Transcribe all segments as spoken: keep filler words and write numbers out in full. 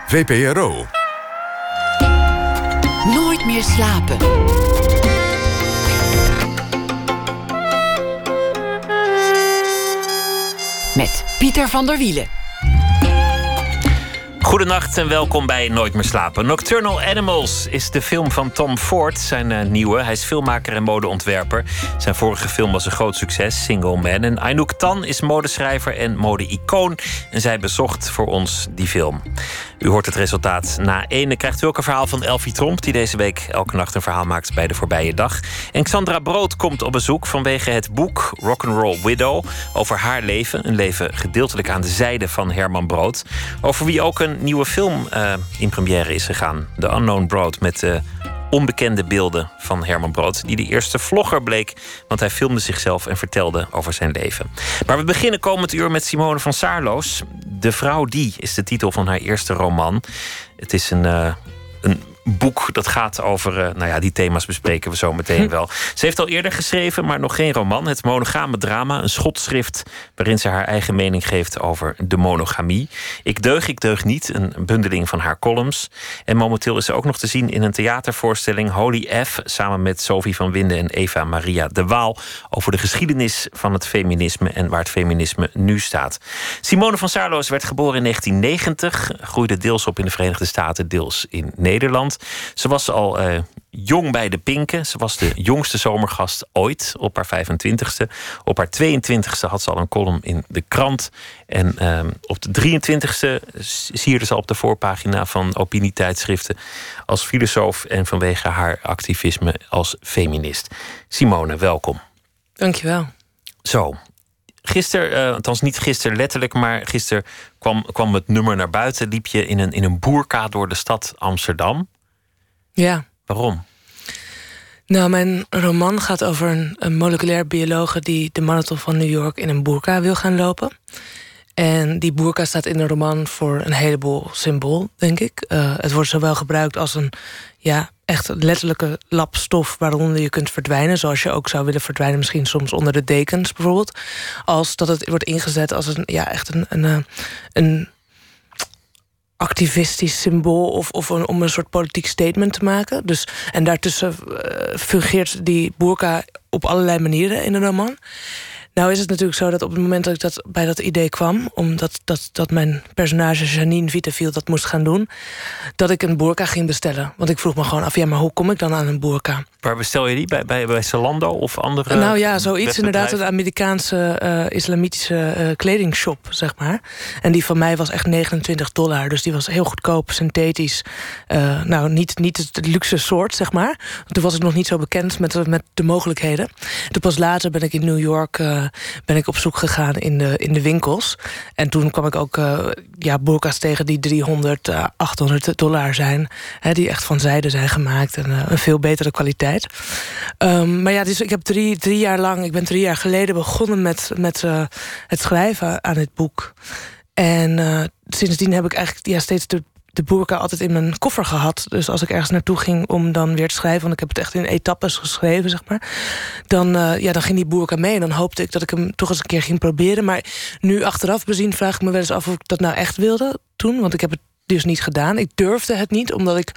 V P R O. Nooit meer slapen. Met Pieter van der Wielen. Goedenacht en welkom bij Nooit meer slapen. Nocturnal Animals is de film van Tom Ford, zijn uh, nieuwe. Hij is filmmaker en modeontwerper. Zijn vorige film was een groot succes, Single Man. En Anouk Tan is modeschrijver en mode-icoon. En zij bezocht voor ons die film. U hoort het resultaat na ene. Krijgt u ook een verhaal van Elfie Tromp, die deze week elke nacht een verhaal maakt bij De Voorbije Dag. En Xandra Brood komt op bezoek vanwege het boek Rock'n'Roll Widow over haar leven. Een leven gedeeltelijk aan de zijde van Herman Brood. Over wie ook een nieuwe film uh, in première is gegaan. The Unknown Brood, met uh, onbekende beelden van Herman Brood, die de eerste vlogger bleek, want hij filmde zichzelf en vertelde over zijn leven. Maar we beginnen komend uur met Simone van Saarloos. De Vrouw Die is de titel van haar eerste roman. Het is een, uh, een boek dat gaat over... Uh, nou ja, die thema's bespreken we zo meteen wel. Ze heeft al eerder geschreven, maar nog geen roman. Het monogame drama, een schotschrift waarin ze haar eigen mening geeft over de monogamie. Ik deug, ik deug niet, een bundeling van haar columns. En momenteel is ze ook nog te zien in een theatervoorstelling Holy F, samen met Sophie van Winden en Eva Maria de Waal, over de geschiedenis van het feminisme en waar het feminisme nu staat. Simone van Saarloos werd geboren in negentien negentig, groeide deels op in de Verenigde Staten, deels in Nederland. Ze was al uh, jong bij de Pinken. Ze was de jongste zomergast ooit op haar vijfentwintigste. Op haar tweeëntwintigste had ze al een column in de krant. En uh, op de drieëntwintigste sierde ze op de voorpagina van opinietijdschriften als filosoof en vanwege haar activisme als feminist. Simone, welkom. Dankjewel. Zo. Gisteren, uh, althans niet gisteren letterlijk, maar gisteren kwam, kwam het nummer naar buiten. Liep je in een, in een boerka door de stad Amsterdam. Ja. Waarom? Nou, mijn roman gaat over een, een moleculair biologe die de marathon van New York in een boerka wil gaan lopen. En die boerka staat in de roman voor een heleboel symbool, denk ik. Uh, het wordt zowel gebruikt als een ja, echt letterlijke lap stof waaronder je kunt verdwijnen, zoals je ook zou willen verdwijnen, misschien soms onder de dekens bijvoorbeeld. Als dat het wordt ingezet als een, ja, echt een, een, een activistisch symbool of, of een, om een soort politiek statement te maken. Dus, en daartussen uh, fungeert die boerka op allerlei manieren in de roman. Nou is het natuurlijk zo dat op het moment dat ik dat, bij dat idee kwam, omdat dat, dat mijn personage Janine Vitafield dat moest gaan doen, dat ik een boerka ging bestellen. Want ik vroeg me gewoon af, ja, maar hoe kom ik dan aan een boerka? Waar bestel je die? Bij, bij, bij Zalando of andere? Nou ja, zoiets inderdaad, een Amerikaanse uh, islamitische uh, kledingshop, zeg maar. En die van mij was echt negenentwintig dollar. Dus die was heel goedkoop, synthetisch. Uh, nou, niet, niet het luxe soort, zeg maar. Toen was ik nog niet zo bekend met, met de mogelijkheden. Toen pas later ben ik in New York uh, ben ik op zoek gegaan in de, in de winkels. En toen kwam ik ook uh, ja, boerka's tegen die driehonderd, uh, achthonderd dollar zijn. Hè, die echt van zijde zijn gemaakt en uh, een veel betere kwaliteit. Um, maar ja, dus ik heb drie, drie jaar lang, ik ben drie jaar geleden begonnen met, met uh, het schrijven aan dit boek. En uh, sindsdien heb ik eigenlijk ja, steeds de, de boerka altijd in mijn koffer gehad. Dus als ik ergens naartoe ging om dan weer te schrijven, want ik heb het echt in etappes geschreven, zeg maar. Dan, uh, ja, dan ging die boerka mee en dan hoopte ik dat ik hem toch eens een keer ging proberen. Maar nu achteraf bezien vraag ik me wel eens af of ik dat nou echt wilde toen. Want ik heb het dus niet gedaan. Ik durfde het niet, omdat ik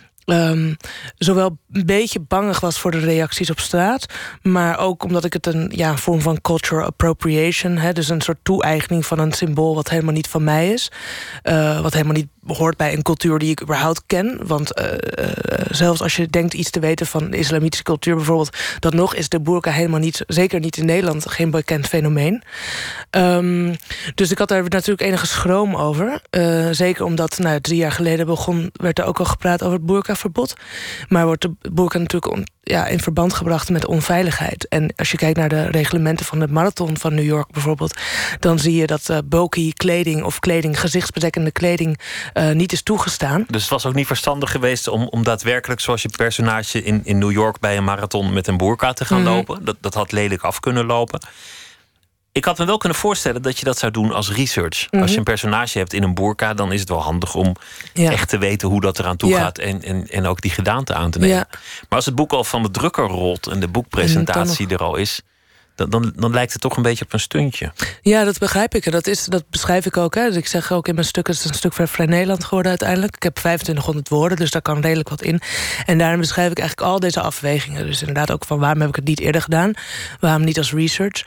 Um, zowel een beetje bangig was voor de reacties op straat, maar ook omdat ik het een, ja, een vorm van cultural appropriation, hè, dus een soort toe-eigening van een symbool wat helemaal niet van mij is, uh, wat helemaal niet hoort bij een cultuur die ik überhaupt ken. Want uh, uh, zelfs als je denkt iets te weten van de islamitische cultuur bijvoorbeeld, dan nog is de boerka helemaal niet, zeker niet in Nederland, geen bekend fenomeen. Um, dus ik had daar natuurlijk enige schroom over. Uh, zeker omdat, nou, drie jaar geleden begon, werd er ook al gepraat over het boerkaverbod. Maar wordt de boerka natuurlijk on, ja, in verband gebracht met onveiligheid. En als je kijkt naar de reglementen van de marathon van New York bijvoorbeeld, dan zie je dat uh, bulky kleding of kleding, gezichtsbedekkende kleding, Uh, niet is toegestaan. Dus het was ook niet verstandig geweest om, om daadwerkelijk, zoals je personage in, in New York bij een marathon met een boerka te gaan mm-hmm. lopen. Dat, dat had lelijk af kunnen lopen. Ik had me wel kunnen voorstellen dat je dat zou doen als research. Mm-hmm. Als je een personage hebt in een boerka, dan is het wel handig om ja. echt te weten hoe dat eraan toe ja. gaat en, en, en ook die gedaante aan te nemen. Ja. Maar als het boek al van de drukker rolt en de boekpresentatie en er al is, Dan, dan, dan lijkt het toch een beetje op een stuntje. Ja, dat begrijp ik. En dat, is, dat beschrijf ik ook. Hè. Dus ik zeg ook in mijn stuk, het is een stuk van Vrij Nederland geworden uiteindelijk. Ik heb vijfentwintighonderd woorden, dus daar kan redelijk wat in. En daarin beschrijf ik eigenlijk al deze afwegingen. Dus inderdaad ook van waarom heb ik het niet eerder gedaan? Waarom niet als research?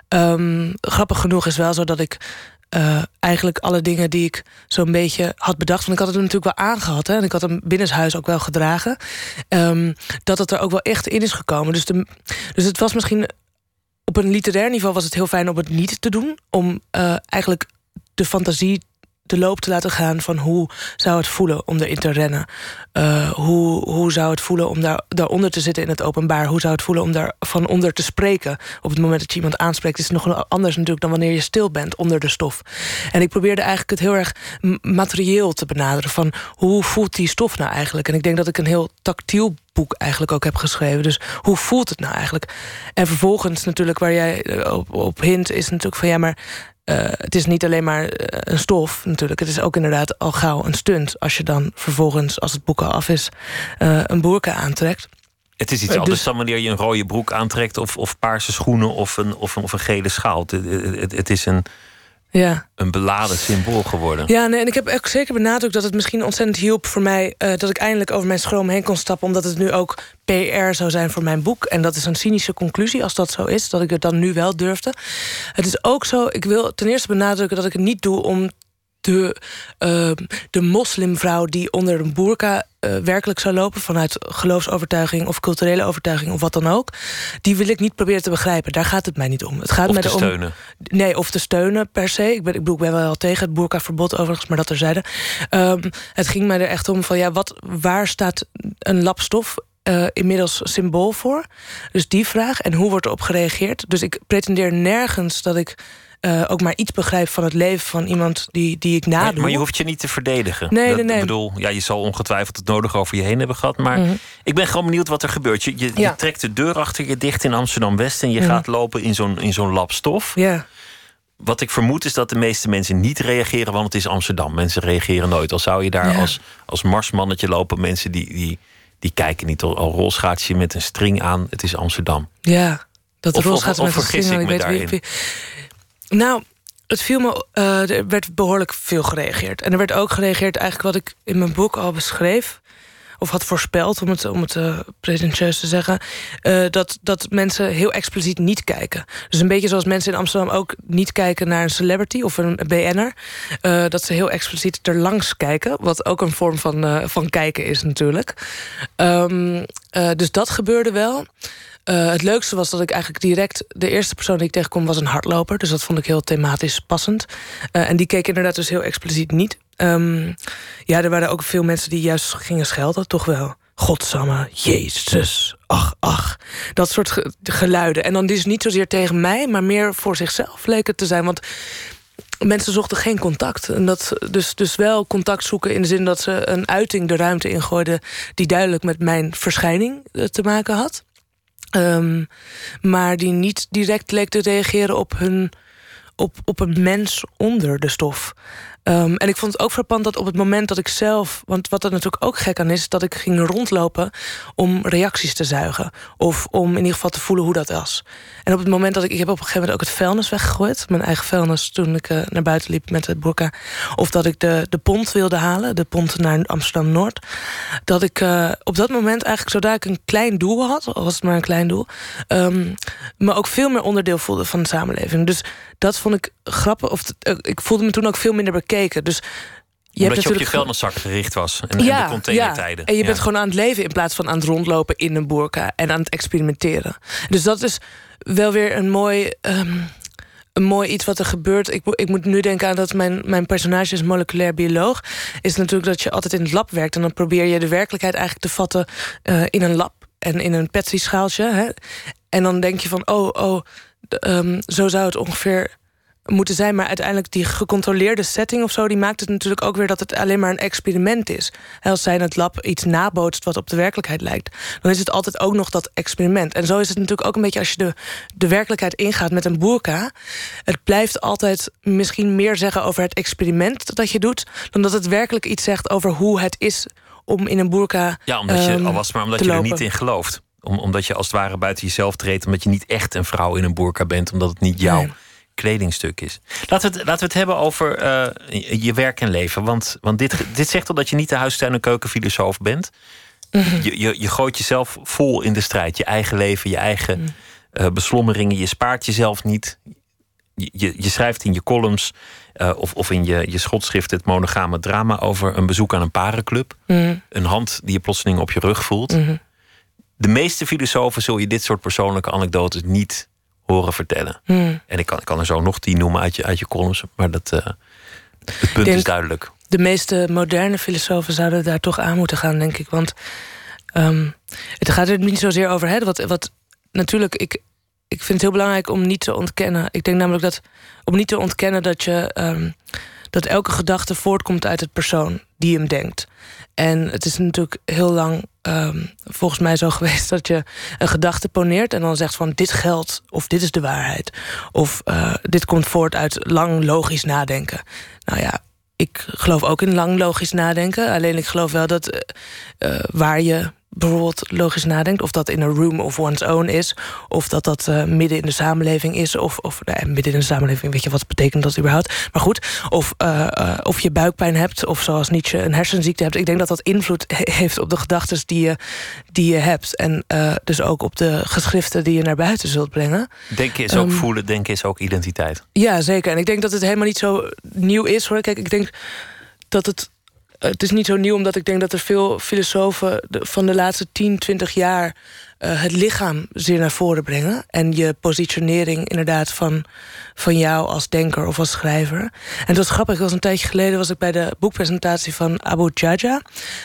Um, grappig genoeg is wel zo dat ik Uh, eigenlijk alle dingen die ik zo'n beetje had bedacht, want ik had het natuurlijk wel aangehad, hè, en ik had hem binnenshuis ook wel gedragen, um, dat het er ook wel echt in is gekomen. Dus, de, dus het was misschien op een literair niveau was het heel fijn om het niet te doen, om uh, eigenlijk de fantasie de loop te laten gaan van hoe zou het voelen om erin te rennen. Uh, hoe, hoe zou het voelen om daar, daaronder te zitten in het openbaar? Hoe zou het voelen om daar van onder te spreken? Op het moment dat je iemand aanspreekt is het nog anders natuurlijk dan wanneer je stil bent onder de stof. En ik probeerde eigenlijk het heel erg materieel te benaderen van hoe voelt die stof nou eigenlijk? En ik denk dat ik een heel tactiel boek eigenlijk ook heb geschreven. Dus hoe voelt het nou eigenlijk? En vervolgens natuurlijk waar jij op, op hint is natuurlijk van ja, maar Uh, het is niet alleen maar uh, een stof natuurlijk. Het is ook inderdaad al gauw een stunt als je dan vervolgens, als het boek al af is, uh, een boerka aantrekt. Het is iets uh, anders dus dan wanneer je een rode broek aantrekt of, of paarse schoenen of een, of een, of een gele schaal. Het, het, het is een, ja. een beladen symbool geworden. Ja, nee, en ik heb ook zeker benadrukt dat het misschien ontzettend hielp voor mij uh, dat ik eindelijk over mijn schroom heen kon stappen, omdat het nu ook P R zou zijn voor mijn boek. En dat is een cynische conclusie als dat zo is, dat ik het dan nu wel durfde. Het is ook zo, ik wil ten eerste benadrukken dat ik het niet doe om de, uh, de moslimvrouw die onder een boerka uh, werkelijk zou lopen, vanuit geloofsovertuiging of culturele overtuiging of wat dan ook, die wil ik niet proberen te begrijpen. Daar gaat het mij niet om. Het gaat of mij te erom, steunen. Nee, of te steunen per se. Ik ben, ik bedoel, ik ben wel tegen het boerkaverbod overigens, maar dat terzijde. Um, het ging mij er echt om van ja, wat, waar staat een lap stof Uh, inmiddels symbool voor? Dus die vraag. En hoe wordt erop gereageerd? Dus ik pretendeer nergens dat ik uh, ook maar iets begrijp van het leven van iemand die, die ik nadoe. Maar, maar je hoeft je niet te verdedigen. Nee, dat, nee, nee. Ik bedoel, ja, je zal ongetwijfeld het nodig over je heen hebben gehad. Maar mm-hmm. ik ben gewoon benieuwd wat er gebeurt. Je, je, ja. je trekt de deur achter je dicht in Amsterdam-West en je mm-hmm. gaat lopen in zo'n, in zo'n lap stof. Ja. Wat ik vermoed is dat de meeste mensen niet reageren, want het is Amsterdam. Mensen reageren nooit. Al zou je daar ja. als, als marsmannetje lopen, mensen die, die, die kijken niet al, al rolschaats je met een string aan. Het is Amsterdam. Ja, dat rolschaats met een string aan. Ik weet wie, wie. Nou, het viel me, uh, er werd behoorlijk veel gereageerd. En er werd ook gereageerd eigenlijk wat ik in mijn boek al beschreef, of had voorspeld, om het, om het uh, pretentieus te zeggen, uh, dat, dat mensen heel expliciet niet kijken. Dus een beetje zoals mensen in Amsterdam ook niet kijken naar een celebrity of een B N'er. Uh, dat ze heel expliciet erlangs kijken, wat ook een vorm van, uh, van kijken is natuurlijk. Um, uh, dus dat gebeurde wel. Uh, het leukste was dat ik eigenlijk direct, de eerste persoon die ik tegenkom was een hardloper. Dus dat vond ik heel thematisch passend. Uh, en die keek inderdaad dus heel expliciet niet. Um, ja, er waren ook veel mensen die juist gingen schelden, toch wel. Godsamme, Jezus, ach, ach. Dat soort ge- geluiden. En dan dus niet zozeer tegen mij, maar meer voor zichzelf leek het te zijn. Want mensen zochten geen contact. En dat, dus, dus wel contact zoeken in de zin dat ze een uiting de ruimte ingooiden die duidelijk met mijn verschijning te maken had. Um, maar die niet direct leek te reageren op, hun, op, op een mens onder de stof. Um, en ik vond het ook frappant dat op het moment dat ik zelf, want wat er natuurlijk ook gek aan is, dat ik ging rondlopen om reacties te zuigen. Of om in ieder geval te voelen hoe dat was. En op het moment dat ik, ik heb op een gegeven moment ook het vuilnis weggegooid. Mijn eigen vuilnis toen ik uh, naar buiten liep met het burka. Of dat ik de, de pont wilde halen, de pont naar Amsterdam-Noord. Dat ik uh, op dat moment eigenlijk, zodra ik een klein doel had, al was het maar een klein doel, um, me ook veel meer onderdeel voelde van de samenleving. Dus dat vond ik grappig. Of uh, ik voelde me toen ook veel minder bekeken. Dus je Omdat hebt je op je vuilniszak gericht was. En, ja, en de containertijden. Ja. En je ja. bent gewoon aan het leven in plaats van aan het rondlopen in een burka en aan het experimenteren. Dus dat is wel weer een mooi, um, een mooi iets wat er gebeurt. Ik, ik moet nu denken aan dat mijn, mijn personage is moleculair bioloog. Is natuurlijk dat je altijd in het lab werkt. En dan probeer je de werkelijkheid eigenlijk te vatten uh, in een lab. En in een Pepsi-schaaltje. Hè? En dan denk je van, oh, oh, um, zo zou het ongeveer moeten zijn, maar uiteindelijk die gecontroleerde setting of zo, die maakt het natuurlijk ook weer dat het alleen maar een experiment is. Als zij in het lab iets nabootst wat op de werkelijkheid lijkt, dan is het altijd ook nog dat experiment. En zo is het natuurlijk ook een beetje als je de, de werkelijkheid ingaat met een burka. Het blijft altijd misschien meer zeggen over het experiment dat je doet, dan dat het werkelijk iets zegt over hoe het is om in een burka Ja, omdat je, um, al was maar omdat je lopen. er niet in gelooft. Om, omdat je als het ware buiten jezelf treedt, omdat je niet echt een vrouw in een burka bent, omdat het niet jouw nee. kledingstuk is. Laten we het, laten we het hebben over uh, je werk en leven. Want, want dit, dit zegt al dat je niet de huistuin- en keukenfilosoof bent. Mm-hmm. Je, je, je gooit jezelf vol in de strijd. Je eigen leven, je eigen mm. uh, beslommeringen. Je spaart jezelf niet. Je, je, je schrijft in je columns uh, of, of in je, je schotschrift het monogame drama over een bezoek aan een parenclub. Mm. Een hand die je plotseling op je rug voelt. Mm-hmm. De meeste filosofen zul je dit soort persoonlijke anekdotes niet horen vertellen. Mm. En ik kan, ik kan er zo nog tien noemen uit je, uit je columns, maar dat, uh, het punt is duidelijk. De meeste moderne filosofen zouden daar toch aan moeten gaan, denk ik. Want um, het gaat er niet zozeer over. Hè, wat, wat, natuurlijk, ik, ik vind het heel belangrijk om niet te ontkennen. Ik denk namelijk dat om niet te ontkennen dat je um, dat elke gedachte voortkomt uit het persoon die hem denkt. En het is natuurlijk heel lang um, volgens mij zo geweest dat je een gedachte poneert en dan zegt van dit geldt of dit is de waarheid. Of uh, dit komt voort uit lang logisch nadenken. Nou ja, ik geloof ook in lang logisch nadenken. Alleen ik geloof wel dat uh, waar je bijvoorbeeld logisch nadenkt, of dat in een room of one's own is, of dat dat uh, midden in de samenleving is, of, of nou, midden in de samenleving, weet je wat betekent dat überhaupt? Maar goed, of, uh, uh, of je buikpijn hebt, of zoals Nietzsche een hersenziekte hebt. Ik denk dat dat invloed he- heeft op de gedachten die je, die je hebt. En uh, dus ook op de geschriften die je naar buiten zult brengen. Denken is ook um, voelen, denken is ook identiteit. Ja, zeker. En ik denk dat het helemaal niet zo nieuw is, hoor. Kijk, ik denk dat het Het is niet zo nieuw, omdat ik denk dat er veel filosofen van de laatste tien, twintig jaar uh, het lichaam zeer naar voren brengen. En je positionering inderdaad van, van jou als denker of als schrijver. En dat was grappig, was een tijdje geleden was ik bij de boekpresentatie van Abu Jaja,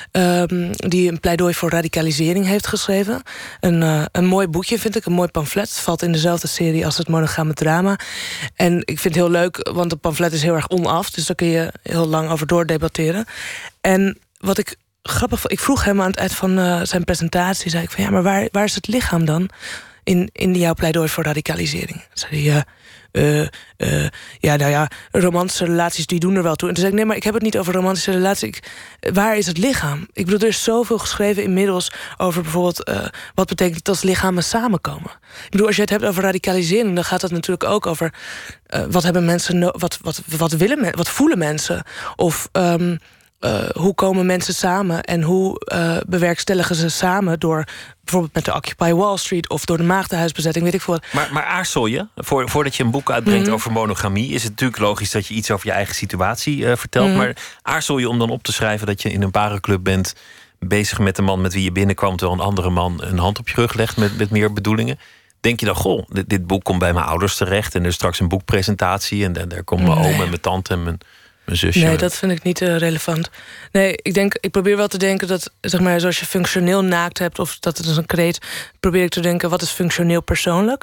um, die een pleidooi voor radicalisering heeft geschreven. Een, uh, een mooi boekje, vind ik, een mooi pamflet. Het valt in dezelfde serie als het monogame drama. En ik vind het heel leuk, want het pamflet is heel erg onaf, dus daar kun je heel lang over doordebatteren. En wat ik grappig vond, ik vroeg hem aan het eind van uh, zijn presentatie, zei ik van ja, maar waar, waar is het lichaam dan in, in jouw pleidooi voor radicalisering? Zei hij, uh, uh, uh, ja, nou ja, romantische relaties die doen er wel toe. En toen zei ik, nee, maar ik heb het niet over romantische relaties. Ik, waar is het lichaam? Ik bedoel, er is zoveel geschreven inmiddels over bijvoorbeeld uh, wat betekent het als lichamen samenkomen. Ik bedoel, als je het hebt over radicalisering, dan gaat het natuurlijk ook over uh, wat hebben mensen, no- wat, wat, wat willen men- wat voelen mensen? Of um, Uh, hoe komen mensen samen en hoe uh, bewerkstelligen ze samen door bijvoorbeeld met de Occupy Wall Street of door de maagdenhuisbezetting, weet ik veel wat. Maar, maar aarzel je, voor, voordat je een boek uitbrengt mm-hmm. over monogamie, is het natuurlijk logisch dat je iets over je eigen situatie uh, vertelt. Mm-hmm. Maar aarzel je om dan op te schrijven dat je in een parenclub bent bezig met de man met wie je binnenkwam, terwijl een andere man een hand op je rug legt met, met meer bedoelingen? Denk je dan, goh, dit, dit boek komt bij mijn ouders terecht en er is straks een boekpresentatie en daar komt mijn nee. oom en mijn tante en mijn zusje. Nee, dat vind ik niet uh, relevant. Nee, ik denk, ik probeer wel te denken dat, zeg maar, zoals je functioneel naakt hebt, of dat het is een kreet, probeer ik te denken, wat is functioneel persoonlijk?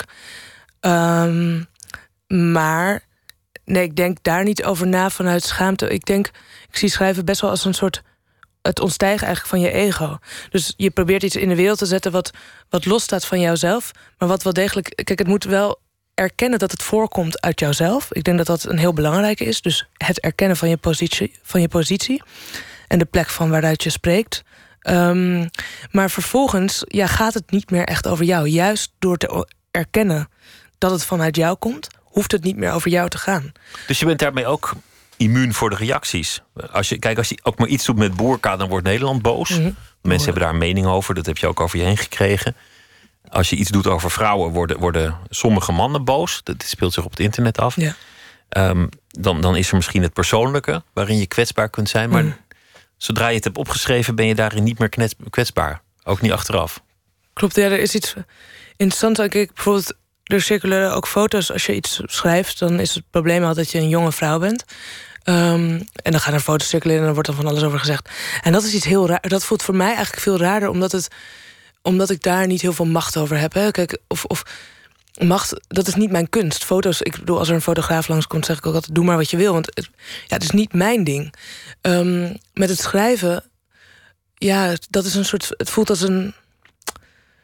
Um, maar nee, ik denk daar niet over na vanuit schaamte. Ik denk, ik zie schrijven best wel als een soort het ontstijgen eigenlijk van je ego. Dus je probeert iets in de wereld te zetten wat, wat losstaat van jouzelf, maar wat wel degelijk, kijk, het moet wel erkennen dat het voorkomt uit jouzelf. Ik denk dat dat een heel belangrijke is. Dus het erkennen van je positie, van je positie en de plek van waaruit je spreekt. Um, maar vervolgens ja, gaat het niet meer echt over jou. Juist door te erkennen dat het vanuit jou komt, hoeft het niet meer over jou te gaan. Dus je bent daarmee ook immuun voor de reacties. Als je, kijk, als je ook maar iets doet met boerka, dan wordt Nederland boos. Mm-hmm. Mensen hebben daar een mening over. Dat heb je ook over je heen gekregen. Als je iets doet over vrouwen, worden, worden sommige mannen boos. Dat speelt zich op het internet af. Ja. Um, dan, dan is er misschien het persoonlijke, waarin je kwetsbaar kunt zijn. Maar mm. zodra je het hebt opgeschreven, ben je daarin niet meer kwetsbaar. Ook niet achteraf. Klopt, ja, er is iets interessants. Kijk, bijvoorbeeld, er circuleren ook foto's. Als je iets schrijft, dan is het probleem altijd dat je een jonge vrouw bent. Um, en dan gaan er foto's circuleren en dan wordt er van alles over gezegd. En dat is iets heel raar. Dat voelt voor mij eigenlijk veel raarder, omdat het omdat ik daar niet heel veel macht over heb. Hè. Kijk, of, of macht, dat is niet mijn kunst. Foto's, ik bedoel, als er een fotograaf langskomt, zeg ik ook altijd, doe maar wat je wil. Want het, ja, het is niet mijn ding. Um, met het schrijven, ja, dat is een soort, het voelt als een,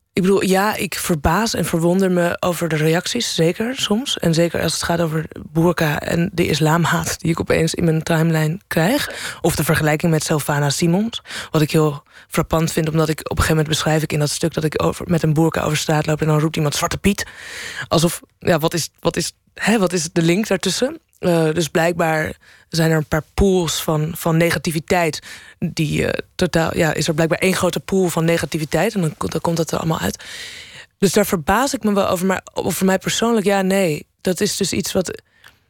Ik bedoel, ja, ik verbaas en verwonder me over de reacties, zeker soms. En zeker als het gaat over burka en de islamhaat die ik opeens in mijn timeline krijg. Of de vergelijking met Sylvana Simons. Wat ik heel frappant vind, omdat ik op een gegeven moment beschrijf ik in dat stuk dat ik over, met een burka over straat loop en dan roept iemand Zwarte Piet. Alsof, ja, wat is, wat is, hè, wat is de link daartussen? Uh, dus blijkbaar zijn er een paar pools van, van negativiteit. Die uh, totaal, ja, is er blijkbaar één grote pool van negativiteit. En dan, dan komt dat er allemaal uit. Dus daar verbaas ik me wel over. Maar over mij persoonlijk, ja, nee. Dat is dus iets wat.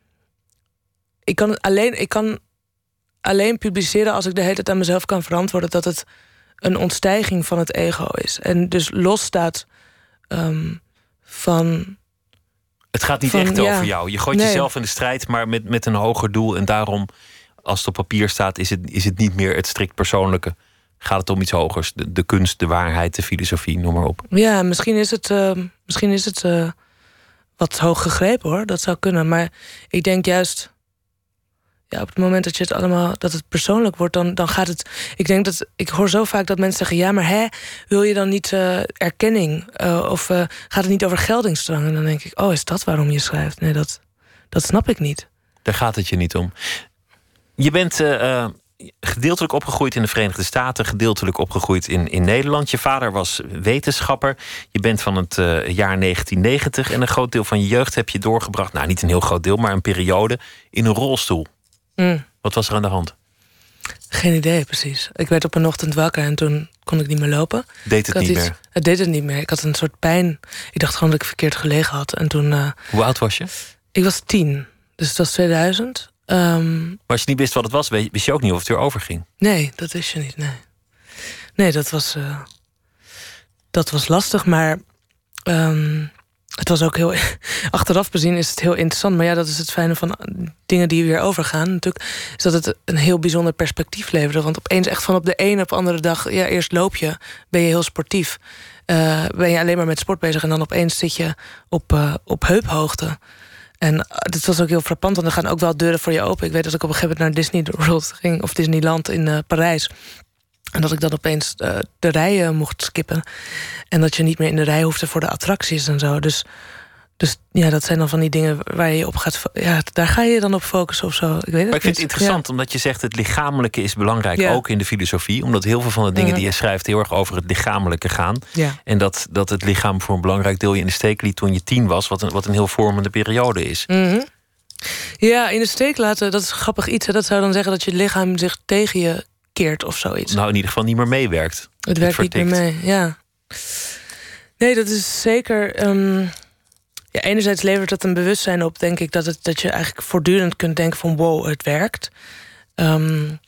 Ik kan het alleen, ik kan alleen publiceren als ik de hele tijd aan mezelf kan verantwoorden dat het een ontstijging van het ego is. En dus losstaat um, van. Het gaat niet van, echt ja, over jou. Je gooit nee. jezelf in de strijd, maar met, met een hoger doel. En daarom, als het op papier staat, is het, is het niet meer het strikt persoonlijke. Gaat het om iets hogers. De, de kunst, de waarheid, de filosofie, noem maar op. Ja, misschien is het, uh, misschien is het uh, wat hoog gegrepen, hoor. Dat zou kunnen. Maar ik denk juist, ja, op het moment dat je het allemaal, dat het persoonlijk wordt, dan, dan gaat het. Ik denk dat ik hoor zo vaak dat mensen zeggen: ja, maar hè, wil je dan niet uh, erkenning? Uh, of uh, gaat het niet over geldingsdrang? En dan denk ik: oh, is dat waarom je schrijft? Nee, dat, dat snap ik niet. Daar gaat het je niet om. Je bent uh, gedeeltelijk opgegroeid in de Verenigde Staten, gedeeltelijk opgegroeid in, in Nederland. Je vader was wetenschapper. Je bent van het uh, jaar negentien negentig en een groot deel van je jeugd heb je doorgebracht. Nou, niet een heel groot deel, maar een periode in een rolstoel. Mm. Wat was er aan de hand? Geen idee, precies. Ik werd op een ochtend wakker en toen kon ik niet meer lopen. Deed het niet iets, meer? Het deed het niet meer. Ik had een soort pijn. Ik dacht gewoon dat ik verkeerd gelegen had. En toen, uh, Hoe oud was je? Ik was tien. Dus het was tweeduizend. Um, maar als je niet wist wat het was, wist je ook niet of het weer overging? Nee, dat wist je niet, nee. Nee, dat was, uh, dat was lastig, maar um, het was ook heel. Achteraf bezien is het heel interessant. Maar ja, dat is het fijne van dingen die weer overgaan. Natuurlijk is dat het een heel bijzonder perspectief leverde. Want opeens echt van op de ene op de andere dag. Ja, eerst loop je, ben je heel sportief. Uh, ben je alleen maar met sport bezig. En dan opeens zit je op, uh, op heuphoogte. En uh, dit was ook heel frappant. Want er gaan ook wel deuren voor je open. Ik weet dat ik op een gegeven moment naar Disney World ging. Of Disneyland in uh, Parijs. En dat ik dan opeens uh, de rijen mocht skippen. En dat je niet meer in de rij hoefde voor de attracties en zo. Dus, dus ja, dat zijn dan van die dingen waar je op gaat. Ja, daar ga je dan op focussen of zo. Ik weet het maar ik vind niet. het interessant, ja. Omdat je zegt het lichamelijke is belangrijk, ja. Ook in de filosofie. Omdat heel veel van de dingen mm-hmm. die je schrijft heel erg over het lichamelijke gaan. Ja. En dat, dat het lichaam voor een belangrijk deel je in de steek liet toen je tien was. Wat een, wat een heel vormende periode is. Mm-hmm. Ja, in de steek laten, dat is grappig iets. Hè? Dat zou dan zeggen dat je lichaam zich tegen je keert of zoiets. Nou, in ieder geval niet meer meewerkt. Het werkt het niet meer mee, ja. Nee, dat is zeker. Um, ja, enerzijds levert het een bewustzijn op, denk ik, dat, het, dat je eigenlijk voortdurend kunt denken van wow, het werkt. Um,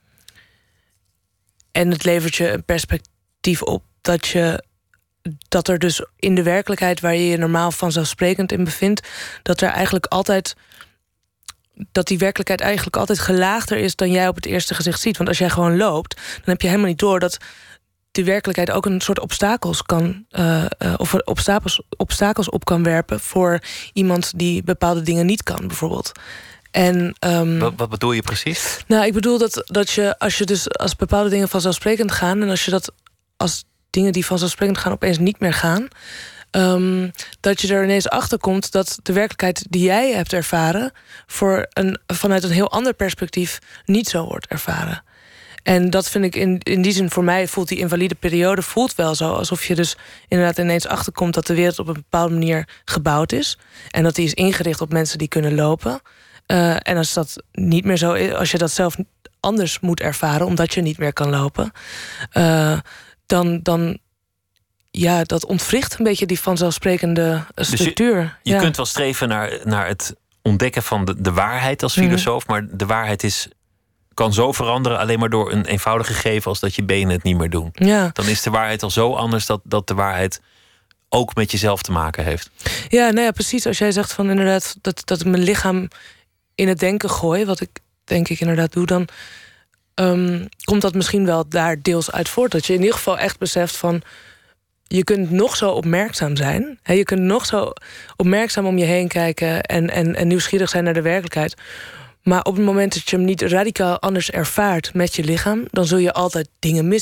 en het levert je een perspectief op dat je dat er dus in de werkelijkheid waar je je normaal vanzelfsprekend in bevindt, dat er eigenlijk altijd. Dat die werkelijkheid eigenlijk altijd gelaagder is dan jij op het eerste gezicht ziet. Want als jij gewoon loopt, dan heb je helemaal niet door dat die werkelijkheid ook een soort obstakels kan, uh, uh, of obstakels, obstakels op kan werpen voor iemand die bepaalde dingen niet kan, bijvoorbeeld. En, um, wat, wat bedoel je precies? Nou, ik bedoel dat, dat je, als je dus als bepaalde dingen vanzelfsprekend gaan, en als je dat als dingen die vanzelfsprekend gaan opeens niet meer gaan, Um, dat je er ineens achter komt dat de werkelijkheid die jij hebt ervaren voor een, vanuit een heel ander perspectief niet zo wordt ervaren. En dat vind ik in, in die zin, voor mij voelt die invalide periode voelt wel zo, alsof je dus inderdaad ineens achterkomt dat de wereld op een bepaalde manier gebouwd is. En dat die is ingericht op mensen die kunnen lopen. Uh, en als dat niet meer zo is, als je dat zelf anders moet ervaren omdat je niet meer kan lopen, uh, dan, dan ja, dat ontwricht een beetje die vanzelfsprekende structuur. Dus je je ja. kunt wel streven naar, naar het ontdekken van de, de waarheid als filosoof, mm. maar de waarheid is, kan zo veranderen alleen maar door een eenvoudig gegeven als dat je benen het niet meer doen. Ja. Dan is de waarheid al zo anders dat, dat de waarheid ook met jezelf te maken heeft. Ja, nou ja, precies. Als jij zegt van inderdaad dat, dat ik mijn lichaam in het denken gooi, wat ik denk ik inderdaad doe, dan um, komt dat misschien wel daar deels uit voort. Dat je in ieder geval echt beseft van, je kunt nog zo opmerkzaam zijn. Hè, je kunt nog zo opmerkzaam om je heen kijken en, en, en nieuwsgierig zijn naar de werkelijkheid. Maar op het moment dat je hem niet radicaal anders ervaart met je lichaam, dan zul je altijd dingen missen.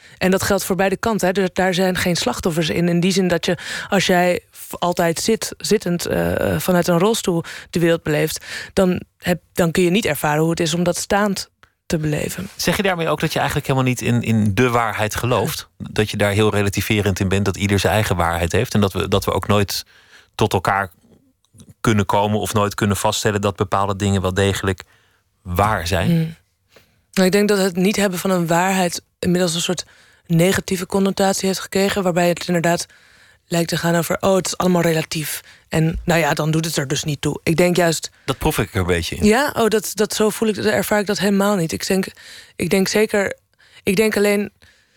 En dat geldt voor beide kanten. Hè. Dus daar zijn geen slachtoffers in. In die zin dat je, als jij altijd zit, zittend uh, vanuit een rolstoel de wereld beleeft, dan, heb, dan kun je niet ervaren hoe het is om dat staand te beleven. Zeg je daarmee ook dat je eigenlijk helemaal niet in, in de waarheid gelooft? Dat je daar heel relativerend in bent, dat ieder zijn eigen waarheid heeft en dat we, dat we ook nooit tot elkaar kunnen komen of nooit kunnen vaststellen dat bepaalde dingen wel degelijk waar zijn? Hmm. Nou, ik denk dat het niet hebben van een waarheid inmiddels een soort negatieve connotatie heeft gekregen, waarbij het inderdaad lijkt te gaan over, oh, het is allemaal relatief. En nou ja, dan doet het er dus niet toe. Ik denk juist... Dat proef ik er een beetje in. Ja, oh, dat, dat zo voel ik, dat ervaar ik dat helemaal niet. Ik denk, ik denk zeker... Ik denk alleen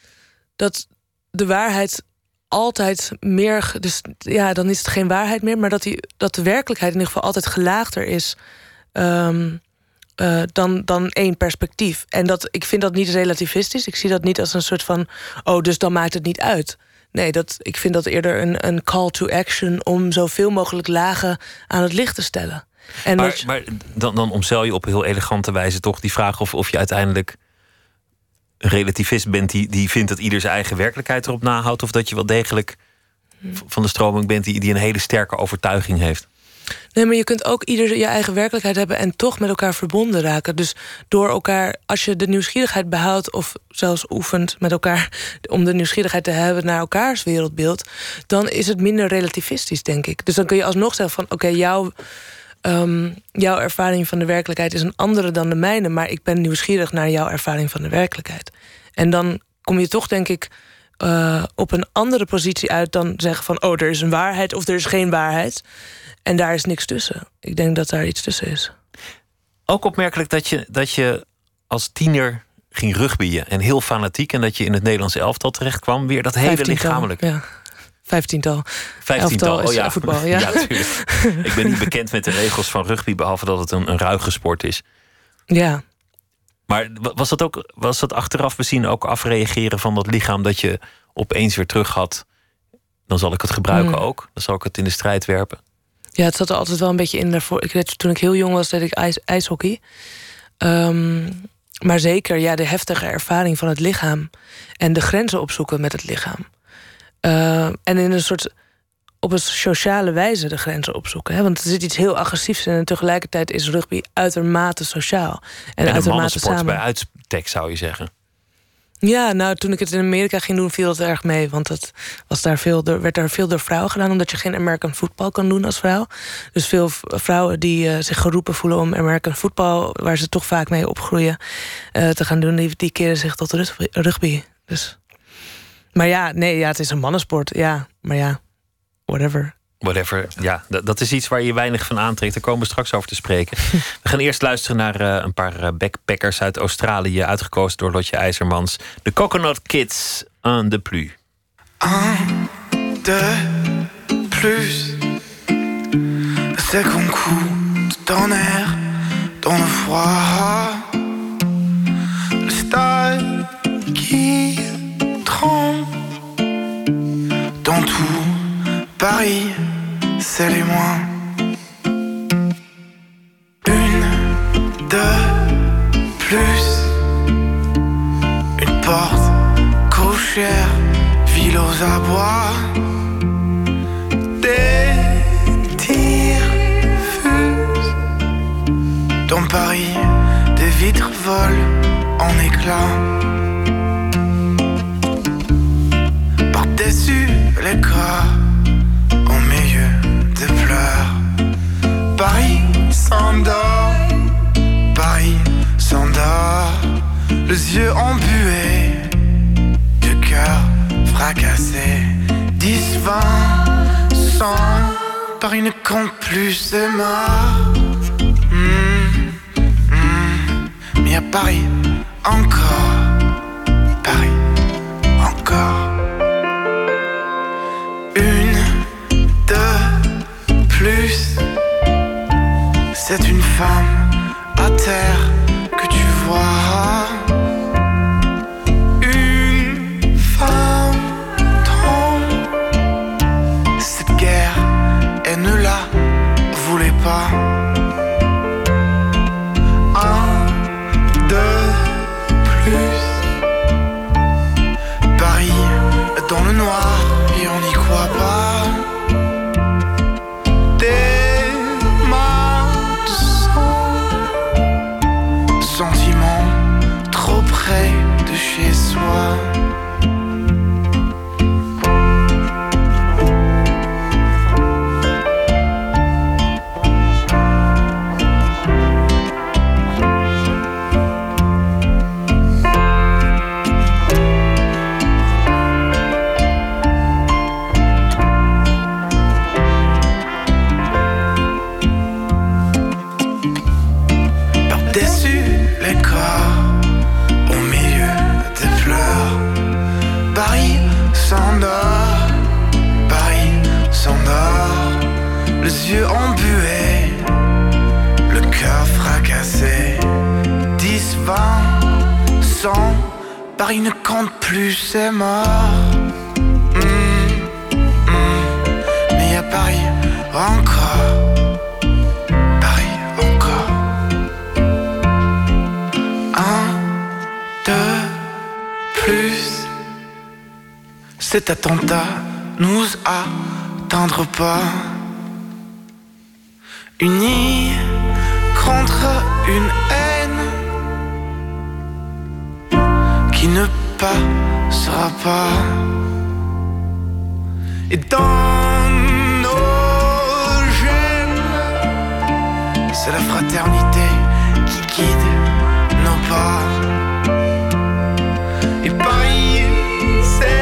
dat de waarheid altijd meer... Dus ja, dan is het geen waarheid meer, maar dat, die, dat de werkelijkheid in ieder geval altijd gelaagder is Um, Uh, dan, dan één perspectief. En dat, ik vind dat niet relativistisch. Ik zie dat niet als een soort van, oh, dus dan maakt het niet uit. Nee, dat, ik vind dat eerder een, een call to action om zoveel mogelijk lagen aan het licht te stellen. En maar dat, maar dan, dan omzeil je op een heel elegante wijze toch die vraag of, of je uiteindelijk een relativist bent die, die vindt dat ieder zijn eigen werkelijkheid erop nahoudt, of dat je wel degelijk van de stroming bent die, die een hele sterke overtuiging heeft. Nee, maar je kunt ook ieder je eigen werkelijkheid hebben en toch met elkaar verbonden raken. Dus door elkaar, als je de nieuwsgierigheid behoudt of zelfs oefent met elkaar om de nieuwsgierigheid te hebben naar elkaars wereldbeeld, dan is het minder relativistisch, denk ik. Dus dan kun je alsnog zeggen van, oké, okay, jouw, um, jouw ervaring van de werkelijkheid is een andere dan de mijne, maar ik ben nieuwsgierig naar jouw ervaring van de werkelijkheid. En dan kom je toch, denk ik, uh, op een andere positie uit dan zeggen van, oh, er is een waarheid of er is geen waarheid. En daar is niks tussen. Ik denk dat daar iets tussen is. Ook opmerkelijk dat je, dat je als tiener ging rugbyen. En heel fanatiek. En dat je in het Nederlandse elftal terecht kwam. Weer dat hele Vijftiental, lichamelijk. Ja. Vijftiental. Vijftiental, elftal oh ja. Is voetbal, ja. Ja, natuurlijk. Ik ben niet bekend met de regels van rugby, behalve dat het een, een ruige sport is. Ja. Maar was dat, ook, was dat achteraf bezien ook afreageren van dat lichaam dat je opeens weer terug had? Dan zal ik het gebruiken mm. ook. Dan zal ik het in de strijd werpen. Ja, het zat er altijd wel een beetje in daarvoor. Ik weet, toen ik heel jong was, deed ik ijs, ijshockey. Um, maar zeker, ja, de heftige ervaring van het lichaam en de grenzen opzoeken met het lichaam. Uh, en in een soort, op een sociale wijze de grenzen opzoeken. Hè? Want er zit iets heel agressiefs in en tegelijkertijd is rugby uitermate sociaal. En, en uitermate samen. Bij uitstek, zou je zeggen. Ja, nou, toen ik het in Amerika ging doen, viel het erg mee. Want het was daar veel door, werd daar veel door vrouwen gedaan, omdat je geen American football kan doen als vrouw. Dus veel vrouwen die uh, zich geroepen voelen om American football, waar ze toch vaak mee opgroeien, uh, te gaan doen, die, die keren zich tot rugby. Dus. Maar ja, nee, ja, het is een mannensport. Ja, maar ja, whatever. Whatever, ja, dat, dat is iets waar je weinig van aantrekt. Daar komen we straks over te spreken. We gaan eerst luisteren naar uh, een paar uh, backpackers uit Australië, uitgekozen door Lotje IJzermans. De Coconut Kids, un de plus. Un de plus, c'est qu'on coule dans l'air, dans le froid. Le stade qui tremble dans tout Paris, c'est les moins. Une de plus, une porte cochère, ville aux abois. Des tirs fusent dans Paris, des vitres volent en éclats. Par-dessus les corps, au milieu de pleurs, Paris s'endort, Paris s'endort, les yeux embués, le cœur fracassé, dix, vingt, cent, Paris ne compte plus ses morts. Mmh, mmh, mais à Paris encore, Paris encore. Une de plus, c'est une femme à terre que tu vois. Une femme tombe. Cette guerre, elle ne la voulait pas. Un de plus, près de chez soi. S'endort, Paris s'endort, les yeux embués, le cœur fracassé. Dix, vingt, cent, Paris ne compte plus, c'est mort. Mmh, mmh, mais y a Paris encore, Paris encore. Un, deux, plus. Cet attentat nous atteindra pas. Unis contre une haine qui ne passera pas. Et dans nos gènes, c'est la fraternité qui guide nos pas. Et Paris, c'est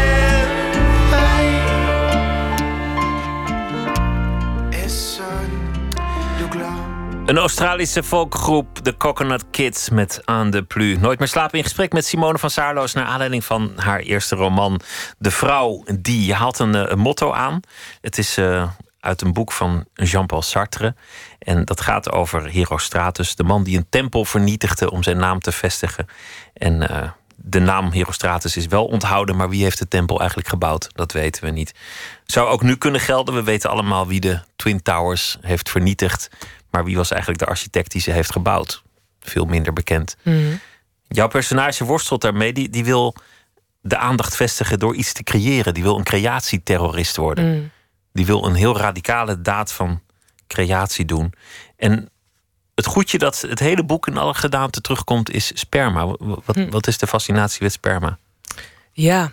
een Australische folkgroep, de Coconut Kids, met Aan de Plu. Nooit meer slapen in gesprek met Simone van Saarloos naar aanleiding van haar eerste roman De Vrouw Die. Je haalt een, een motto aan. Het is uh, uit een boek van Jean-Paul Sartre. En dat gaat over Herostratus, de man die een tempel vernietigde om zijn naam te vestigen. En uh, de naam Herostratus is wel onthouden, maar wie heeft de tempel eigenlijk gebouwd? Dat weten we niet. Zou ook nu kunnen gelden. We weten allemaal wie de Twin Towers heeft vernietigd. Maar wie was eigenlijk de architect die ze heeft gebouwd? Veel minder bekend. Mm. Jouw personage worstelt daarmee. Die, die wil de aandacht vestigen door iets te creëren. Die wil een creatieterrorist worden. Mm. Die wil een heel radicale daad van creatie doen. En het goedje dat het hele boek in alle gedaanten terugkomt is sperma. Wat, mm. wat is de fascinatie met sperma? Ja,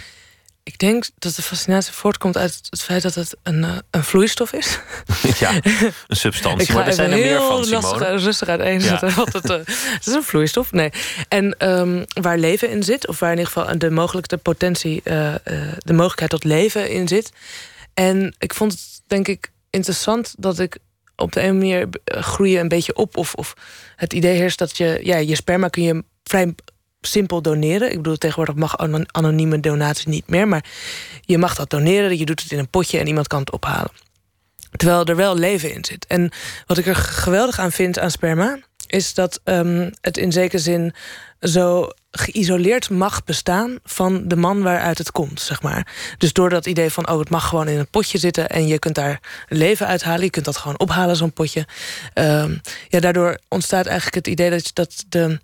ik denk dat de fascinatie voortkomt uit het feit dat het een, uh, een vloeistof is. Ja, een substantie. Maar er zijn er meer van, Simone. Lastig, rustig uiteenzetten. Ja. Wat het, uh, het is een vloeistof, nee. En um, waar leven in zit, of waar in ieder geval de mogelijke potentie, uh, uh, de mogelijkheid tot leven in zit. En ik vond het, denk ik, interessant dat ik op de een manier groeien een beetje op. Of, of het idee heerst dat je, ja, je sperma kun je vrij simpel doneren. Ik bedoel, tegenwoordig mag anonieme donatie niet meer, maar je mag dat doneren, je doet het in een potje en iemand kan het ophalen. Terwijl er wel leven in zit. En wat ik er geweldig aan vind aan sperma is dat um, het in zekere zin zo geïsoleerd mag bestaan van de man waaruit het komt, zeg maar. Dus door dat idee van, oh, het mag gewoon in een potje zitten en je kunt daar leven uithalen, je kunt dat gewoon ophalen, zo'n potje. Um, ja, daardoor ontstaat eigenlijk het idee dat, dat de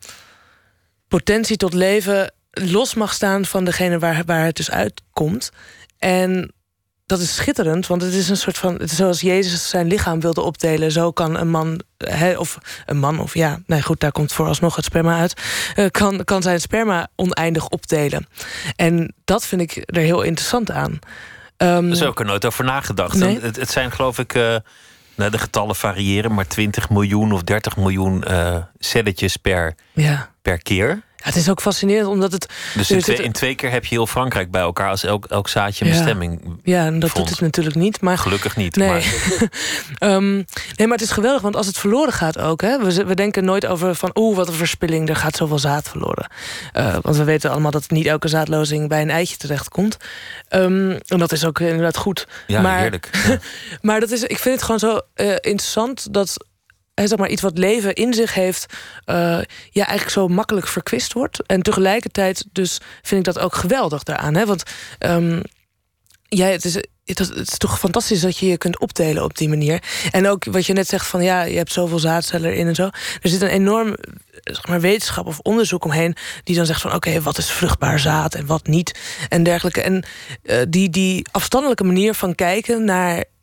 potentie tot leven los mag staan van degene waar, waar het dus uitkomt. En dat is schitterend, want het is een soort van, het is zoals Jezus zijn lichaam wilde opdelen, zo kan een man, he, of een man, of ja, nee goed, daar komt vooralsnog het sperma uit, uh, kan, kan zijn sperma oneindig opdelen. En dat vind ik er heel interessant aan. Um, Daar is ook er nooit over nagedacht. Nee? Het, het zijn geloof ik, uh, nou, de getallen variëren, maar twintig miljoen of dertig miljoen uh, celletjes per, ja. per keer. Ja, het is ook fascinerend, omdat het... Dus in twee, in twee keer heb je heel Frankrijk bij elkaar als elk, elk zaadje een ja. bestemming. Ja, en dat vond. doet het natuurlijk niet. Maar, gelukkig niet. Nee. Maar. um, nee, maar het is geweldig, want als het verloren gaat ook, hè, we, we denken nooit over van, oeh, wat een verspilling, er gaat zoveel zaad verloren. Uh, want we weten allemaal dat niet elke zaadlozing bij een eitje terechtkomt. Um, en dat is ook inderdaad goed. Ja, maar, heerlijk. Ja. Maar dat is, ik vind het gewoon zo uh, interessant dat, He, zeg maar, iets wat leven in zich heeft, uh, ja, eigenlijk zo makkelijk verkwist wordt. En tegelijkertijd dus vind ik dat ook geweldig daaraan. Hè? Want um, ja, het is, het, het is toch fantastisch dat je je kunt opdelen op die manier. En ook wat je net zegt van, ja, je hebt zoveel zaadcellen erin en zo. Er zit een enorm, zeg maar, wetenschap of onderzoek omheen die dan zegt van, oké, okay, wat is vruchtbaar zaad en wat niet en dergelijke. En uh, die, die afstandelijke manier van kijken naar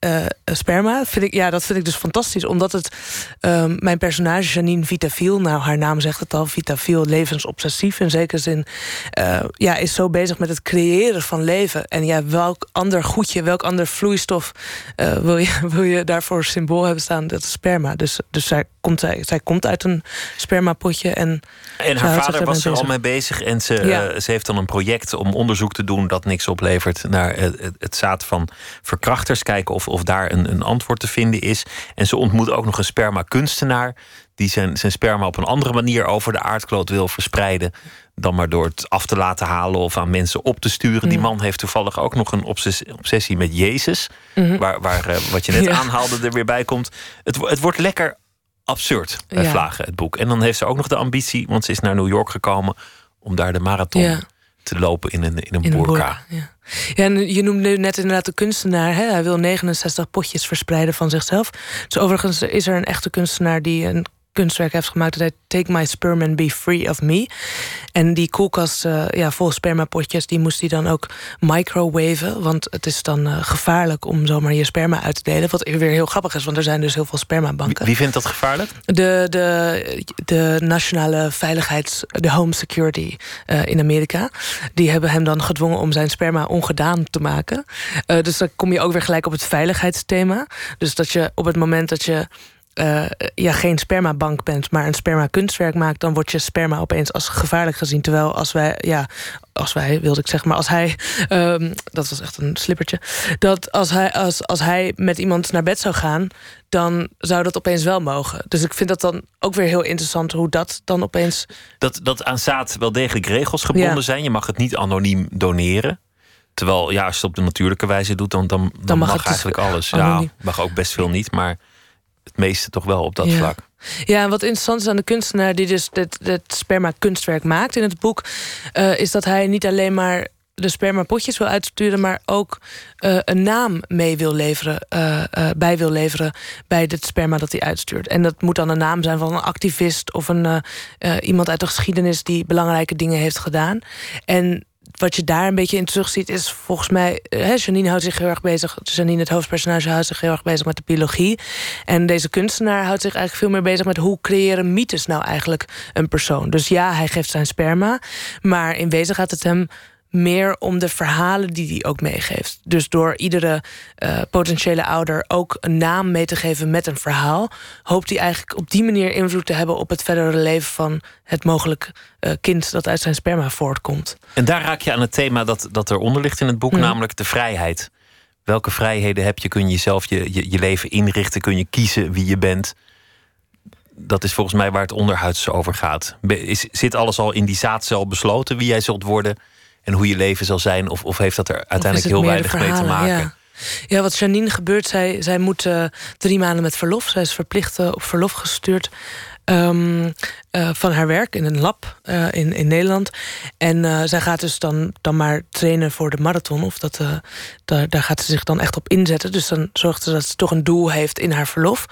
uh, sperma. Vind ik, ja, dat vind ik dus fantastisch. Omdat het um, mijn personage Janine Vitafiel, nou haar naam zegt het al, Vitafiel, levensobsessief in zekere zin, uh, ja, is zo bezig met het creëren van leven. En ja, welk ander goedje, welk ander vloeistof uh, wil, je, wil je daarvoor symbool hebben staan? Dat is sperma. Dus, dus zij, komt, zij, zij komt uit een spermapotje. En, en haar vader was er al mee bezig. En ze, ja. uh, ze heeft dan een project om onderzoek te doen dat niks oplevert naar uh, het zaad van verkrachters. Kijken of, of daar een, een antwoord te vinden is. En ze ontmoet ook nog een sperma-kunstenaar die zijn, zijn sperma op een andere manier over de aardkloot wil verspreiden dan maar door het af te laten halen of aan mensen op te sturen. Mm. Die man heeft toevallig ook nog een obsessie, obsessie met Jezus. Mm-hmm. Waar, waar uh, wat je net ja. aanhaalde er weer bij komt. Het, het wordt lekker absurd bij ja. Vlagen, het boek. En dan heeft ze ook nog de ambitie, want ze is naar New York gekomen om daar de marathon ja. te lopen in een, in een in burka. Een ja. ja, en je noemde net inderdaad de kunstenaar. Hè? Hij wil negenenzestig potjes verspreiden van zichzelf. Dus overigens is er een echte kunstenaar die een kunstwerk heeft gemaakt dat heet Take My Sperm and Be Free of Me. En die koelkast uh, ja, vol spermapotjes, die moest hij dan ook microwaven. Want het is dan uh, gevaarlijk om zomaar je sperma uit te delen. Wat weer heel grappig is, want er zijn dus heel veel spermabanken. Wie, wie vindt dat gevaarlijk? De, de, de nationale veiligheids... de home security uh, in Amerika. Die hebben hem dan gedwongen om zijn sperma ongedaan te maken. Uh, dus dan kom je ook weer gelijk op het veiligheidsthema. Dus dat je op het moment dat je Uh, ja, geen spermabank bent, maar een sperma-kunstwerk maakt, dan wordt je sperma opeens als gevaarlijk gezien. Terwijl als wij, ja, als wij, wilde ik zeggen, maar als hij, um, dat was echt een slippertje, dat als hij, als, als hij met iemand naar bed zou gaan, dan zou dat opeens wel mogen. Dus ik vind dat dan ook weer heel interessant hoe dat dan opeens... Dat, dat aan zaad wel degelijk regels gebonden ja. zijn. Je mag het niet anoniem doneren. Terwijl, ja, als je het op de natuurlijke wijze doet, dan, dan, dan, dan mag, mag het eigenlijk dus alles. Anoniem. Ja, mag ook best veel niet, maar het meeste toch wel op dat ja. vlak. Ja, en wat interessant is aan de kunstenaar die dus dit, dit sperma-kunstwerk maakt in het boek, uh, is dat hij niet alleen maar de spermapotjes wil uitsturen, maar ook uh, een naam mee wil leveren, uh, uh, bij wil leveren bij dit sperma dat hij uitstuurt. En dat moet dan een naam zijn van een activist of een uh, uh, iemand uit de geschiedenis die belangrijke dingen heeft gedaan. En wat je daar een beetje in terugziet is volgens mij... Hè, Janine houdt zich heel erg bezig... Janine, het hoofdpersonage, houdt zich heel erg bezig met de biologie. En deze kunstenaar houdt zich eigenlijk veel meer bezig met... hoe creëren mythes nou eigenlijk een persoon. Dus ja, hij geeft zijn sperma, maar in wezen gaat het hem meer om de verhalen die hij ook meegeeft. Dus door iedere uh, potentiële ouder ook een naam mee te geven met een verhaal, hoopt hij eigenlijk op die manier invloed te hebben op het verdere leven van het mogelijk uh, kind dat uit zijn sperma voortkomt. En daar raak je aan het thema dat, dat eronder ligt in het boek, mm. namelijk de vrijheid. Welke vrijheden heb je? Kun je zelf je, je, je leven inrichten? Kun je kiezen wie je bent? Dat is volgens mij waar het onderhuids over gaat. Is, zit alles al in die zaadcel besloten wie jij zult worden en hoe je leven zal zijn? Of, of heeft dat er uiteindelijk heel weinig mee te maken? Ja. Ja, wat Janine gebeurt, zij, zij moet uh, drie maanden met verlof. Zij is verplicht uh, op verlof gestuurd um, uh, van haar werk in een lab uh, in, in Nederland. En uh, zij gaat dus dan, dan maar trainen voor de marathon. Of dat, uh, daar, daar gaat ze zich dan echt op inzetten. Dus dan zorgt ze dat ze toch een doel heeft in haar verlof.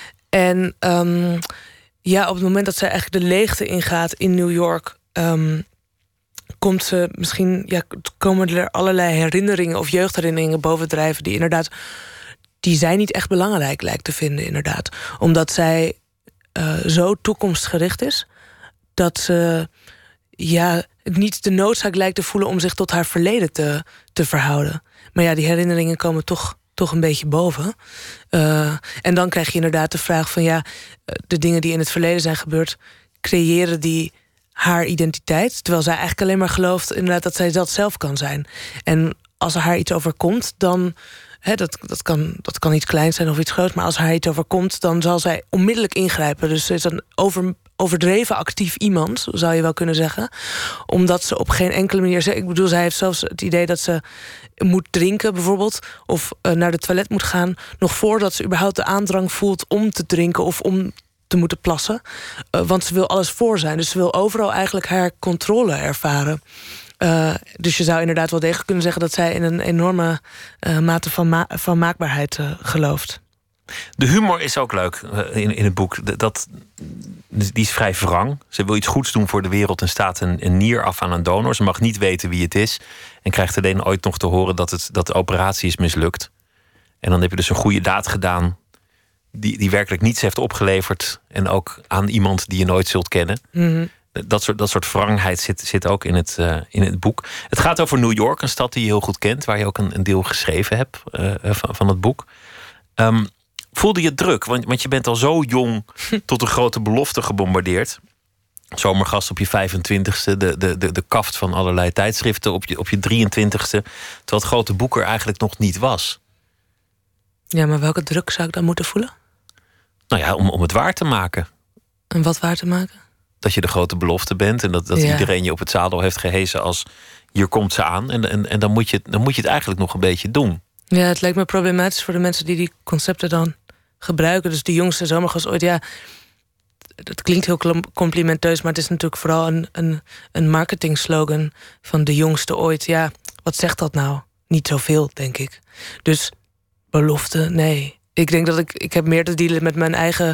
En um, ja, op het moment dat zij eigenlijk de leegte ingaat in New York, Um, komt ze misschien, ja, komen er allerlei herinneringen of jeugdherinneringen bovendrijven die inderdaad, die zij niet echt belangrijk lijkt te vinden, inderdaad. Omdat zij uh, zo toekomstgericht is, dat ze ja, niet de noodzaak lijkt te voelen om zich tot haar verleden te, te verhouden. Maar ja, die herinneringen komen toch, toch een beetje boven. Uh, en dan krijg je inderdaad de vraag van ja, de dingen die in het verleden zijn gebeurd, creëren die haar identiteit, terwijl zij eigenlijk alleen maar gelooft inderdaad dat zij dat zelf kan zijn. En als er haar iets overkomt, dan, hè, dat, dat, kan, dat kan iets kleins zijn of iets groots, maar als haar iets overkomt, dan zal zij onmiddellijk ingrijpen. Dus ze is een over, overdreven actief iemand, zou je wel kunnen zeggen, omdat ze op geen enkele manier, ik bedoel, zij heeft zelfs het idee dat ze moet drinken bijvoorbeeld, of uh, naar de toilet moet gaan, nog voordat ze überhaupt de aandrang voelt om te drinken of om te moeten plassen. Uh, want ze wil alles voor zijn. Dus ze wil overal eigenlijk haar controle ervaren. Uh, dus je zou inderdaad wel degelijk kunnen zeggen dat zij in een enorme uh, mate van, ma- van maakbaarheid uh, gelooft. De humor is ook leuk uh, in, in het boek. Dat, die is vrij wrang. Ze wil iets goeds doen voor de wereld en staat een, een nier af aan een donor. Ze mag niet weten wie het is. En krijgt alleen ooit nog te horen dat, het, dat de operatie is mislukt. En dan heb je dus een goede daad gedaan die, die werkelijk niets heeft opgeleverd. En ook aan iemand die je nooit zult kennen. Mm-hmm. Dat soort, dat soort wrangheid zit, zit ook in het, uh, in het boek. Het gaat over New York, een stad die je heel goed kent, waar je ook een, een deel geschreven hebt uh, van, van het boek. Um, voelde je druk? Want, want je bent al zo jong tot een grote belofte gebombardeerd. Zomergast op je vijfentwintigste, de, de, de, de kaft van allerlei tijdschriften op je, op je drieëntwintigste. Terwijl het grote boek er eigenlijk nog niet was. Ja, maar welke druk zou ik dan moeten voelen? Nou ja, om, om het waar te maken. En wat waar te maken? Dat je de grote belofte bent en dat, dat ja. iedereen je op het zadel heeft gehesen als hier komt ze aan. En, en, en dan, moet je, dan moet je het eigenlijk nog een beetje doen. Ja, het lijkt me problematisch voor de mensen die die concepten dan gebruiken. Dus die jongste zomergast ooit, ja, dat klinkt heel complimenteus, maar het is natuurlijk vooral een, een, een marketing slogan van de jongste ooit. Ja, wat zegt dat nou? Niet zoveel, denk ik. Dus belofte, nee. Ik denk dat ik, ik heb meer te dealen met mijn eigen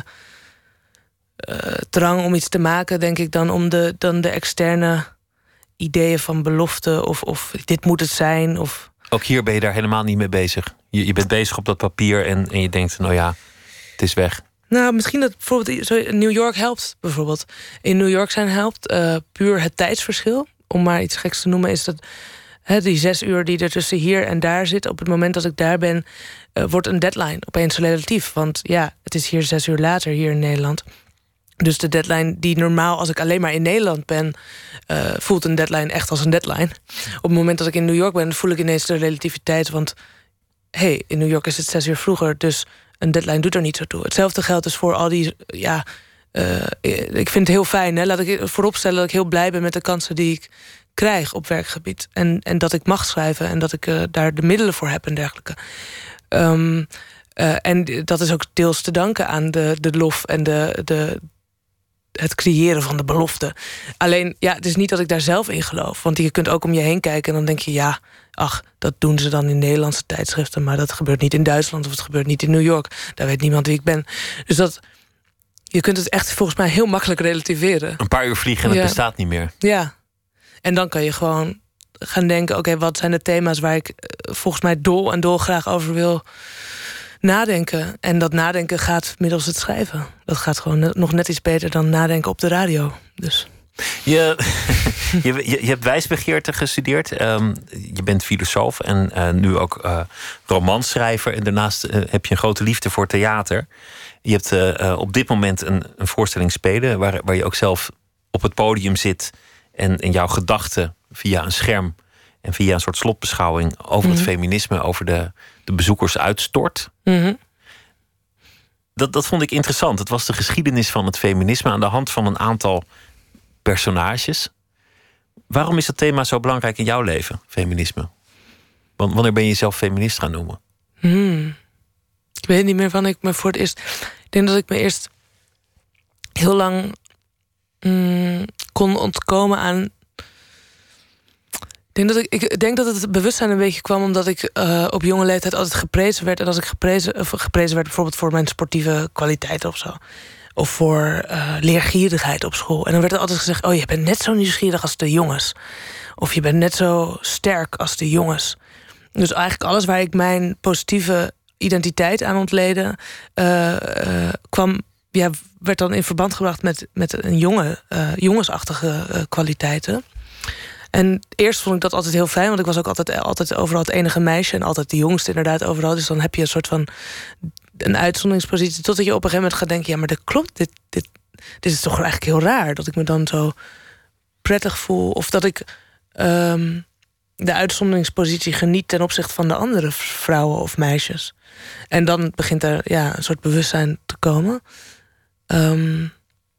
uh, drang om iets te maken, denk ik, dan om de, dan de externe ideeën van belofte of, of dit moet het zijn. Of... Ook hier ben je daar helemaal niet mee bezig. Je, je bent bezig op dat papier en, en je denkt, nou ja, het is weg. Nou, misschien dat bijvoorbeeld New York helpt, bijvoorbeeld. In New York zijn helpt uh, puur het tijdsverschil. Om maar iets geks te noemen, is dat he, die zes uur die er tussen hier en daar zit, op het moment dat ik daar ben, uh, wordt een deadline opeens relatief. Want ja, het is hier zes uur later, hier in Nederland. Dus de deadline die normaal, als ik alleen maar in Nederland ben, uh, voelt een deadline echt als een deadline. Op het moment dat ik in New York ben, voel ik ineens de relativiteit. Want hé, hey, in New York is het zes uur vroeger, dus een deadline doet er niet zo toe. Hetzelfde geldt dus voor al die, ja, uh, ik vind het heel fijn. Hè? Laat ik vooropstellen dat ik heel blij ben met de kansen die ik krijg op werkgebied. En, en dat ik mag schrijven en dat ik uh, daar de middelen voor heb en dergelijke. Um, uh, en dat is ook deels te danken aan de, de lof en de, de, het creëren van de belofte. Alleen, ja, het is niet dat ik daar zelf in geloof. Want je kunt ook om je heen kijken en dan denk je, ja, ach, dat doen ze dan in Nederlandse tijdschriften, maar dat gebeurt niet in Duitsland of het gebeurt niet in New York. Daar weet niemand wie ik ben. Dus dat, je kunt het echt volgens mij heel makkelijk relativeren. Een paar uur vliegen en het ja. bestaat niet meer. Ja. En dan kan je gewoon gaan denken, oké, okay, wat zijn de thema's waar ik volgens mij dol en dol graag over wil nadenken. En dat nadenken gaat middels het schrijven. Dat gaat gewoon nog net iets beter dan nadenken op de radio. Dus... Je, je, je, je hebt wijsbegeerte gestudeerd. Um, je bent filosoof en uh, nu ook uh, romanschrijver. En daarnaast uh, heb je een grote liefde voor theater. Je hebt uh, uh, op dit moment een, een voorstelling spelen waar, waar je ook zelf op het podium zit en, en jouw gedachten via een scherm en via een soort slotbeschouwing over mm-hmm. het feminisme, over de, de bezoekers uitstort. Mm-hmm. Dat, dat vond ik interessant. Het was de geschiedenis van het feminisme aan de hand van een aantal personages. Waarom is dat thema zo belangrijk in jouw leven, feminisme? Want wanneer ben je jezelf feminist gaan noemen? Hmm. Ik weet niet meer wanneer ik me voor het eerst... Ik denk dat ik me eerst heel lang mm, kon ontkomen aan... Ik denk, dat ik, ik denk dat het bewustzijn een beetje kwam omdat ik uh, op jonge leeftijd altijd geprezen werd. En als ik geprezen, of geprezen werd bijvoorbeeld voor mijn sportieve kwaliteiten of zo. Of voor uh, leergierigheid op school. En dan werd er altijd gezegd, oh, je bent net zo nieuwsgierig als de jongens. Of je bent net zo sterk als de jongens. Dus eigenlijk alles waar ik mijn positieve identiteit aan ontleedde, Uh, uh, kwam, ja, werd dan in verband gebracht met, met een jonge, uh, jongensachtige uh, kwaliteiten. En eerst vond ik dat altijd heel fijn, want ik was ook altijd, altijd overal het enige meisje en altijd de jongste inderdaad overal. Dus dan heb je een soort van een uitzonderingspositie, totdat je op een gegeven moment gaat denken, ja, maar dat klopt, dit, dit, dit is toch eigenlijk heel raar dat ik me dan zo prettig voel, of dat ik um, de uitzonderingspositie geniet ten opzichte van de andere vrouwen of meisjes. En dan begint er ja, een soort bewustzijn te komen. Um,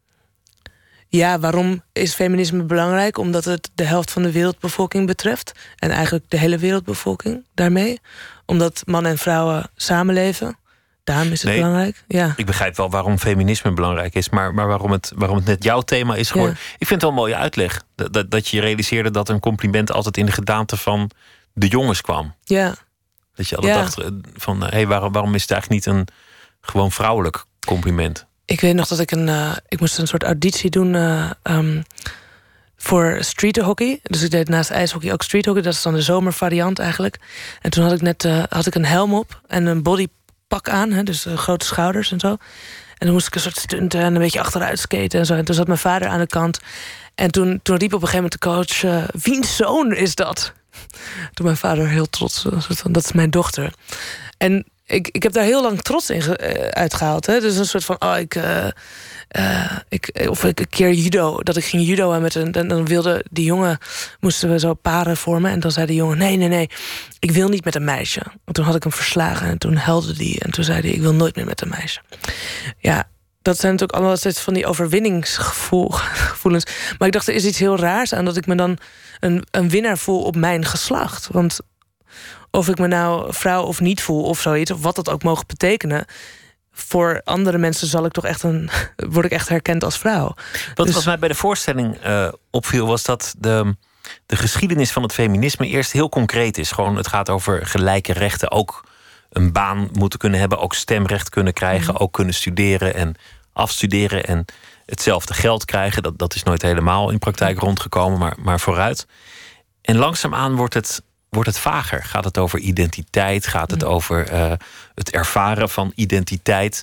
ja, waarom is feminisme belangrijk? Omdat het de helft van de wereldbevolking betreft. En eigenlijk de hele wereldbevolking daarmee. Omdat mannen en vrouwen samenleven. Daarom is het nee, belangrijk. Ja. Ik begrijp wel waarom feminisme belangrijk is. Maar, maar waarom, het, waarom het net jouw thema is geworden. Ja. Ik vind het wel een mooie uitleg. Dat, dat, dat je realiseerde dat een compliment altijd in de gedaante van de jongens kwam. Ja. Dat je altijd ja. dacht van, hé, hey, waarom, waarom is het eigenlijk niet een gewoon vrouwelijk compliment? Ik weet nog dat ik een... Uh, ik moest een soort auditie doen. Uh, um, voor street hockey. Dus ik deed naast ijshockey ook street hockey. Dat is dan de zomervariant eigenlijk. En toen had ik net uh, had ik een helm op en een bodypak aan. Hè, dus uh, grote schouders en zo. En dan moest ik een soort stunten en een beetje achteruit skaten en zo. En toen zat mijn vader aan de kant. En toen, toen riep op een gegeven moment de coach... Uh, wiens zoon is dat? Toen mijn vader heel trots was. Dat is mijn dochter. En ik, ik heb daar heel lang trots in ge, uh, uitgehaald. Hè? Dus een soort van... Oh, ik, uh, uh, ik, of ik een keer judo. Dat ik ging judo en met een, dan, dan wilde die jongen... moesten we zo paren vormen. En dan zei de jongen... Nee, nee, nee. Ik wil niet met een meisje. En toen had ik hem verslagen. En toen huilde die. En toen zei hij... Ik wil nooit meer met een meisje. Ja... Dat zijn natuurlijk allemaal steeds van die overwinningsgevoelens. Maar ik dacht, er is iets heel raars aan... dat ik me dan een, een winnaar voel op mijn geslacht. Want of ik me nou vrouw of niet voel of zoiets... of wat dat ook mogen betekenen... voor andere mensen zal ik toch echt een, word ik echt herkend als vrouw. Wat, dus... wat mij bij de voorstelling uh, opviel... was dat de, de geschiedenis van het feminisme eerst heel concreet is. Gewoon, het gaat over gelijke rechten. Ook een baan moeten kunnen hebben. Ook stemrecht kunnen krijgen. Mm. Ook kunnen studeren en afstuderen en hetzelfde geld krijgen. Dat, dat is nooit helemaal in praktijk rondgekomen, maar, maar vooruit. En langzaamaan wordt het, wordt het vager. Gaat het over identiteit? Gaat het over uh, het ervaren van identiteit?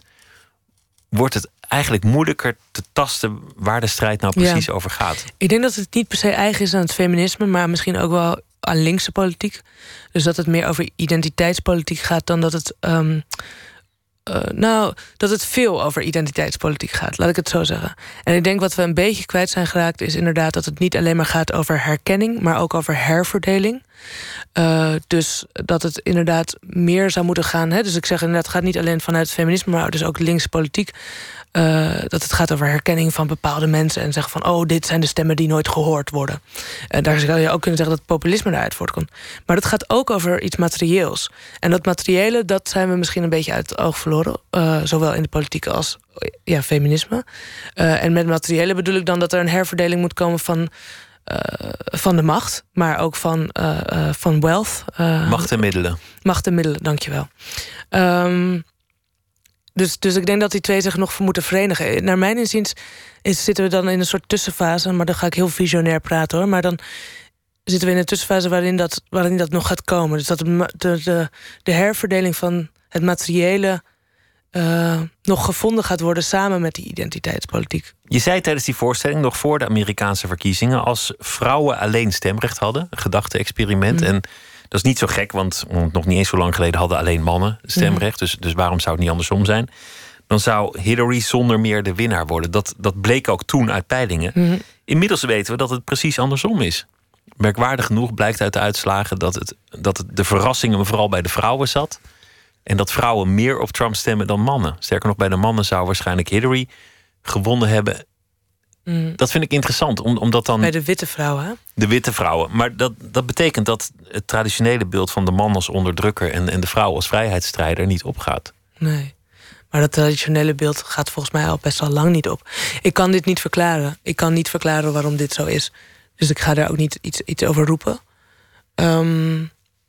Wordt het eigenlijk moeilijker te tasten waar de strijd nou precies ja. over gaat? Ik denk dat het niet per se eigen is aan het feminisme, maar misschien ook wel aan linkse politiek. Dus dat het meer over identiteitspolitiek gaat dan dat het... Um, Uh, nou, dat het veel over identiteitspolitiek gaat, laat ik het zo zeggen. En ik denk wat we een beetje kwijt zijn geraakt... is inderdaad dat het niet alleen maar gaat over herkenning... maar ook over herverdeling. Uh, dus dat het inderdaad meer zou moeten gaan... Hè? Dus ik zeg inderdaad, het gaat niet alleen vanuit het feminisme... maar dus ook linkse politiek... Uh, dat het gaat over herkenning van bepaalde mensen... en zeggen van, oh, dit zijn de stemmen die nooit gehoord worden. Uh, daar zou je ook kunnen zeggen dat populisme daaruit voortkomt. Maar dat gaat ook over iets materieels. En dat materiële, dat zijn we misschien een beetje uit het oog verloren. Uh, zowel in de politiek als ja, feminisme. Uh, en met materiële bedoel ik dan dat er een herverdeling moet komen van... Uh, van de macht, maar ook van, uh, uh, van wealth. Uh, macht en middelen. Macht en middelen, dankjewel. Um, Dus, dus ik denk dat die twee zich nog moeten verenigen. Naar mijn inziens is, zitten we dan in een soort tussenfase... maar dan ga ik heel visionair praten, hoor. Maar dan zitten we in een tussenfase waarin dat, waarin dat nog gaat komen. Dus dat de, de, de herverdeling van het materiële... Uh, nog gevonden gaat worden samen met die identiteitspolitiek. Je zei tijdens die voorstelling, nog voor de Amerikaanse verkiezingen... als vrouwen alleen stemrecht hadden, een gedachte-experiment... Mm. En dat is niet zo gek, want nog niet eens zo lang geleden... hadden alleen mannen stemrecht, mm. dus, dus waarom zou het niet andersom zijn? Dan zou Hillary zonder meer de winnaar worden. Dat, dat bleek ook toen uit peilingen. Mm. Inmiddels weten we dat het precies andersom is. Merkwaardig genoeg blijkt uit de uitslagen... dat, het, dat het de verrassingen vooral bij de vrouwen zat... en dat vrouwen meer op Trump stemmen dan mannen. Sterker nog, bij de mannen zou waarschijnlijk Hillary gewonnen hebben. Mm. Dat vind ik interessant, om, omdat dan... Bij de witte vrouwen, hè? De witte vrouwen. Maar dat, dat betekent dat het traditionele beeld van de man als onderdrukker... en, en de vrouw als vrijheidsstrijder niet opgaat. Nee, maar dat traditionele beeld gaat volgens mij al best wel lang niet op. Ik kan dit niet verklaren. Ik kan niet verklaren waarom dit zo is. Dus ik ga daar ook niet iets, iets over roepen. Um...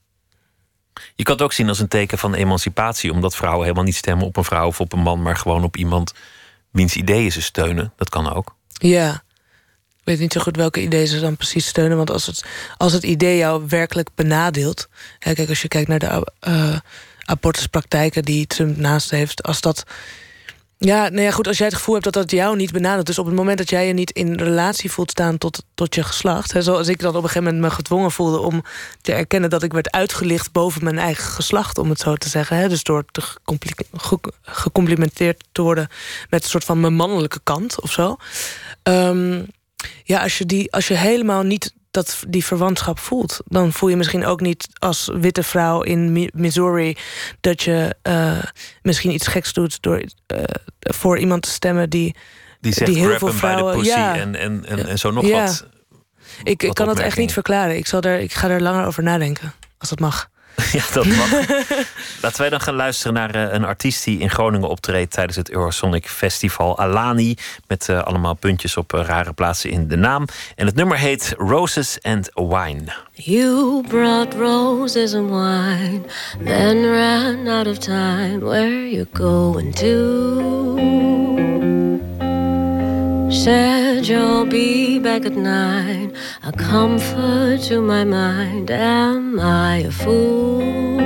Je kan het ook zien als een teken van emancipatie... omdat vrouwen helemaal niet stemmen op een vrouw of op een man... maar gewoon op iemand wiens ideeën ze steunen. Dat kan ook. Ja, ik weet niet zo goed welke ideeën ze dan precies steunen... want als het, als het idee jou werkelijk benadeelt... Hè, kijk, als je kijkt naar de uh, abortuspraktijken die Trump naast heeft... als dat... Ja, nou ja, goed, als jij het gevoel hebt dat dat jou niet benadert... dus op het moment dat jij je niet in relatie voelt staan tot, tot je geslacht... Hè, zoals ik dan op een gegeven moment me gedwongen voelde... om te erkennen dat ik werd uitgelicht boven mijn eigen geslacht... om het zo te zeggen, hè, dus door te gecomplimenteerd te worden... met een soort van mijn mannelijke kant of zo. Um, ja, als je, die, als je helemaal niet... dat die verwantschap voelt... dan voel je misschien ook niet als witte vrouw in Missouri... dat je uh, misschien iets geks doet... door uh, voor iemand te stemmen die... Die zegt die heel veel vrouwen, bij de pussy ja. en, en, en, en zo nog ja. wat. Ik, ik kan het echt niet verklaren. Ik, zal er, ik ga er langer over nadenken, als dat mag. Ja, dat mag. Laten wij dan gaan luisteren naar uh, een artiest die in Groningen optreedt tijdens het Eurosonic Festival, Alani, met uh, allemaal puntjes op uh, rare plaatsen in de naam. En het nummer heet Roses and Wine. You brought roses and wine, then ran out of time. Where you going to? Said and you'll be back at nine, a comfort to my mind. Am I a fool?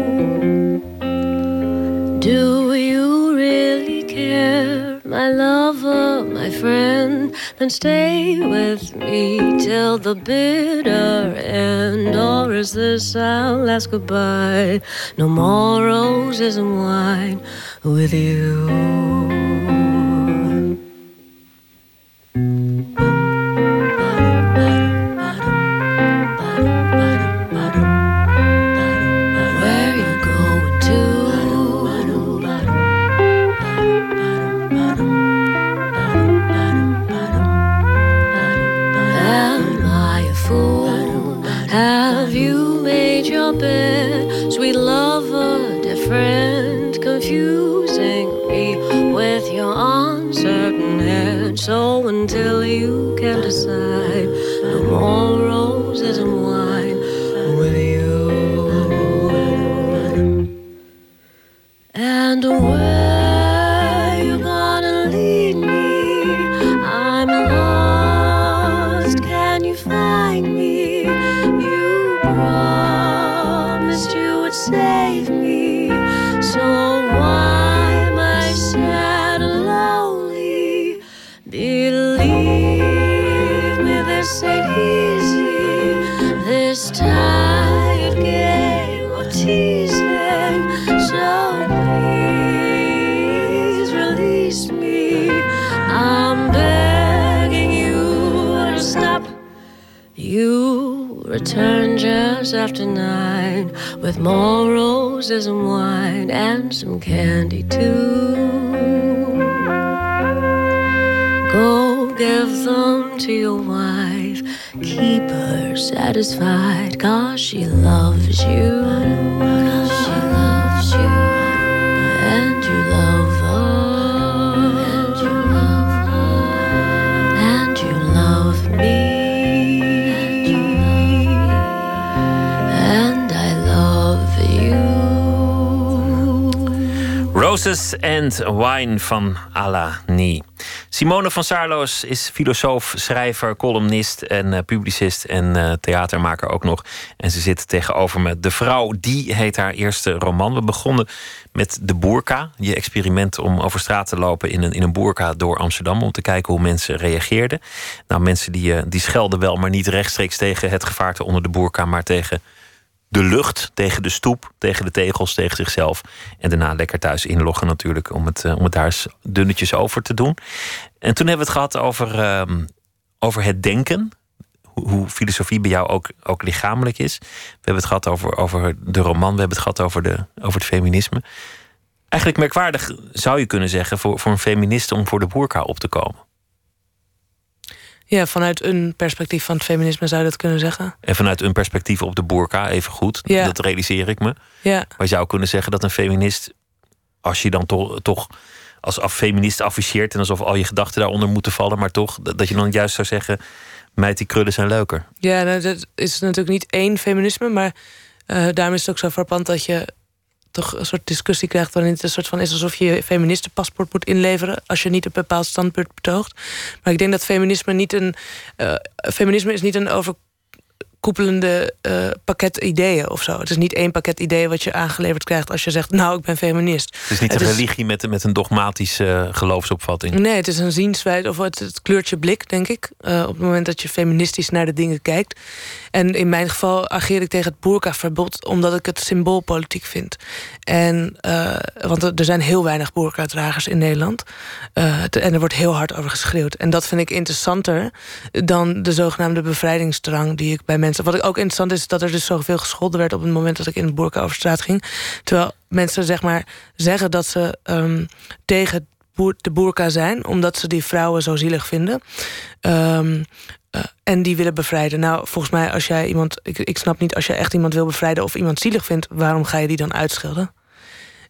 Do you really care, my lover, my friend? Then stay with me till the bitter end. Or is this our last goodbye? No more roses and wine with you. Bed, sweet lover, dear friend, confusing me with your uncertain head. So until you can decide, no more roses and wine with you. And where you gonna lead me? I'm lost, can you find me? You promised you would save me, so why am I sad and lonely? Believe me, this ain't easy, this tired game of teasing. So please release me, I'm begging you to stop. You return just after nine with more roses and wine and some candy too. Go give them to your wife, keep her satisfied, 'cause she loves you, 'cause she loves you, and you love her, and you love her, and you love me. Roses and Wine van Alani. Simone van Saarloos is filosoof, schrijver, columnist en uh, publicist en uh, theatermaker ook nog. En ze zit tegenover me. De Vrouw, die heet haar eerste roman. We begonnen met de boerka. Je experiment om over straat te lopen in een, in een boerka door Amsterdam. Om te kijken hoe mensen reageerden. Nou, mensen die, uh, die schelden wel, maar niet rechtstreeks tegen het gevaarte onder de boerka, maar tegen de lucht, tegen de stoep, tegen de tegels, tegen zichzelf. En daarna lekker thuis inloggen natuurlijk, om het, uh, om het daar eens dunnetjes over te doen. En toen hebben we het gehad over, uh, over het denken. Hoe, hoe filosofie bij jou ook, ook lichamelijk is. We hebben het gehad over, over de roman. We hebben het gehad over, de, over het feminisme. Eigenlijk merkwaardig zou je kunnen zeggen voor, voor een feministe om voor de boerka op te komen. Ja, vanuit een perspectief van het feminisme zou je dat kunnen zeggen. En vanuit een perspectief op de boerka, even goed. Ja. Dat realiseer ik me. Ja. Maar je zou kunnen zeggen dat een feminist, als je dan toch, toch als feminist afficheert en alsof al je gedachten daaronder moeten vallen, maar toch, dat je dan juist zou zeggen, meid, die krullen zijn leuker. Ja, nou, dat is natuurlijk niet één feminisme, maar uh, daarom is het ook zo frappant dat je toch een soort discussie krijgt waarin het een soort van is alsof je je feministenpaspoort moet inleveren als je niet een bepaald standpunt betoogt. Maar ik denk dat feminisme niet een uh, feminisme is niet een overkoepelende uh, pakket ideeën of zo. Het is niet één pakket ideeën wat je aangeleverd krijgt als je zegt, nou, ik ben feminist. Het is niet een het religie is, met, met een dogmatische uh, geloofsopvatting. Nee, het is een zienswijze, of het, het kleurt je blik, denk ik. Uh, op het moment dat je feministisch naar de dingen kijkt. En in mijn geval ageer ik tegen het boerkaverbod omdat ik het symboolpolitiek vind. En, uh, want er zijn heel weinig boerkadragers in Nederland. Uh, te, en er wordt heel hard over geschreeuwd. En dat vind ik interessanter dan de zogenaamde bevrijdingsdrang die ik bij mensen. Wat ik ook interessant is, dat er dus zoveel gescholden werd op het moment dat ik in het boerka over straat ging. Terwijl mensen zeg maar zeggen dat ze um, tegen de boerka zijn, omdat ze die vrouwen zo zielig vinden. Um, Uh, en die willen bevrijden. Nou, volgens mij, als jij iemand. Ik, ik snap niet, als je echt iemand wil bevrijden of iemand zielig vindt, waarom ga je die dan uitschelden?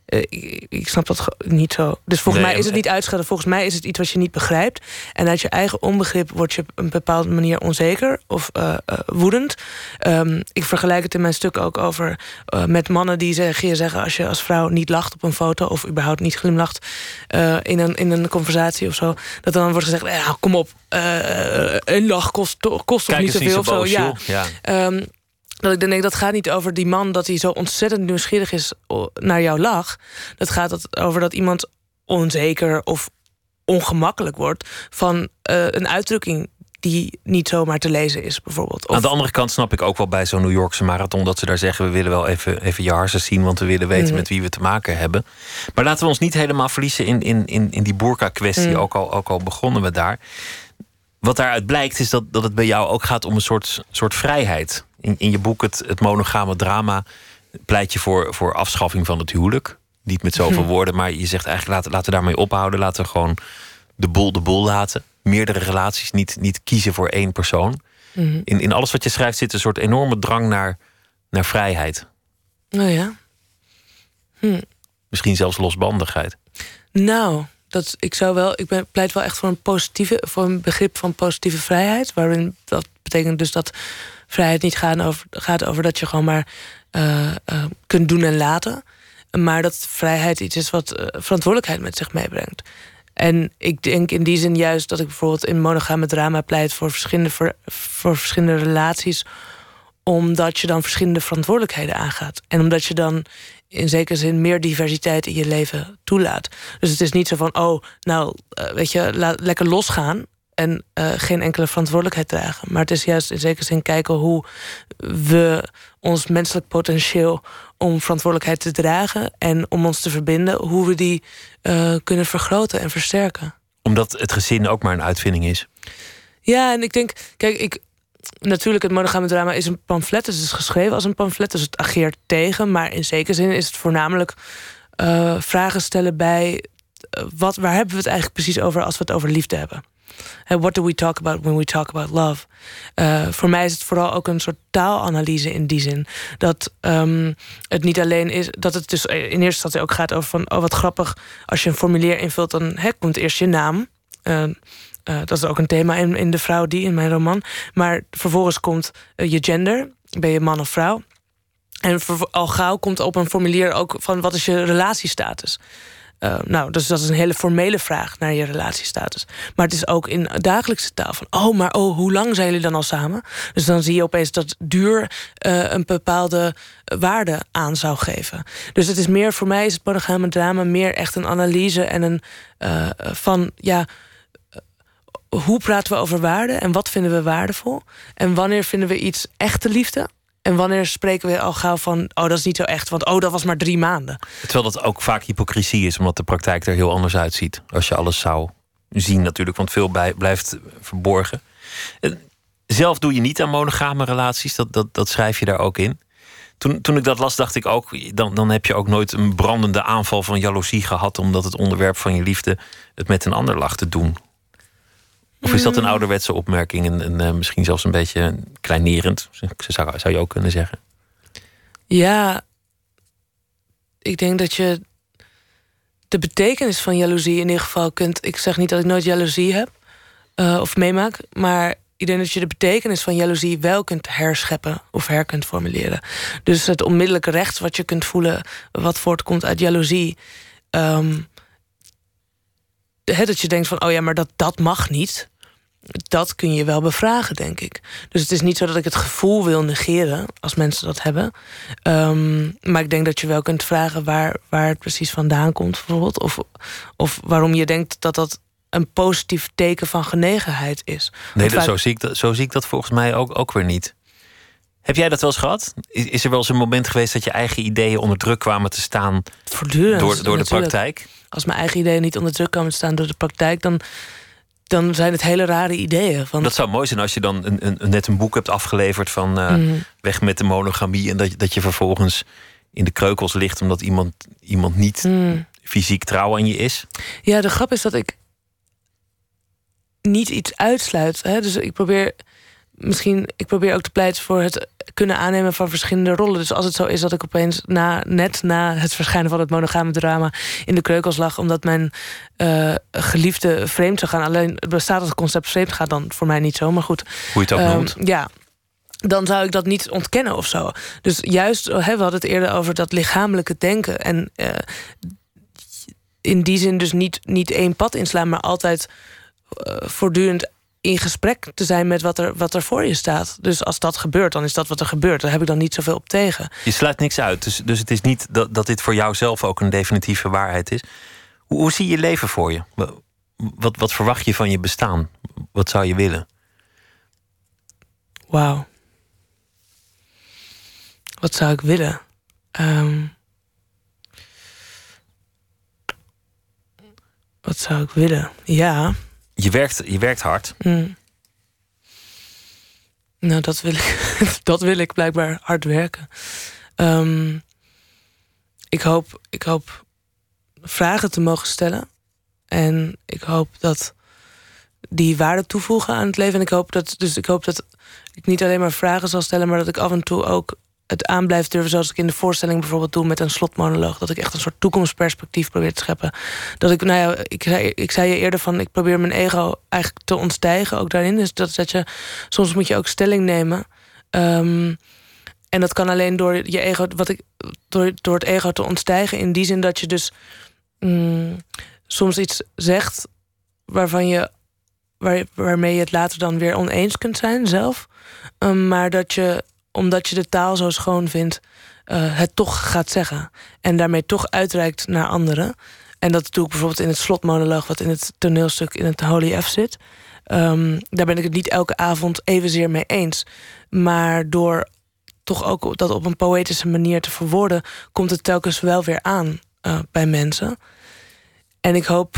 Uh, ik, ik snap dat niet zo. Dus volgens nee, mij is het niet uitschelden. Volgens mij is het iets wat je niet begrijpt. En uit je eigen onbegrip word je op een bepaalde manier onzeker of uh, uh, woedend. Um, ik vergelijk het in mijn stuk ook over uh, met mannen die zeggen, zeggen als je als vrouw niet lacht op een foto of überhaupt niet glimlacht uh, in, een, in een conversatie of zo, dat dan wordt gezegd, ja, kom op, uh, een lach kost, kost toch niet zoveel of zo. Ja. ja. Um, Dat ik denk, dat gaat niet over die man dat hij zo ontzettend nieuwsgierig is naar jouw lach. Dat gaat over dat iemand onzeker of ongemakkelijk wordt van uh, een uitdrukking die niet zomaar te lezen is, bijvoorbeeld. Of... Aan de andere kant snap ik ook wel bij zo'n New Yorkse marathon dat ze daar zeggen, we willen wel even, even je harsens zien, want we willen weten mm. met wie we te maken hebben. Maar laten we ons niet helemaal verliezen in, in, in, in die boerka-kwestie. Mm. Ook, al, ook al begonnen we daar. Wat daaruit blijkt is dat, dat het bij jou ook gaat om een soort, soort vrijheid. In, in je boek het, het monogame drama pleit je voor, voor afschaffing van het huwelijk. Niet met zoveel hm. woorden, maar je zegt eigenlijk laten, laten we daarmee ophouden. Laten we gewoon de boel de boel laten. Meerdere relaties, niet, niet kiezen voor één persoon. Hm. In, in alles wat je schrijft zit een soort enorme drang naar, naar vrijheid. Nou ja. Hm. Misschien zelfs losbandigheid. Nou... Dat ik zou wel, ik ben, pleit wel echt voor een positieve, voor een begrip van positieve vrijheid. Waarin dat betekent dus dat vrijheid niet gaat over, gaat over dat je gewoon maar uh, uh, kunt doen en laten. Maar dat vrijheid iets is wat uh, verantwoordelijkheid met zich meebrengt. En ik denk in die zin juist dat ik bijvoorbeeld in monogame drama pleit voor verschillende, voor, voor verschillende relaties. Omdat je dan verschillende verantwoordelijkheden aangaat. En omdat je dan in zekere zin meer diversiteit in je leven toelaat. Dus het is niet zo van, oh, nou, uh, weet je, laat lekker losgaan en uh, geen enkele verantwoordelijkheid dragen. Maar het is juist in zekere zin kijken hoe we ons menselijk potentieel om verantwoordelijkheid te dragen en om ons te verbinden, hoe we die uh, kunnen vergroten en versterken. Omdat het gezin ook maar een uitvinding is. Ja, en ik denk, kijk, ik... Natuurlijk, het monogame drama is een pamflet. Dus het is geschreven als een pamflet, dus het ageert tegen. Maar in zekere zin is het voornamelijk uh, vragen stellen bij... Uh, wat, waar hebben we het eigenlijk precies over als we het over liefde hebben? And what do we talk about when we talk about love? Uh, voor mij is het vooral ook een soort taalanalyse in die zin. Dat um, het niet alleen is... Dat het dus in eerste instantie ook gaat over van... Oh, wat grappig, als je een formulier invult, dan he, komt eerst je naam... Uh, Uh, dat is ook een thema in, in De Vrouw Die, in mijn roman. Maar vervolgens komt uh, je gender. Ben je man of vrouw? En ver, al gauw komt op een formulier ook van wat is je relatiestatus? Uh, nou, dus dat is een hele formele vraag naar je relatiestatus. Maar het is ook in dagelijkse taal van... oh, maar oh, hoe lang zijn jullie dan al samen? Dus dan zie je opeens dat duur uh, een bepaalde waarde aan zou geven. Dus het is meer, voor mij is het monogame drama meer echt een analyse en een uh, van... ja. Hoe praten we over waarde en wat vinden we waardevol? En wanneer vinden we iets echte liefde? En wanneer spreken we al gauw van... oh, dat is niet zo echt, want oh, dat was maar drie maanden. Terwijl dat ook vaak hypocrisie is, omdat de praktijk er heel anders uitziet. Als je alles zou zien natuurlijk, want veel bij, blijft verborgen. Zelf doe je niet aan monogame relaties, dat, dat, dat schrijf je daar ook in. Toen, toen ik dat las, dacht ik ook... Dan, dan heb je ook nooit een brandende aanval van jaloezie gehad... omdat het onderwerp van je liefde het met een ander lag te doen. Of is dat een ouderwetse opmerking en, en uh, misschien zelfs een beetje kleinerend? Zou, zou je ook kunnen zeggen. Ja, ik denk dat je de betekenis van jaloezie in ieder geval kunt... Ik zeg niet dat ik nooit jaloezie heb uh, of meemaak... maar ik denk dat je de betekenis van jaloezie wel kunt herscheppen... of her kunt formuleren. Dus het onmiddellijke recht wat je kunt voelen... wat voortkomt uit jaloezie... Um, He, dat je denkt van, oh ja, maar dat, dat mag niet. Dat kun je wel bevragen, denk ik. Dus het is niet zo dat ik het gevoel wil negeren... als mensen dat hebben. Um, maar ik denk dat je wel kunt vragen... waar, waar het precies vandaan komt, bijvoorbeeld. Of, of waarom je denkt dat dat een positief teken van genegenheid is. Nee, dat, vaak... zo, zie ik dat, zo zie ik dat volgens mij ook, ook weer niet. Heb jij dat wel eens gehad? Is, is er wel eens een moment geweest... dat je eigen ideeën onder druk kwamen te staan... Voortdurend, door, door de praktijk? Als mijn eigen ideeën niet onder druk komen te staan door de praktijk... dan, dan zijn het hele rare ideeën. Van... Dat zou mooi zijn als je dan een, een, net een boek hebt afgeleverd... van uh, mm. weg met de monogamie... en dat, dat je vervolgens in de kreukels ligt... omdat iemand, iemand niet mm. fysiek trouw aan je is. Ja, de grap is dat ik niet iets uitsluit. Hè? Dus ik probeer misschien, ik probeer ook te pleiten voor het kunnen aannemen van verschillende rollen. Dus als het zo is dat ik opeens na, net na het verschijnen van het monogame drama in de kreukels lag, omdat mijn uh, geliefde vreemd zou gaan. Alleen bestaat het concept vreemd gaat dan voor mij niet zo, maar goed. Hoe je het ook um, noemt. Ja. Dan zou ik dat niet ontkennen of zo. Dus juist, we hadden het eerder over dat lichamelijke denken. En uh, in die zin dus niet, niet één pad inslaan, maar altijd uh, voortdurend in gesprek te zijn met wat er, wat er voor je staat. Dus als dat gebeurt, dan is dat wat er gebeurt. Daar heb ik dan niet zoveel op tegen. Je sluit niks uit. Dus, dus het is niet dat, dat dit voor jou zelf ook een definitieve waarheid is. Hoe, hoe zie je leven voor je? Wat, wat verwacht je van je bestaan? Wat zou je willen? Wauw. Wat zou ik willen? Um, wat zou ik willen? Ja. Je werkt, je werkt hard. Mm. Nou, dat wil ik. dat wil ik blijkbaar hard werken. Um, ik hoop, ik hoop vragen te mogen stellen. En ik hoop dat die waarde toevoegen aan het leven. En ik hoop dat, dus ik hoop dat ik niet alleen maar vragen zal stellen, maar dat ik af en toe ook het aan blijf durven, zoals ik in de voorstelling bijvoorbeeld doe met een slotmonoloog. Dat ik echt een soort toekomstperspectief probeer te scheppen. Dat ik, nou ja, ik zei, ik zei je eerder van, ik probeer mijn ego eigenlijk te ontstijgen, ook daarin. Dus dat, dat je, soms moet je ook stelling nemen. Um, en dat kan alleen door je ego, wat ik, door, door het ego te ontstijgen. In die zin dat je dus um, soms iets zegt waarvan je, waar, waarmee je het later dan weer oneens kunt zijn zelf. Um, maar dat je, omdat je de taal zo schoon vindt, uh, het toch gaat zeggen. En daarmee toch uitreikt naar anderen. En dat doe ik bijvoorbeeld in het slotmonoloog, wat in het toneelstuk in het Holy F zit. Um, daar ben ik het niet elke avond evenzeer mee eens. Maar door toch ook dat op een poëtische manier te verwoorden, komt het telkens wel weer aan uh, bij mensen. En ik hoop,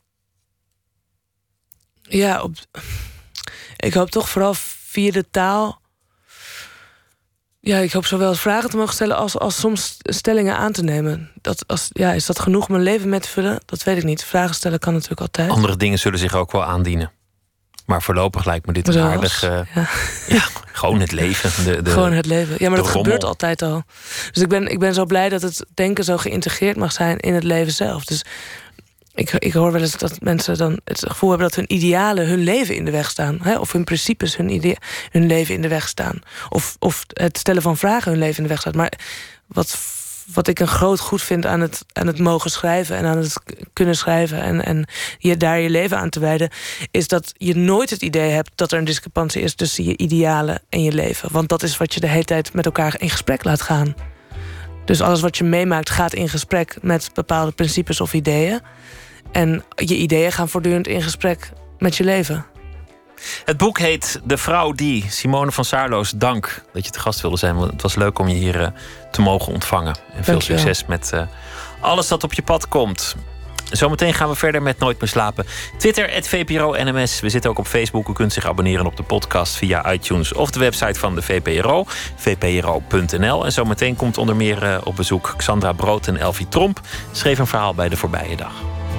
ja, op, ik hoop toch vooral via de taal, ja, ik hoop zowel vragen te mogen stellen als, als soms stellingen aan te nemen. Dat als, ja, is dat genoeg om mijn leven met te vullen? Dat weet ik niet. Vragen stellen kan natuurlijk altijd. Andere dingen zullen zich ook wel aandienen. Maar voorlopig lijkt me dit een aardig. Uh, ja. ja, gewoon het leven. De, de, gewoon het leven. Ja, maar dat rommel. gebeurt altijd al. Dus ik ben, ik ben zo blij dat het denken zo geïntegreerd mag zijn in het leven zelf. Dus ik, ik hoor wel eens dat mensen dan het gevoel hebben dat hun idealen hun leven in de weg staan. Hè? Of hun principes hun, idee, hun leven in de weg staan. Of, of het stellen van vragen hun leven in de weg staat. Maar wat, wat ik een groot goed vind aan het, aan het mogen schrijven en aan het kunnen schrijven en, en je daar je leven aan te wijden, is dat je nooit het idee hebt dat er een discrepantie is tussen je idealen en je leven. Want dat is wat je de hele tijd met elkaar in gesprek laat gaan. Dus alles wat je meemaakt gaat in gesprek met bepaalde principes of ideeën. En je ideeën gaan voortdurend in gesprek met je leven. Het boek heet De Vrouw Die. Simone van Saarloos, dank dat je te gast wilde zijn. Want het was leuk om je hier uh, te mogen ontvangen. En veel succes met uh, alles dat op je pad komt. Zometeen gaan we verder met Nooit meer slapen. Twitter, at V P R O N M S. We zitten ook op Facebook. U kunt zich abonneren op de podcast via iTunes of de website van de V P R O. V P R O punt N L. En zometeen komt onder meer uh, op bezoek Xandra Brood en Elfie Tromp. Schreef een verhaal bij De Voorbije Dag.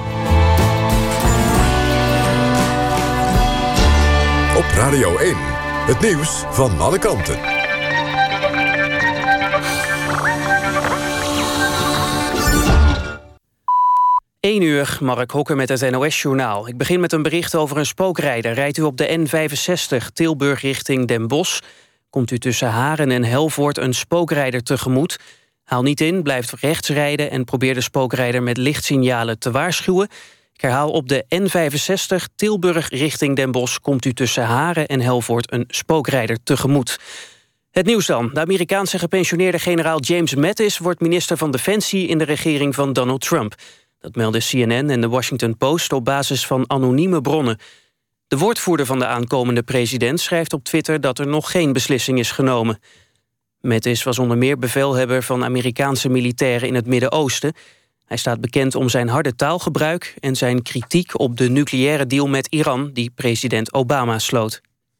Op Radio één, het nieuws van alle kanten. één uur, Mark Hokker met het N O S-journaal. Ik begin met een bericht over een spookrijder. Rijdt u op de N vijfenzestig Tilburg richting Den Bosch, komt u tussen Haren en Helvoort een spookrijder tegemoet. Haal niet in, blijf rechts rijden en probeer de spookrijder met lichtsignalen te waarschuwen. Ik herhaal, op de N vijfenzestig Tilburg richting Den Bosch komt u tussen Haren en Helvoort een spookrijder tegemoet. Het nieuws dan. De Amerikaanse gepensioneerde generaal James Mattis wordt minister van Defensie in de regering van Donald Trump. Dat melden C N N en de Washington Post op basis van anonieme bronnen. De woordvoerder van de aankomende president schrijft op Twitter dat er nog geen beslissing is genomen. Mattis was onder meer bevelhebber van Amerikaanse militairen in het Midden-Oosten. Hij staat bekend om zijn harde taalgebruik en zijn kritiek op de nucleaire deal met Iran die president Obama sloot.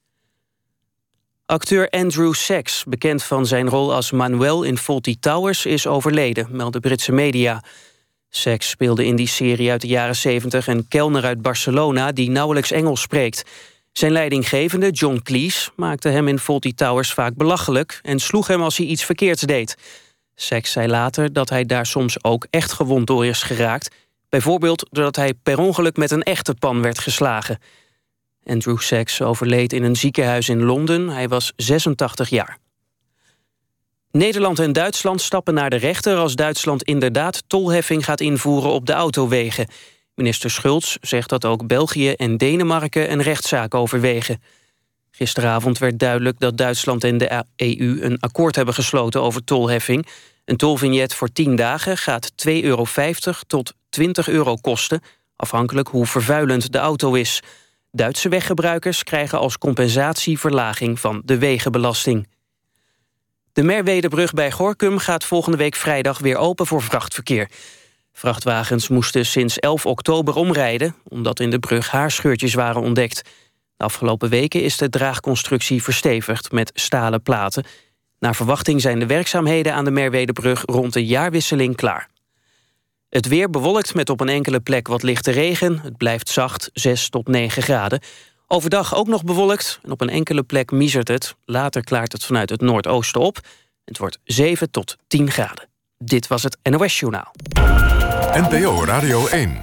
Acteur Andrew Sachs, bekend van zijn rol als Manuel in Fawlty Towers, is overleden, melden Britse media. Sachs speelde in die serie uit de jaren zeventig een kelner uit Barcelona die nauwelijks Engels spreekt. Zijn leidinggevende, John Cleese, maakte hem in Fawlty Towers vaak belachelijk en sloeg hem als hij iets verkeerds deed. Sachs zei later dat hij daar soms ook echt gewond door is geraakt, bijvoorbeeld doordat hij per ongeluk met een echte pan werd geslagen. Andrew Sachs overleed in een ziekenhuis in Londen. Hij was zesentachtig jaar. Nederland en Duitsland stappen naar de rechter als Duitsland inderdaad tolheffing gaat invoeren op de autowegen. Minister Schultz zegt dat ook België en Denemarken een rechtszaak overwegen. Gisteravond werd duidelijk dat Duitsland en de E U een akkoord hebben gesloten over tolheffing. Een tolvignet voor tien dagen gaat twee euro vijftig tot twintig euro kosten, afhankelijk hoe vervuilend de auto is. Duitse weggebruikers krijgen als compensatie verlaging van de wegenbelasting. De Merwedebrug bij Gorinchem gaat volgende week vrijdag weer open voor vrachtverkeer. Vrachtwagens moesten sinds elf oktober omrijden, omdat in de brug haarscheurtjes waren ontdekt. De afgelopen weken is de draagconstructie verstevigd met stalen platen. Naar verwachting zijn de werkzaamheden aan de Merwedebrug rond de jaarwisseling klaar. Het weer bewolkt met op een enkele plek wat lichte regen. Het blijft zacht, zes tot negen graden. Overdag ook nog bewolkt en op een enkele plek miezert het. Later klaart het vanuit het noordoosten op. Het wordt zeven tot tien graden. Dit was het N O S-journaal. N P O Radio één.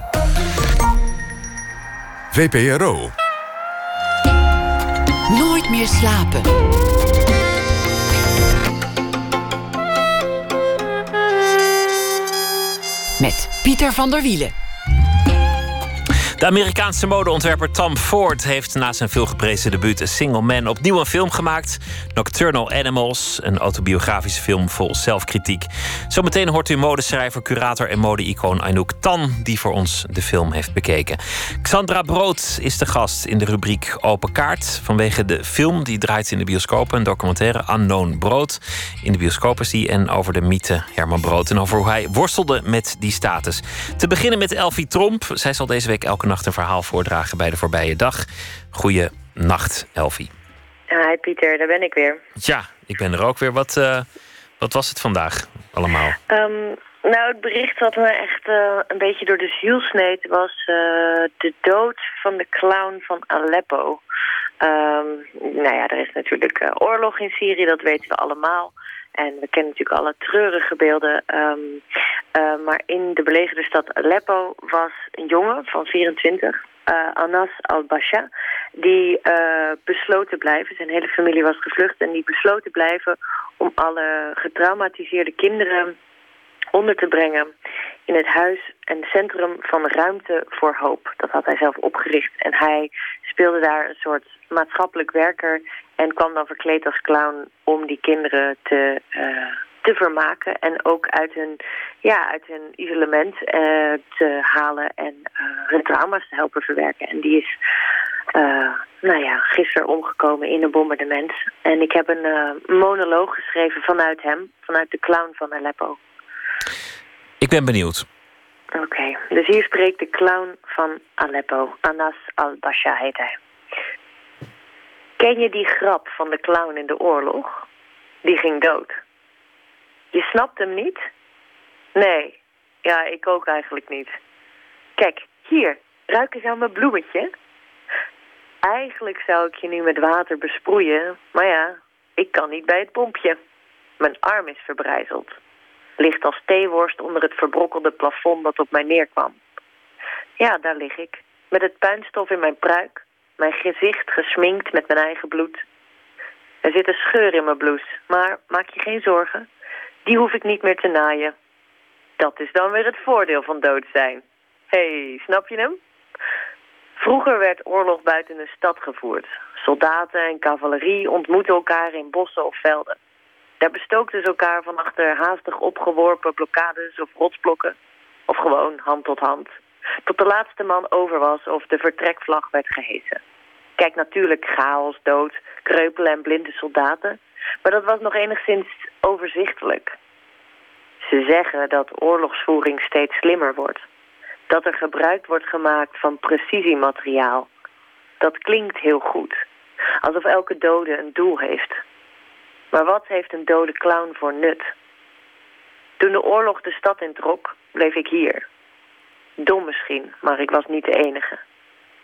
V P R O. Nooit meer slapen. Met Pieter van der Wielen. De Amerikaanse modeontwerper Tom Ford heeft na zijn veelgeprezen debuut A Single Man opnieuw een film gemaakt. Nocturnal Animals, een autobiografische film vol zelfkritiek. Zometeen hoort u modeschrijver, curator en mode-icoon Anouk Tan, die voor ons de film heeft bekeken. Xandra Brood is de gast in de rubriek Open Kaart. Vanwege de film die draait in de bioscopen, een documentaire Unknown Brood. In de bioscoop is die en over de mythe Herman Brood en over hoe hij worstelde met die status. Te beginnen met Elfie Tromp. Zij zal deze week elke nacht een verhaal voordragen bij de voorbije dag. Goeie nacht, Elfie. Hi Pieter, daar ben ik weer. Ja, ik ben er ook weer. Wat, uh, wat was het vandaag allemaal? Um, nou, het bericht wat me echt uh, een beetje door de ziel sneed was uh, de dood van de clown van Aleppo. Um, nou ja, er is natuurlijk uh, oorlog in Syrië, dat weten we allemaal. En we kennen natuurlijk alle treurige beelden. Um, uh, maar in de belegerde stad Aleppo was een jongen van vierentwintig, uh, Anas al-Basha, die uh, besloot te blijven. Zijn hele familie was gevlucht en die besloot te blijven om alle getraumatiseerde kinderen onder te brengen in het huis en centrum van Ruimte voor Hoop. Dat had hij zelf opgericht. En hij speelde daar een soort maatschappelijk werker en kwam dan verkleed als clown om die kinderen te, uh, te vermaken. En ook uit hun, ja, uit hun isolement uh, te halen en uh, hun trauma's te helpen verwerken. En die is uh, nou ja, gisteren omgekomen in een bombardement. En ik heb een uh, monoloog geschreven vanuit hem, vanuit de clown van Aleppo. Ik ben benieuwd. Oké, okay, dus hier spreekt de clown van Aleppo. Anas al-Basha heet hij. Ken je die grap van de clown in de oorlog? Die ging dood. Je snapt hem niet? Nee, ja, ik ook eigenlijk niet. Kijk, hier, ruik eens aan mijn bloemetje. Eigenlijk zou ik je nu met water besproeien, maar ja, ik kan niet bij het pompje. Mijn arm is verbrijzeld. Ligt als theeworst onder het verbrokkelde plafond dat op mij neerkwam. Ja, daar lig ik, met het puinstof in mijn pruik, mijn gezicht gesminkt met mijn eigen bloed. Er zit een scheur in mijn blouse, maar maak je geen zorgen. Die hoef ik niet meer te naaien. Dat is dan weer het voordeel van dood zijn. Hé, hey, snap je hem? Vroeger werd oorlog buiten een stad gevoerd. Soldaten en cavalerie ontmoetten elkaar in bossen of velden. Daar bestookten ze elkaar van achter haastig opgeworpen blokkades of rotsblokken. Of gewoon hand tot hand. Tot de laatste man over was of de vertrekvlag werd gehesen. Kijk, natuurlijk chaos, dood, kreupelen en blinde soldaten. Maar dat was nog enigszins overzichtelijk. Ze zeggen dat oorlogsvoering steeds slimmer wordt. Dat er gebruik wordt gemaakt van precisiemateriaal. Dat klinkt heel goed. Alsof elke dode een doel heeft. Maar wat heeft een dode clown voor nut? Toen de oorlog de stad introk, bleef ik hier. Dom misschien, maar ik was niet de enige.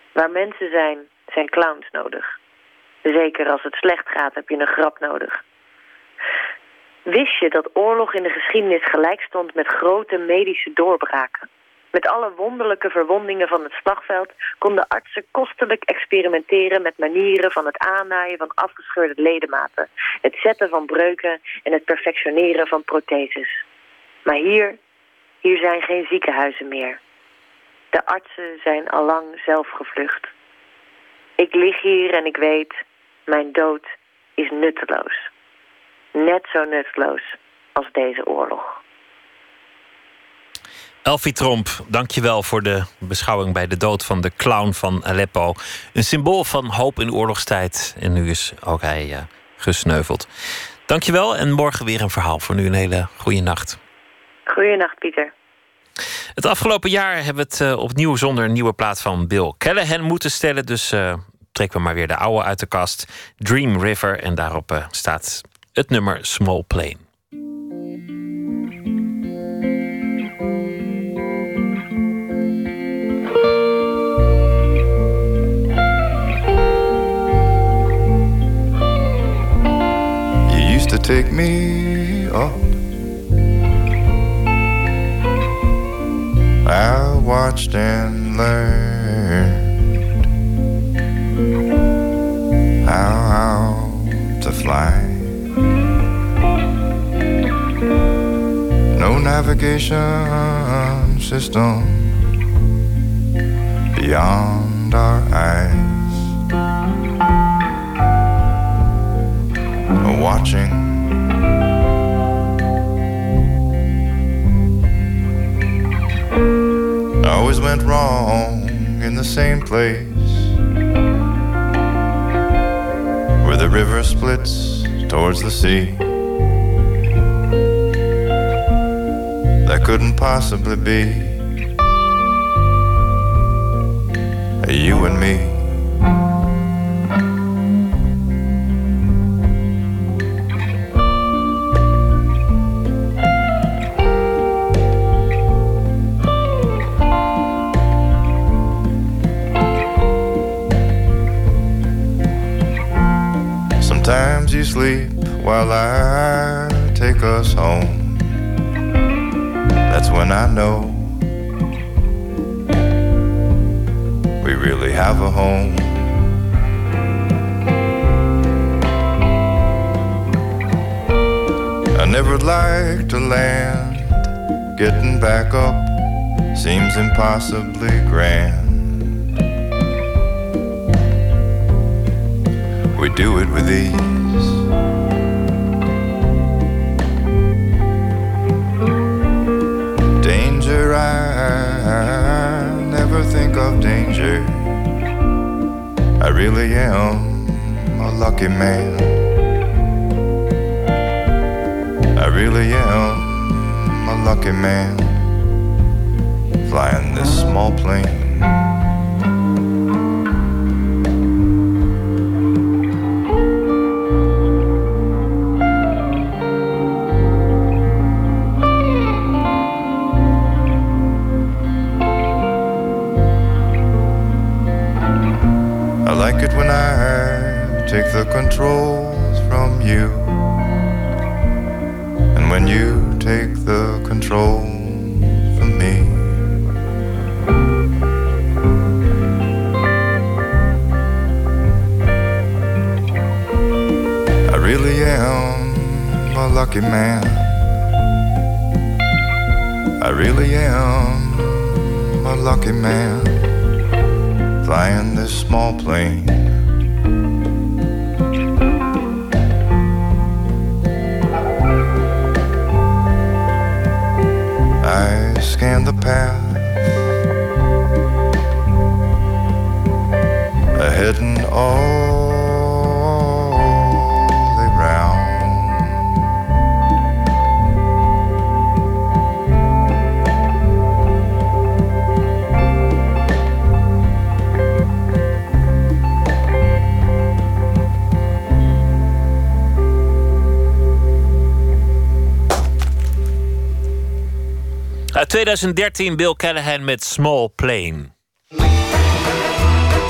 Waar mensen zijn, zijn clowns nodig. Zeker als het slecht gaat, heb je een grap nodig. Wist je dat oorlog in de geschiedenis gelijk stond met grote medische doorbraken? Met alle wonderlijke verwondingen van het slagveld konden artsen kostelijk experimenteren met manieren van het aannaaien van afgescheurde ledematen, het zetten van breuken en het perfectioneren van protheses. Maar hier, hier zijn geen ziekenhuizen meer. De artsen zijn allang zelf gevlucht. Ik lig hier en ik weet, mijn dood is nutteloos. Net zo nutteloos als deze oorlog. Elfie Tromp, dankjewel voor de beschouwing bij de dood van de clown van Aleppo. Een symbool van hoop in oorlogstijd. En nu is ook hij uh, gesneuveld. Dankjewel en morgen weer een verhaal. Voor nu een hele goede nacht. Goeienacht, Pieter. Het afgelopen jaar hebben we het uh, opnieuw zonder een nieuwe plaat van Bill Callahan moeten stellen. Dus uh, trekken we maar weer de oude uit de kast. Dream River. En daarop uh, staat het nummer Small Plane. To take me up, I watched and learned how to fly. No navigation system beyond our eyes. Watching I always went wrong in the same place where the river splits towards the sea. That couldn't possibly be you and me. Sometimes you sleep while I take us home. That's when I know we really have a home. I never like to land. Getting back up seems impossibly grand. We do it with ease. Danger, I never think of danger. I really am a lucky man. I really am a lucky man, flying this small plane. I like it when I take the controls from you, and when you take the control from me. I really am a lucky man. I really am a lucky man, flying this small plane. I scan the path ahead and all around. Uit twintig dertien Bill Callahan met Small Plane.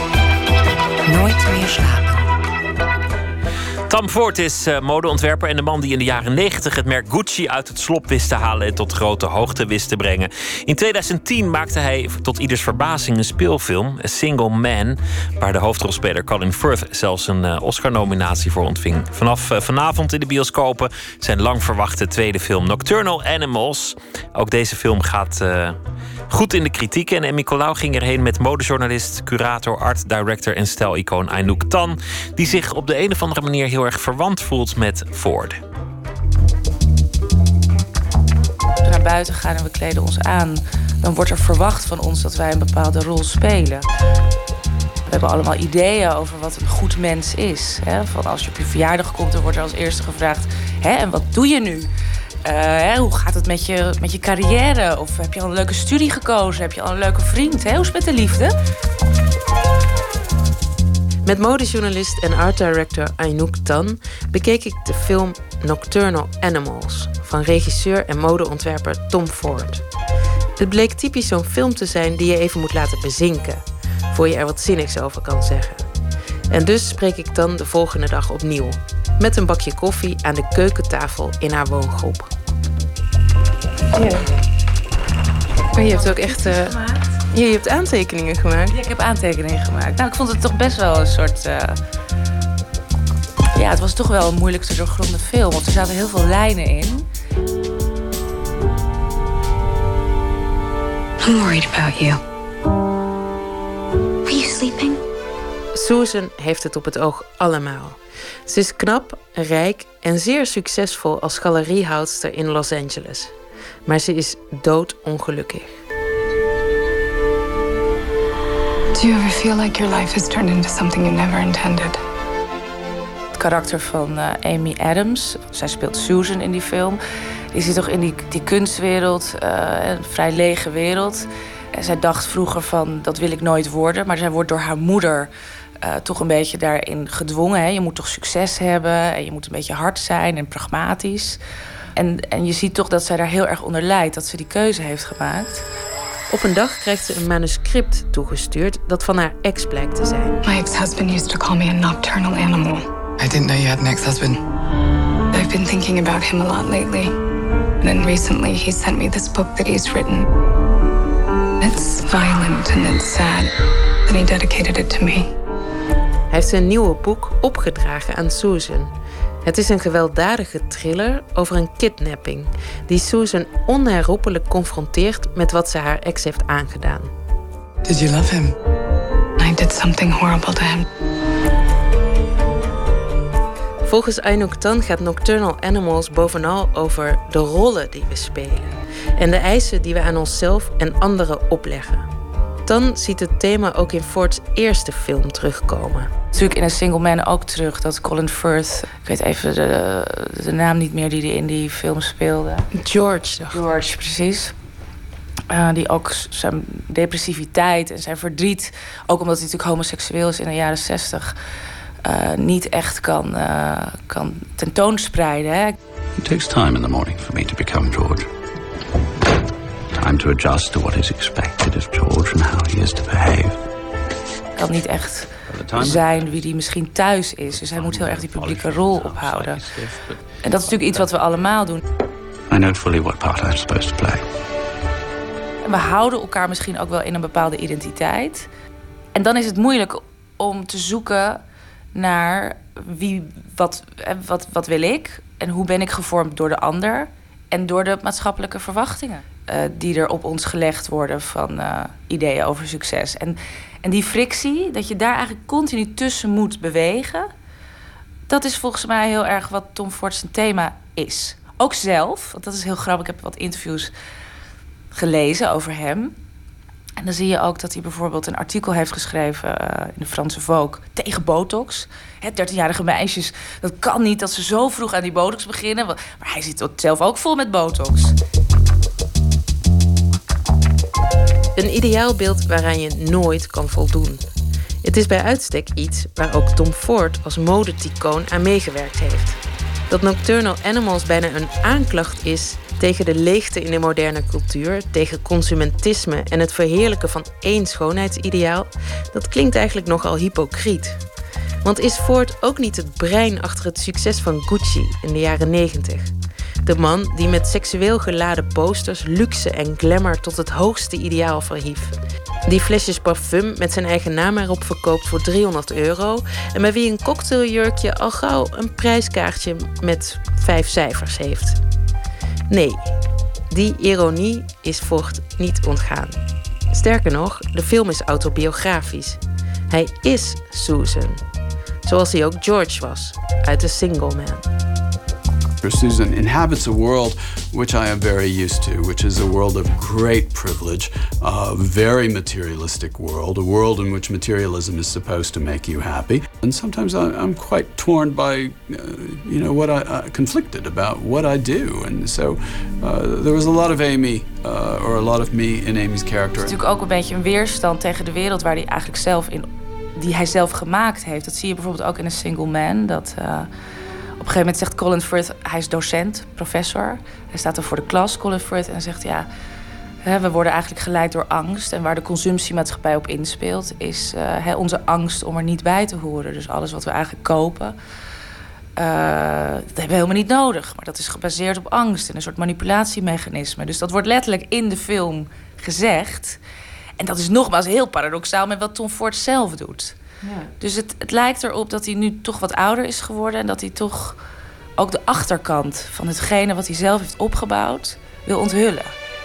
Nooit meer slapen. Tom Ford is uh, modeontwerper en de man die in de jaren negentig het merk Gucci uit het slop wist te halen en tot grote hoogte wist te brengen. In tweeduizend tien maakte hij tot ieders verbazing een speelfilm, A Single Man, waar de hoofdrolspeler Colin Firth zelfs een uh, Oscar-nominatie voor ontving. Vanaf uh, vanavond in de bioscopen zijn lang verwachte tweede film Nocturnal Animals. Ook deze film gaat uh, goed in de kritiek en Emmy Colau ging erheen met modejournalist, curator, art director en stijlicoon Anouk Tan, die zich op de een of andere manier heel erg verwant voelt met Ford. Als we naar buiten gaan en we kleden ons aan, dan wordt er verwacht van ons dat wij een bepaalde rol spelen. We hebben allemaal ideeën over wat een goed mens is. Hè? Van als je op je verjaardag komt, dan wordt er als eerste gevraagd: hè, en wat doe je nu? Uh, hè, hoe gaat het met je, met je carrière? Of heb je al een leuke studie gekozen? Heb je al een leuke vriend? Hè? Hoe is het met de liefde? Met modejournalist en art director Anouk Tan bekeek ik de film Nocturnal Animals van regisseur en modeontwerper Tom Ford. Het bleek typisch zo'n film te zijn die je even moet laten bezinken, voor je er wat zinnigs over kan zeggen. En dus spreek ik Tan de volgende dag opnieuw, met een bakje koffie aan de keukentafel in haar woongroep. Ja. Maar je hebt ook echt... Uh... Ja, je hebt aantekeningen gemaakt. Ja, ik heb aantekeningen gemaakt. Nou, ik vond het toch best wel een soort... Uh... Ja, het was toch wel een moeilijk te doorgronden film. Want er zaten heel veel lijnen in. I'm worried about you. Were you sleeping? Susan heeft het op het oog allemaal. Ze is knap, rijk en zeer succesvol als galeriehoudster in Los Angeles. Maar ze is doodongelukkig. Do you ever feel like your life has turned into something you never intended? Het karakter van uh, Amy Adams, zij speelt Susan in die film. Die zit toch in die, die kunstwereld, uh, een vrij lege wereld. En zij dacht vroeger van, dat wil ik nooit worden. Maar zij wordt door haar moeder uh, toch een beetje daarin gedwongen. Hè? Je moet toch succes hebben en je moet een beetje hard zijn en pragmatisch. En, en je ziet toch dat zij daar heel erg onder lijdt, dat ze die keuze heeft gemaakt. Op een dag krijgt ze een manuscript toegestuurd dat van haar ex blijkt te zijn. My ex-husband used to call me a nocturnal animal. I didn't know you had an ex-husband. I've been thinking about him a lot lately. And then recently he sent me this book that he's written. It's violent and it's sad. And he dedicated it to me. Hij heeft zijn nieuwe boek opgedragen aan Susan. Het is een gewelddadige thriller over een kidnapping die Susan onherroepelijk confronteert met wat ze haar ex heeft aangedaan. Did you love him? I did something horrible to him. Volgens Anouk Tan gaat Nocturnal Animals bovenal over de rollen die we spelen en de eisen die we aan onszelf en anderen opleggen. Tan ziet het thema ook in Fords eerste film terugkomen. Natuurlijk in A Single Man ook terug, dat Colin Firth... Ik weet even de, de naam niet meer die hij in die film speelde. George. George, precies. Uh, die ook zijn depressiviteit en zijn verdriet... ook omdat hij natuurlijk homoseksueel is in de jaren zestig... Uh, niet echt kan, uh, kan tentoonspreiden. Hè. It takes time in the morning for me to become George. Time to adjust to what is expected of George and how he is to behave. Kan niet echt zijn wie hij misschien thuis is. Dus hij moet heel erg die publieke rol ophouden. En dat is natuurlijk iets wat we allemaal doen. I know fully what part I'm supposed to play. En we houden elkaar misschien ook wel in een bepaalde identiteit. En dan is het moeilijk om te zoeken naar wie, wat, wat, wat wil ik en hoe ben ik gevormd door de ander en door de maatschappelijke verwachtingen uh, die er op ons gelegd worden van uh, ideeën over succes. En, en die frictie, dat je daar eigenlijk continu tussen moet bewegen, dat is volgens mij heel erg wat Tom Ford zijn thema is. Ook zelf, want dat is heel grappig, ik heb wat interviews gelezen over hem. En dan zie je ook dat hij bijvoorbeeld een artikel heeft geschreven uh, in de Franse Vogue tegen botox. Hè, dertienjarige meisjes, dat kan niet dat ze zo vroeg aan die botox beginnen. Maar hij zit zelf ook vol met botox. Een ideaalbeeld waaraan je nooit kan voldoen. Het is bij uitstek iets waar ook Tom Ford als modeticoon aan meegewerkt heeft. Dat Nocturnal Animals bijna een aanklacht is tegen de leegte in de moderne cultuur, tegen consumentisme en het verheerlijken van één schoonheidsideaal, dat klinkt eigenlijk nogal hypocriet. Want is Ford ook niet het brein achter het succes van Gucci in de jaren negentig? De man die met seksueel geladen posters luxe en glamour tot het hoogste ideaal verhief. Die flesjes parfum met zijn eigen naam erop verkoopt voor driehonderd euro... en bij wie een cocktailjurkje al gauw een prijskaartje met vijf cijfers heeft. Nee, die ironie is Ford niet ontgaan. Sterker nog, de film is autobiografisch. Hij is Susan. Zoals hij ook George was, uit The Single Man. Susan inhabits a world which I am very used to, which is a world of great privilege, a very materialistic world, a world in which materialism is supposed to make you happy. And sometimes I, I'm quite torn by, uh, you know, what I, uh, conflicted about what I do. And so uh, there was a lot of Amy, uh, or a lot of me in Amy's character. Het is natuurlijk ook een beetje een weerstand tegen de wereld waar hij eigenlijk zelf in, die hij zelf gemaakt heeft. Dat zie je bijvoorbeeld ook in A Single Man, dat... Uh, Op een gegeven moment zegt Colin Firth, hij is docent, professor. Hij staat er voor de klas, Colin Firth, en zegt... ja, we worden eigenlijk geleid door angst. En waar de consumptiemaatschappij op inspeelt... is uh, onze angst om er niet bij te horen. Dus alles wat we eigenlijk kopen... Uh, dat hebben we helemaal niet nodig. Maar dat is gebaseerd op angst en een soort manipulatiemechanisme. Dus dat wordt letterlijk in de film gezegd. En dat is nogmaals heel paradoxaal met wat Tom Ford zelf doet... Ja. Dus het, het lijkt erop dat hij nu toch wat ouder is geworden... en dat hij toch ook de achterkant van hetgene wat hij zelf heeft opgebouwd... wil onthullen.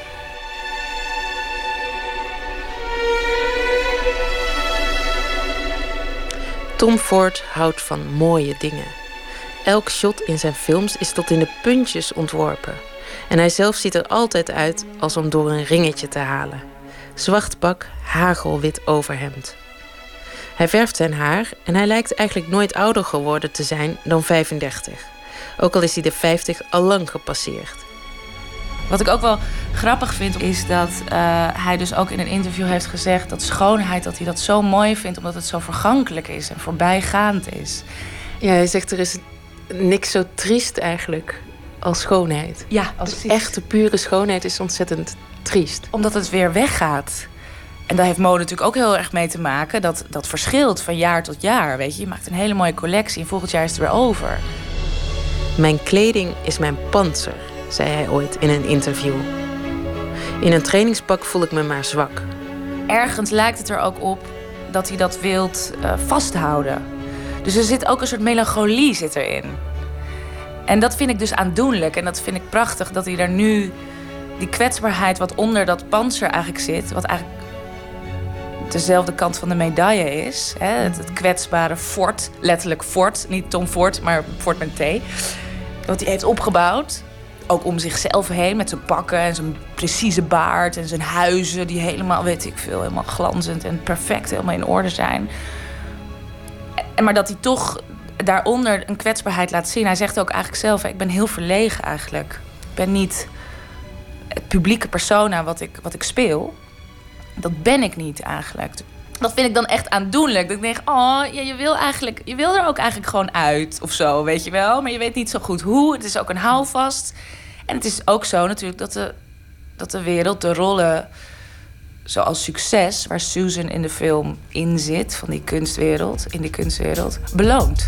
Tom Ford houdt van mooie dingen. Elk shot in zijn films is tot in de puntjes ontworpen. En hij zelf ziet er altijd uit als om door een ringetje te halen. Zwart pak, hagelwit overhemd. Hij verft zijn haar en hij lijkt eigenlijk nooit ouder geworden te zijn dan vijfendertig. Ook al is hij de vijftig al lang gepasseerd. Wat ik ook wel grappig vind is dat uh, hij dus ook in een interview heeft gezegd... dat schoonheid, dat hij dat zo mooi vindt omdat het zo vergankelijk is en voorbijgaand is. Ja, hij zegt er is niks zo triest eigenlijk als schoonheid. Ja, als precies. Echte pure schoonheid is ontzettend triest. Omdat het weer weggaat. En daar heeft mode natuurlijk ook heel erg mee te maken. Dat, dat verschilt van jaar tot jaar, weet je. Je maakt een hele mooie collectie en volgend jaar is het weer over. Mijn kleding is mijn pantser, zei hij ooit in een interview. In een trainingspak voel ik me maar zwak. Ergens lijkt het er ook op dat hij dat wilt uh, vasthouden. Dus er zit ook een soort melancholie zit erin. En dat vind ik dus aandoenlijk. En dat vind ik prachtig, dat hij daar nu... die kwetsbaarheid wat onder dat pantser eigenlijk zit... wat eigenlijk dezelfde kant van de medaille is. Hè? Het, het kwetsbare Ford, letterlijk Ford. Niet Tom Ford, maar Ford met T. Wat hij heeft opgebouwd. Ook om zichzelf heen, met zijn pakken en zijn precieze baard... en zijn huizen die helemaal, weet ik veel, helemaal glanzend en perfect... helemaal in orde zijn. En maar dat hij toch daaronder een kwetsbaarheid laat zien. Hij zegt ook eigenlijk zelf, ik ben heel verlegen eigenlijk. Ik ben niet het publieke persona wat ik, wat ik speel... Dat ben ik niet eigenlijk. Dat vind ik dan echt aandoenlijk. Dat ik denk, oh, ja, je wil eigenlijk, je wil er ook eigenlijk gewoon uit of zo, weet je wel. Maar je weet niet zo goed hoe. Het is ook een houvast. En het is ook zo natuurlijk dat de, dat de wereld, de rollen... zoals succes, waar Susan in de film in zit... van die kunstwereld, in die kunstwereld, beloont.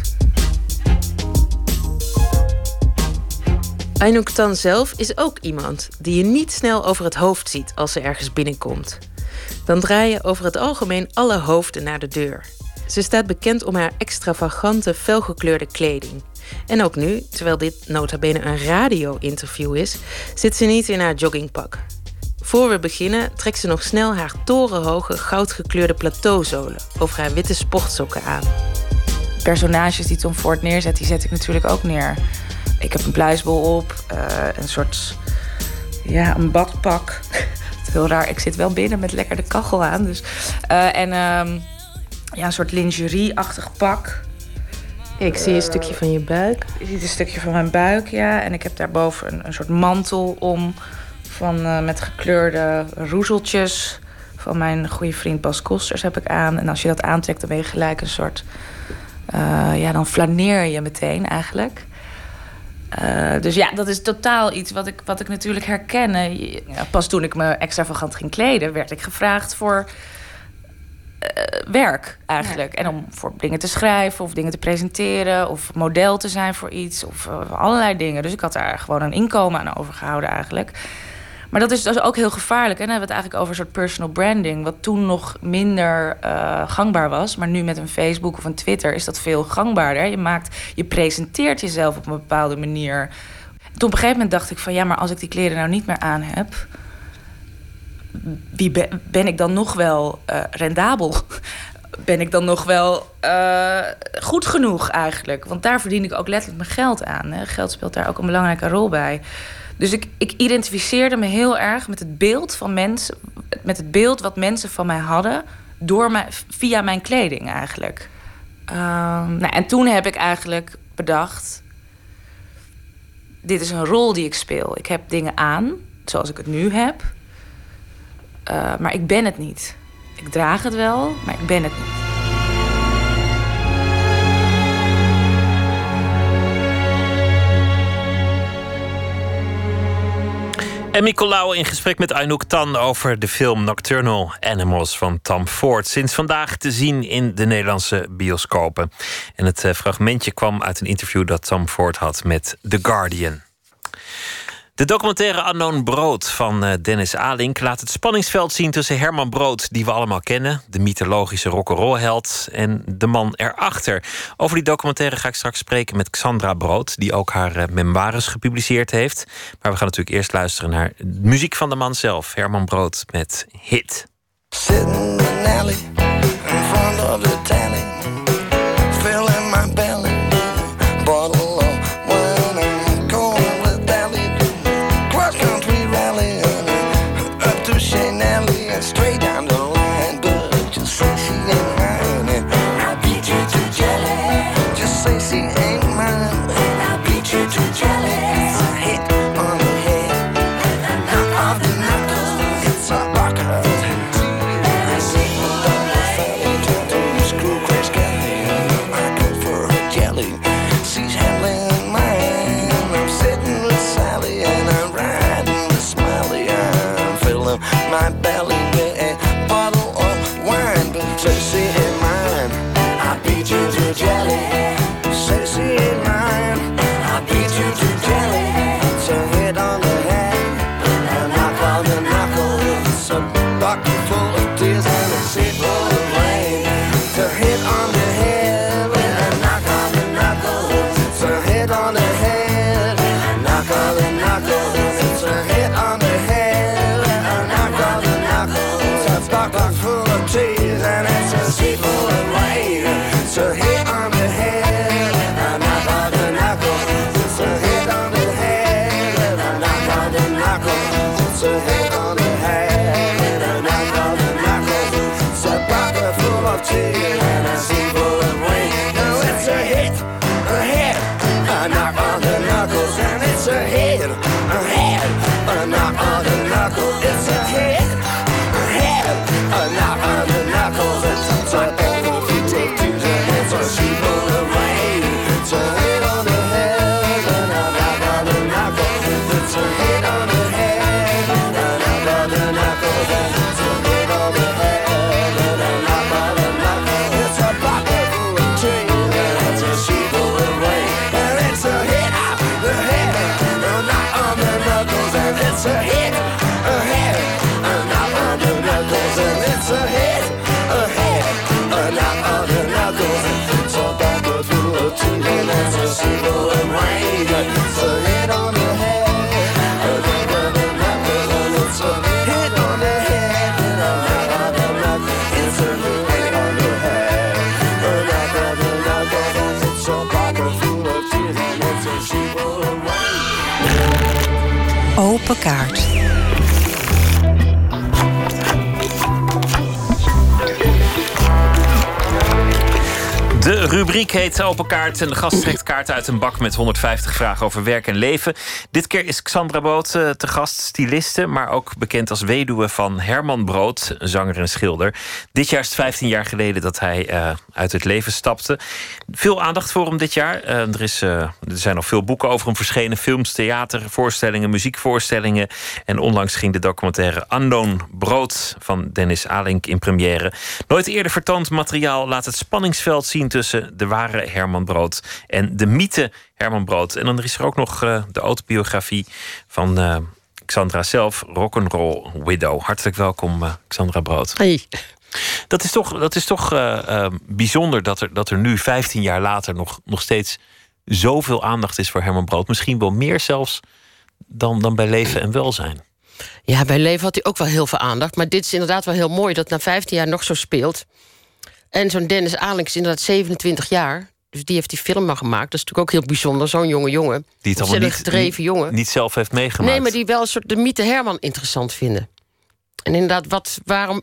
Aynouk Tan zelf is ook iemand die je niet snel over het hoofd ziet als ze ergens binnenkomt. Dan draaien over het algemeen alle hoofden naar de deur. Ze staat bekend om haar extravagante, felgekleurde kleding. En ook nu, terwijl dit nota bene een radio-interview is, zit ze niet in haar joggingpak. Voor we beginnen trekt ze nog snel haar torenhoge, goudgekleurde plateauzolen over haar witte sportsokken aan. Personages die Tom Ford neerzet, die zet ik natuurlijk ook neer. Ik heb een bluisbol op, uh, een soort, ja, een badpak. Heel raar, ik zit wel binnen met lekker de kachel aan. Dus. Uh, en um, ja, een soort lingerie-achtig pak. Ik zie een stukje van je buik. Je ziet een stukje van mijn buik, ja. En ik heb daarboven een, een soort mantel om... Van, uh, met gekleurde roezeltjes. Van mijn goede vriend Bas Kosters heb ik aan. En als je dat aantrekt, dan ben je gelijk een soort... Uh, ja, dan flaneer je meteen eigenlijk. Uh, dus ja, dat is totaal iets wat ik, wat ik natuurlijk herken. Ja, pas toen ik me extravagant ging kleden, werd ik gevraagd voor werk eigenlijk. En om voor dingen te schrijven of dingen te presenteren... of model te zijn voor iets of uh, allerlei dingen. Dus ik had daar gewoon een inkomen aan overgehouden eigenlijk. Maar dat is dus ook heel gevaarlijk. En dan hebben we het eigenlijk over een soort personal branding... wat toen nog minder uh, gangbaar was. Maar nu met een Facebook of een Twitter is dat veel gangbaarder. Je, maakt, je presenteert jezelf op een bepaalde manier. Toen op een gegeven moment dacht ik van... ja, maar als ik die kleren nou niet meer aan heb... wie ben, ben ik dan nog wel uh, rendabel? Ben ik dan nog wel uh, goed genoeg eigenlijk? Want daar verdien ik ook letterlijk mijn geld aan. Hè. Geld speelt daar ook een belangrijke rol bij. Dus ik, ik identificeerde me heel erg met het beeld van mensen... met het beeld wat mensen van mij hadden... door mij, via mijn kleding eigenlijk. Um, nou, en toen heb ik eigenlijk bedacht... dit is een rol die ik speel. Ik heb dingen aan, zoals ik het nu heb... Uh, maar ik ben het niet. Ik draag het wel, maar ik ben het niet. En Nicolaou in gesprek met Anouk Tan over de film Nocturnal Animals van Tom Ford. Sinds vandaag te zien in de Nederlandse bioscopen. En het uh, fragmentje kwam uit een interview dat Tom Ford had met The Guardian. De documentaire Unknown Brood van Dennis Alink laat het spanningsveld zien tussen Herman Brood, die we allemaal kennen, de mythologische rock'n'roll-held, en de man erachter. Over die documentaire ga ik straks spreken met Xandra Brood, die ook haar memoires gepubliceerd heeft. Maar we gaan natuurlijk eerst luisteren naar muziek van de man zelf, Herman Brood met Hit. Sitting in an alley in front of the tally, filling my belly, bottle of wine and cold with Dally, cross country rally up to Shane Alley and straight down the line. But just say she ain't mine, and I'll beat you to jelly. Just say she ain't mine, and I'll beat you to jelly. It's a hit on the head, and a knock off the knuckles. It's a rocker. My belly with a bottle of wine, but say she ain't mine, I beat you to jelly. Say she ain't mine, I beat you to jelly. It's a hit on the head, a knock on the knuckles. It's a bucket full of tears and a sea full of rain. It's a hit on the head, a knock on the knuckles. It's a hit on the head, a knock on the knuckles. It's a hit on the head. It's a bucket full of tears and it's a sea full of rain. It's a hit on the head, a knock on the knuckles. It's a hit on the head, a knock on the knuckles. It's a hit on the head, a knock on the knuckles. It's a bucket full of tears and a sea full of rain. Now it's a hit, a hit, a knock on the knuckles. And it's a hit, a hit, a knock on the knuckles. It's a hit, a hit, a knock on the knuckles. It's a hit if you take two and it's a sea full of rain. It's a hit on the head and a knock on the knuckles. It's a hit on the head and a knock on the knuckles. It's a hit on the head and a knock on the knuckles. It's a bucket full of tears and it's a sea full of rain. And it's a hit on the head and a knock on the knuckles. And it's a hit, a hit, a knock on the knuckles. And it's a hit, a hit, a knock on the knuckles. It's a bucket full of tears and it's a sea full of rain. It's a hit on the head, a knock on the knuckles. And it's a hit on the head and a knock on the knuckles. It's a hit on the head, a knock on the knuckles. It's a bucket full of tears and it's a sea full of rain. Open kaart. De rubriek heet Open Kaart en de gast trekt kaarten uit een bak met honderdvijftig vragen over werk en leven. Dit keer is Xandra Brood uh, te gast, styliste, maar ook bekend als weduwe van Herman Brood, zanger en schilder. Dit jaar is het vijftien jaar geleden dat hij uh, uit het leven stapte. Veel aandacht voor hem dit jaar. Uh, er, is, uh, er zijn nog veel boeken over hem verschenen, films, theatervoorstellingen, muziekvoorstellingen. En onlangs ging de documentaire Unknown Brood van Dennis Alink in première. Nooit eerder vertoond materiaal laat het spanningsveld zien tussen de ware Herman Brood en de mythe Herman Brood. En dan is er ook nog uh, de autobiografie van uh, Xandra zelf, Rock'n'Roll Widow. Hartelijk welkom, uh, Xandra Brood. Hey. Dat is toch, dat is toch uh, uh, bijzonder dat er, dat er nu, vijftien jaar later, nog, nog steeds zoveel aandacht is voor Herman Brood. Misschien wel meer zelfs dan, dan bij leven en welzijn. Ja, bij leven had hij ook wel heel veel aandacht. Maar dit is inderdaad wel heel mooi dat het na vijftien jaar nog zo speelt. En zo'n Dennis Alink is inderdaad zevenentwintig jaar. Dus die heeft die film maar gemaakt. Dat is natuurlijk ook heel bijzonder, zo'n jonge jongen. Die het allemaal niet, gedreven niet, jongen. niet zelf heeft meegemaakt. Nee, maar die wel een soort de mythe Herman interessant vinden. En inderdaad, wat, waarom,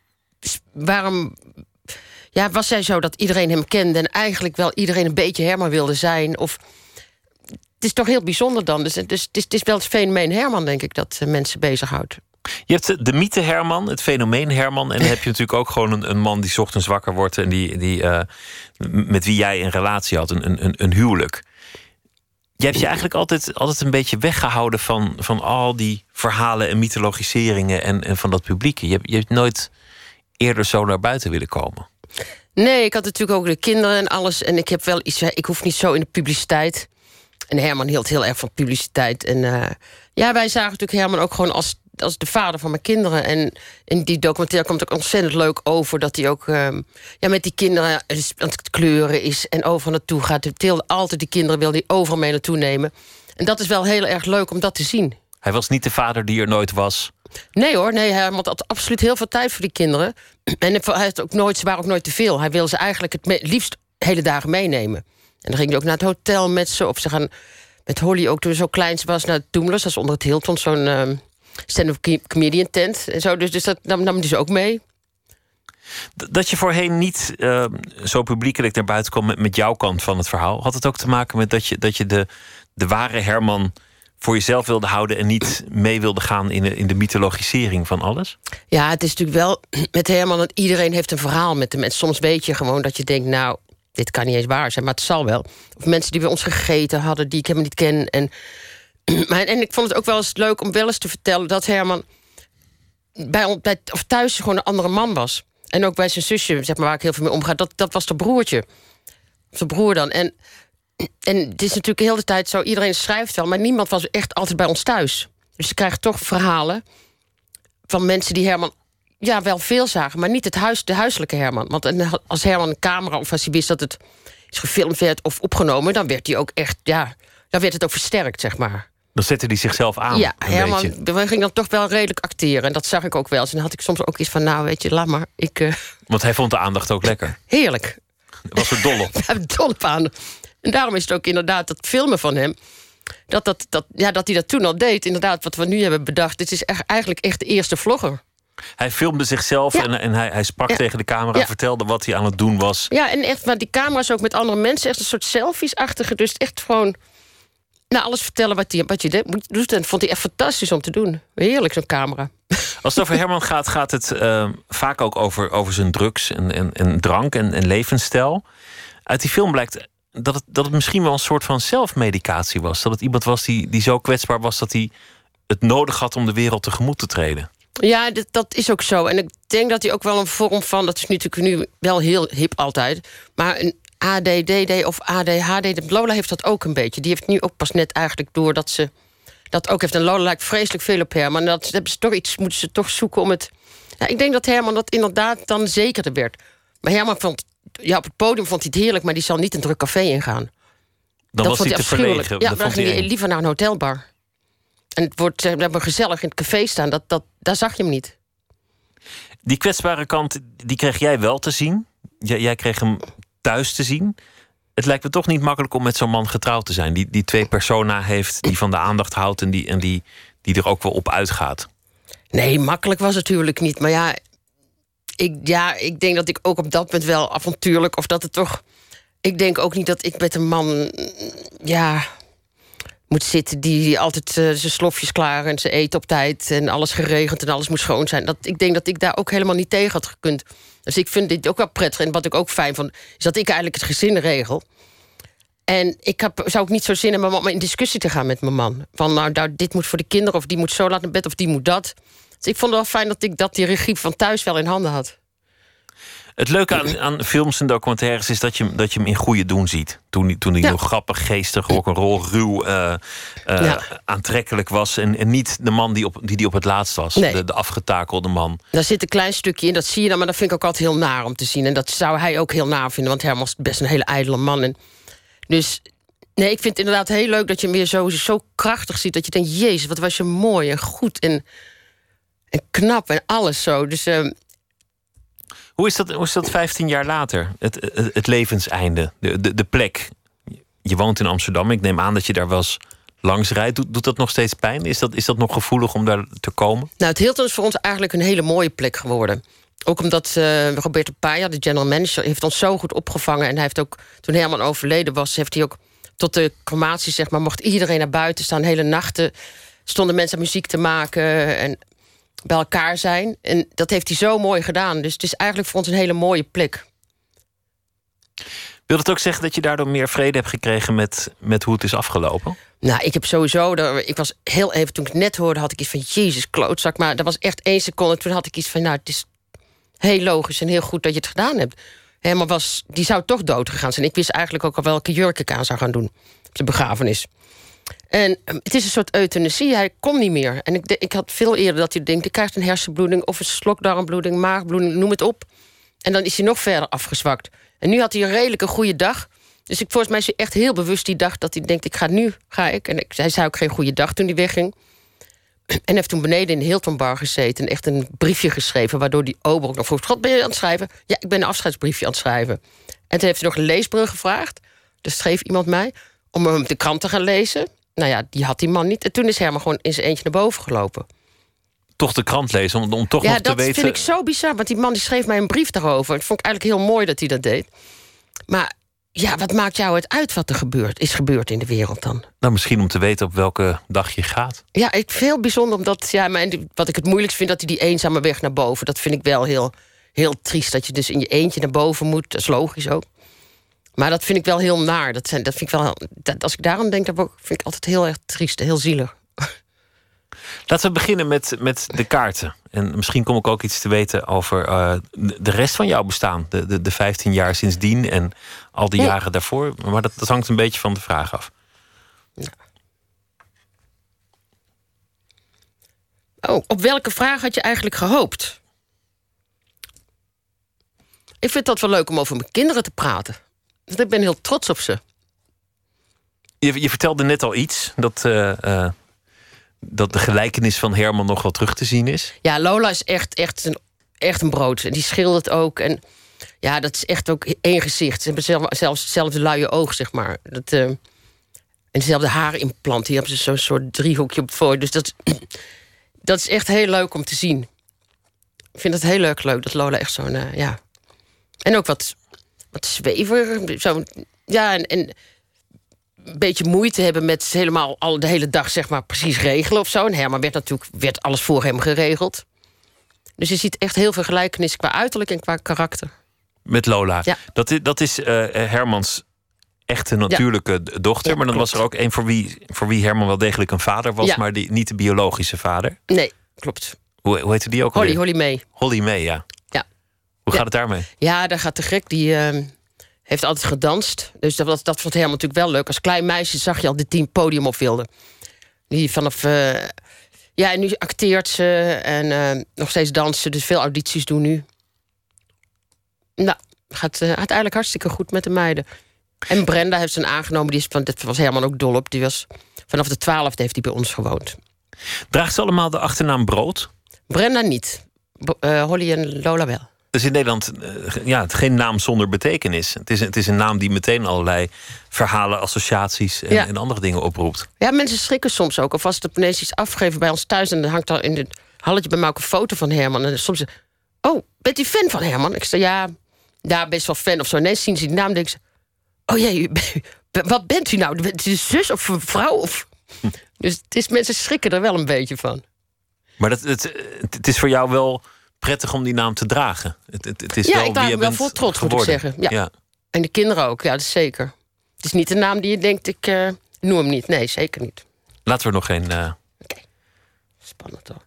waarom ja, was hij zo dat iedereen hem kende en eigenlijk wel iedereen een beetje Herman wilde zijn? Of, het is toch heel bijzonder dan. Dus, dus het, is, het is wel het fenomeen Herman, denk ik, dat mensen bezighoudt. Je hebt de mythe Herman, het fenomeen Herman. En dan heb je natuurlijk ook gewoon een, een man die 's ochtends wakker wordt en die, die, uh, met wie jij een relatie had, een, een, een huwelijk. Je hebt je eigenlijk altijd, altijd een beetje weggehouden van, van al die verhalen en mythologiseringen en, en van dat publiek. Je hebt, je hebt nooit eerder zo naar buiten willen komen. Nee, ik had natuurlijk ook de kinderen en alles. En ik heb wel iets, ik hoef niet zo in de publiciteit. En Herman hield heel erg van publiciteit. En uh, ja, wij zagen natuurlijk Herman ook gewoon als, als de vader van mijn kinderen. En in die documentaire komt ook ontzettend leuk over dat hij ook um, ja, met die kinderen aan het kleuren is en overal naartoe gaat. Hij wilde altijd die kinderen wilde hij overal mee naartoe nemen. En dat is wel heel erg leuk om dat te zien. Hij was niet de vader die er nooit was. Nee hoor, nee, hij had absoluut heel veel tijd voor die kinderen. En hij had ook nooit, ze waren ook nooit te veel. Hij wilde ze eigenlijk het me- liefst hele dagen meenemen. En dan ging hij ook naar het hotel met ze. Of ze gaan met Holly ook, toen ze zo klein was, naar Doomless. Dat is onder het Hilton, zo'n um, stand-up comedian tent. En zo, dus, dus dat nam, nam hij ze ook mee. Dat je voorheen niet uh, zo publiekelijk naar buiten kwam met, met jouw kant van het verhaal. Had het ook te maken met dat je, dat je de, de ware Herman voor jezelf wilde houden en niet mee wilde gaan in de, in de mythologisering van alles? Ja, het is natuurlijk wel met Herman dat iedereen heeft een verhaal met hem. En soms weet je gewoon dat je denkt, nou, dit kan niet eens waar zijn, maar het zal wel. Of mensen die bij ons gegeten hadden, die ik helemaal niet ken. En, maar, en ik vond het ook wel eens leuk om wel eens te vertellen dat Herman bij, bij, of thuis gewoon een andere man was. En ook bij zijn zusje, zeg maar, waar ik heel veel mee omga, dat, dat was de broertje. Of de broer dan. En, en het is natuurlijk de hele tijd zo, iedereen schrijft wel, maar niemand was echt altijd bij ons thuis. Dus je krijgt toch verhalen van mensen die Herman ja, wel veel zagen, maar niet het huis, de huiselijke Herman. Want als Herman een camera, of als hij wist dat het is gefilmd werd of opgenomen, dan werd hij ook echt, ja, dan werd het ook versterkt, zeg maar. Dan zette hij zichzelf aan. Ja, Herman ging dan toch wel redelijk acteren. En dat zag ik ook wel. En dan had ik soms ook iets van, nou, weet je, laat maar. Ik, uh... Want hij vond de aandacht ook lekker. Heerlijk. Was er dol op. Ja, dol op aan. En daarom is het ook inderdaad dat filmen van hem, dat, dat, dat, ja, dat hij dat toen al deed. Inderdaad, wat we nu hebben bedacht. Dit is echt, eigenlijk echt de eerste vlogger. Hij filmde zichzelf ja. en, en hij, hij sprak ja. tegen de camera, ja. vertelde wat hij aan het doen was. Ja, en echt, maar die camera's ook met andere mensen, echt een soort selfies-achtige. Dus echt gewoon, nou, alles vertellen wat, die, wat je doet. En dat vond hij echt fantastisch om te doen. Heerlijk, zo'n camera. Als het over Herman gaat, gaat het uh, vaak ook over, over zijn drugs en, en, en drank en, en levensstijl. Uit die film blijkt dat het, dat het misschien wel een soort van zelfmedicatie was. Dat het iemand was die, die zo kwetsbaar was dat hij het nodig had om de wereld tegemoet te treden. Ja, dat, dat is ook zo. En ik denk dat hij ook wel een vorm van, dat is natuurlijk nu wel heel hip altijd, maar een A D D D of A D H D, Lola heeft dat ook een beetje. Die heeft nu ook pas net eigenlijk door dat ze dat ook heeft. En Lola lijkt vreselijk veel op Herman. En dat hebben ze toch iets, moeten ze toch zoeken om het. Ja, ik denk dat Herman dat inderdaad dan zekerder werd. Maar Herman vond, ja, op het podium vond hij het heerlijk, maar die zal niet een druk café ingaan. Dan dat was hij te verlegen. Ja, dan ging hij liever naar een hotelbar. En het wordt, we hebben gezellig in het café staan. Dat, dat, daar zag je hem niet. Die kwetsbare kant, die kreeg jij wel te zien. J- jij kreeg hem thuis te zien. Het lijkt me toch niet makkelijk om met zo'n man getrouwd te zijn. Die, die twee persona heeft, die van de aandacht houdt en, die, en die, die er ook wel op uitgaat. Nee, makkelijk was het natuurlijk niet. Maar ja ik, ja, ik denk dat ik ook op dat punt wel avontuurlijk, of dat het toch ik denk ook niet dat ik met een man... ja, moet zitten die altijd uh, zijn slofjes klaar... en zijn eten op tijd en alles geregeld en alles moet schoon zijn. Dat, ik denk dat ik daar ook helemaal niet tegen had gekund. Dus ik vind dit ook wel prettig. En wat ik ook fijn vond, is dat ik eigenlijk het gezin regel. En ik heb, zou ook niet zo zin hebben om in discussie te gaan met mijn man. Van nou, nou, dit moet voor de kinderen, of die moet zo laat naar bed, of die moet dat. Dus ik vond het wel fijn dat ik dat die regie van thuis wel in handen had. Het leuke aan, aan films en documentaires is dat je, dat je hem in goede doen ziet. Toen, toen hij ja. nog grappig, geestig, rock'n'roll, ruw, uh, uh, ja. aantrekkelijk was. En, en niet de man die op, die, die op het laatst was. Nee. De, de afgetakelde man. Daar zit een klein stukje in, dat zie je dan. Maar dat vind ik ook altijd heel naar om te zien. En dat zou hij ook heel naar vinden. Want Herman was best een hele ijdele man. En dus nee, ik vind het inderdaad heel leuk dat je hem weer zo, zo krachtig ziet. Dat je denkt, jezus, wat was je mooi en goed en, en knap en alles zo. Dus... Uh, Hoe is dat, hoe is dat vijftien jaar later? Het, het, het levenseinde, de, de, de plek. Je woont in Amsterdam. Ik neem aan dat je daar wel eens langs rijdt. Doet, doet dat nog steeds pijn? Is dat, is dat nog gevoelig om daar te komen? Nou, het Hilton is voor ons eigenlijk een hele mooie plek geworden. Ook omdat uh, Roberto Paia, de general manager, heeft ons zo goed opgevangen. En hij heeft ook, toen Herman overleden was, heeft hij ook tot de crematie, zeg maar, mocht iedereen naar buiten staan. Hele nachten stonden mensen muziek te maken en bij elkaar zijn. En dat heeft hij zo mooi gedaan. Dus het is eigenlijk voor ons een hele mooie plek. Wil dat ook zeggen dat je daardoor meer vrede hebt gekregen met, met hoe het is afgelopen? Nou, ik heb sowieso... Ik was heel even, toen ik het net hoorde, had ik iets van Jezus, klootzak. Maar dat was echt één seconde. Toen had ik iets van, nou, het is heel logisch en heel goed dat je het gedaan hebt. Herman was, die zou toch dood gegaan zijn. Ik wist eigenlijk ook al welke jurk ik aan zou gaan doen op de begrafenis. En het is een soort euthanasie. Hij kon niet meer. En ik, ik had veel eerder dat hij denkt, ik krijg een hersenbloeding of een slokdarmbloeding, maagbloeding, noem het op. En dan is hij nog verder afgezwakt. En nu had hij een redelijke goede dag. Dus ik, volgens mij is hij echt heel bewust die dag dat hij denkt, ik ga nu, ga ik. En ik, hij zei ook geen goede dag toen hij wegging. En heeft toen beneden in de Hilton Bar gezeten en echt een briefje geschreven, waardoor die ober ook nog vroeg, God, ben je aan het schrijven? Ja, ik ben een afscheidsbriefje aan het schrijven. En toen heeft hij nog een leesbrug gevraagd. Dus schreef iemand mij om hem de krant te gaan lezen. Nou ja, die had die man niet. En toen is Herman gewoon in zijn eentje naar boven gelopen. Toch de krant lezen, om, om toch ja, nog te weten... Ja, dat vind ik zo bizar, want die man die schreef mij een brief daarover. Het vond ik eigenlijk heel mooi dat hij dat deed. Maar ja, wat maakt jou het uit wat er gebeurt, is gebeurd in de wereld dan? Nou, misschien om te weten op welke dag je gaat. Ja, ik veel bijzonder, omdat... Ja, mijn, wat ik het moeilijkst vind, dat hij die eenzame weg naar boven... dat vind ik wel heel, heel triest, dat je dus in je eentje naar boven moet. Dat is logisch ook. Maar dat vind ik wel heel naar. Dat zijn, dat vind ik wel, dat, als ik daaraan denk, dat vind ik altijd heel erg triest, heel zielig. Laten we beginnen met, met de kaarten. En misschien kom ik ook iets te weten over uh, de rest van jouw bestaan. De, de, de vijftien jaar sindsdien en al die nee. jaren daarvoor. Maar dat, dat hangt een beetje van de vraag af. Ja. Oh, op welke vraag had je eigenlijk gehoopt? Ik vind dat wel leuk om over mijn kinderen te praten. Want ik ben heel trots op ze. Je, je vertelde net al iets, dat, uh, uh, dat de gelijkenis van Herman nog wel terug te zien is. Ja, Lola is echt, echt, een, echt een brood. En die schildert ook. En ja, dat is echt ook één gezicht. Ze hebben zelf, zelfs hetzelfde luie oog, zeg maar. Dat, uh, en dezelfde haarimplant. Hier hebben ze zo'n soort driehoekje op voor. Dus dat, dat is echt heel leuk om te zien. Ik vind het heel leuk, leuk dat Lola echt zo'n, uh, ja. En ook wat... Wat zwever, zo, ja, en, en een beetje moeite hebben met helemaal al de hele dag, zeg maar, precies regelen of zo. En Herman werd natuurlijk werd alles voor hem geregeld. Dus je ziet echt heel veel gelijkenissen qua uiterlijk en qua karakter. Met Lola. Ja. Dat is, dat is uh, Hermans echte natuurlijke ja. dochter. Ja, maar dan klopt. Was er ook een voor wie, voor wie Herman wel degelijk een vader was, ja. maar die, niet de biologische vader. Nee, klopt. Hoe, hoe heette die ook Holly, alweer? Holly May. Holly May, ja. Ja. Hoe ja. gaat het daarmee? Ja, daar gaat de gek. Die uh, heeft altijd gedanst. Dus dat, dat vond Herman natuurlijk wel leuk. Als klein meisje zag je al dit team podium op wilde. Die vanaf... Uh, ja, en nu acteert ze en uh, nog steeds dansen. Dus veel audities doen nu. Nou, gaat uh, uiteindelijk hartstikke goed met de meiden. En Brenda heeft ze aangenomen. Die is van, dat was Herman ook dol op. Die was, vanaf de twaalfde heeft hij bij ons gewoond. Draagt ze allemaal de achternaam Brood? Brenda niet. Uh, Holly en Lola wel. Dus in Nederland, uh, ja, het geen naam zonder betekenis. Het is, het is een naam die meteen allerlei verhalen, associaties en, ja. en andere dingen oproept. Ja, mensen schrikken soms ook. Of als het ineens iets afgegeven bij ons thuis en dan hangt er in het halletje bij mij ook een foto van Herman. En soms, oh, bent u fan van Herman? Ik zeg ja, ja, best wel fan of zo. Ineens zien ze die naam en denken ze, oh jee, wat bent u nou? Bent u een zus of een vrouw? Of... Dus het is, mensen schrikken er wel een beetje van. Maar dat, het, het is voor jou wel prettig om die naam te dragen. Het, het, het is ja, wel ik draag wie je hem wel bent vol trots, geworden. moet ik zeggen. Ja. Ja. En de kinderen ook, ja, dat is zeker. Het is niet een naam die je denkt, ik uh, noem hem niet. Nee, zeker niet. Laten we er nog een... Uh... Oké. Okay. Spannend hoor.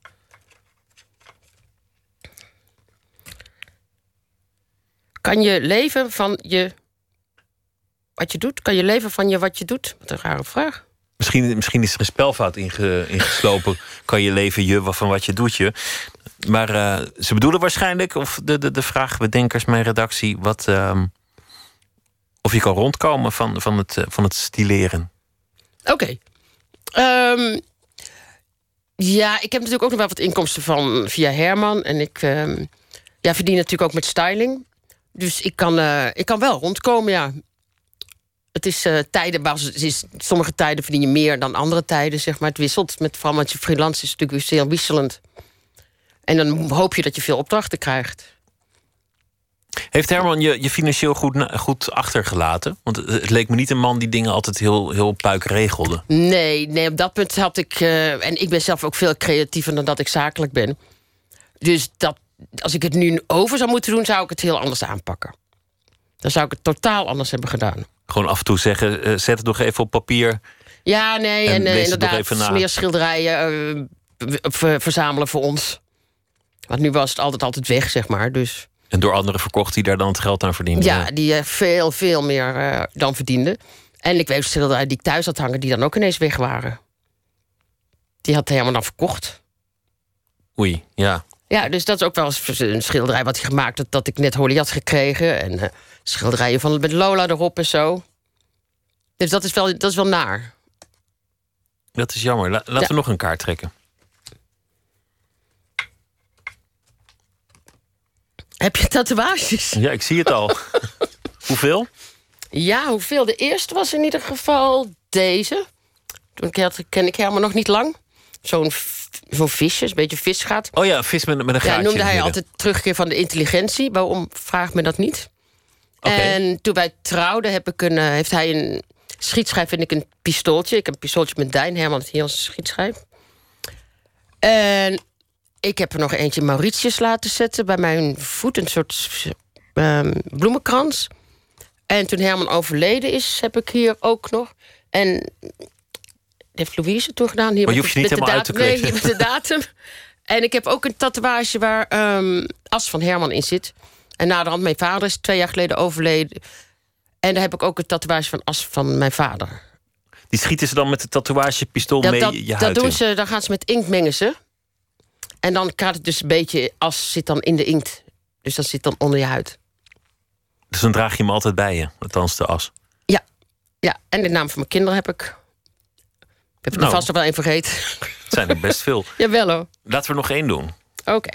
Kan je leven van je... wat je doet? Kan je leven van je wat je doet? Wat een rare vraag. Misschien, misschien is er een spelfout inge, ingeslopen. Kan je leven je van wat je doet je. Maar uh, ze bedoelen waarschijnlijk, of de, de, de vraagbedenkers, mijn redactie, wat, uh, of je kan rondkomen van, van, het, uh, van het stileren. Oké. Okay. Um, ja, ik heb natuurlijk ook nog wel wat inkomsten van via Herman. En ik um, ja, verdien natuurlijk ook met styling. Dus ik kan, uh, ik kan wel rondkomen, ja. Het is uh, tijden, het is, sommige tijden verdien je meer dan andere tijden, zeg maar. Het wisselt, met, vooral met je freelance is het natuurlijk zeer wisselend. En dan hoop je dat je veel opdrachten krijgt. Heeft Herman je, je financieel goed, goed achtergelaten? Want het leek me niet een man die dingen altijd heel, heel puik regelde. Nee, nee, op dat punt had ik... Uh, en ik ben zelf ook veel creatiever dan dat ik zakelijk ben. Dus dat, als ik het nu over zou moeten doen, zou ik het heel anders aanpakken. Dan zou ik het totaal anders hebben gedaan. Gewoon af en toe zeggen, uh, zet het nog even op papier. Ja, nee, en, en uh, inderdaad, meer schilderijen uh, ver, verzamelen voor ons. Want nu was het altijd altijd weg, zeg maar. Dus... En door anderen verkocht die daar dan het geld aan verdienden? Ja, die uh, veel, veel meer uh, dan verdienden. En ik weet schilderijen die ik thuis had hangen, die dan ook ineens weg waren. Die had helemaal dan verkocht. Oei, ja. Ja, dus dat is ook wel eens een schilderij wat hij gemaakt had, dat ik net Holly had gekregen. En uh, schilderijen van met Lola erop en zo. Dus dat is wel, dat is wel naar. Dat is jammer. La, laten ja. we nog een kaart trekken. Heb je tatoeages? Ja, ik zie het al. Hoeveel? Ja, hoeveel? De eerste was in ieder geval deze. Toen ken ik helemaal nog niet lang. Zo'n zo'n visje, een beetje visgaat. Oh ja, een vis met, met een gaatje. Ja, noemde hij altijd terugkeer van de intelligentie. Waarom vraagt me dat niet? Okay. En toen wij trouwden heb ik een, heeft hij een schietschijf, vind ik een pistooltje. Ik heb een pistooltje met Dijn, Herman het hier als schietschijf. En ik heb er nog eentje Mauritius laten zetten bij mijn voet. Een soort um, bloemenkrans. En toen Herman overleden is, heb ik hier ook nog. En heeft Louise toegedaan. Hier maar je hoeft je niet helemaal uit te kleden. Nee, met de datum. En ik heb ook een tatoeage waar um, as van Herman in zit. En naderhand, mijn vader is twee jaar geleden overleden. En daar heb ik ook een tatoeage van as van mijn vader. Die schieten ze dan met de tatoeagepistool dat, mee dat, je huid dat doen in? ze, dan gaan ze met inkt mengen ze. En dan gaat het dus een beetje, as zit dan in de inkt. Dus dat zit dan onder je huid. Dus dan draag je hem altijd bij je, althans de as? Ja, ja. En de naam van mijn kinderen heb ik. Ik heb er nou, vast nog wel één vergeten. Het zijn er best veel. Jawel hoor. Laten we er nog één doen. Oké. Okay.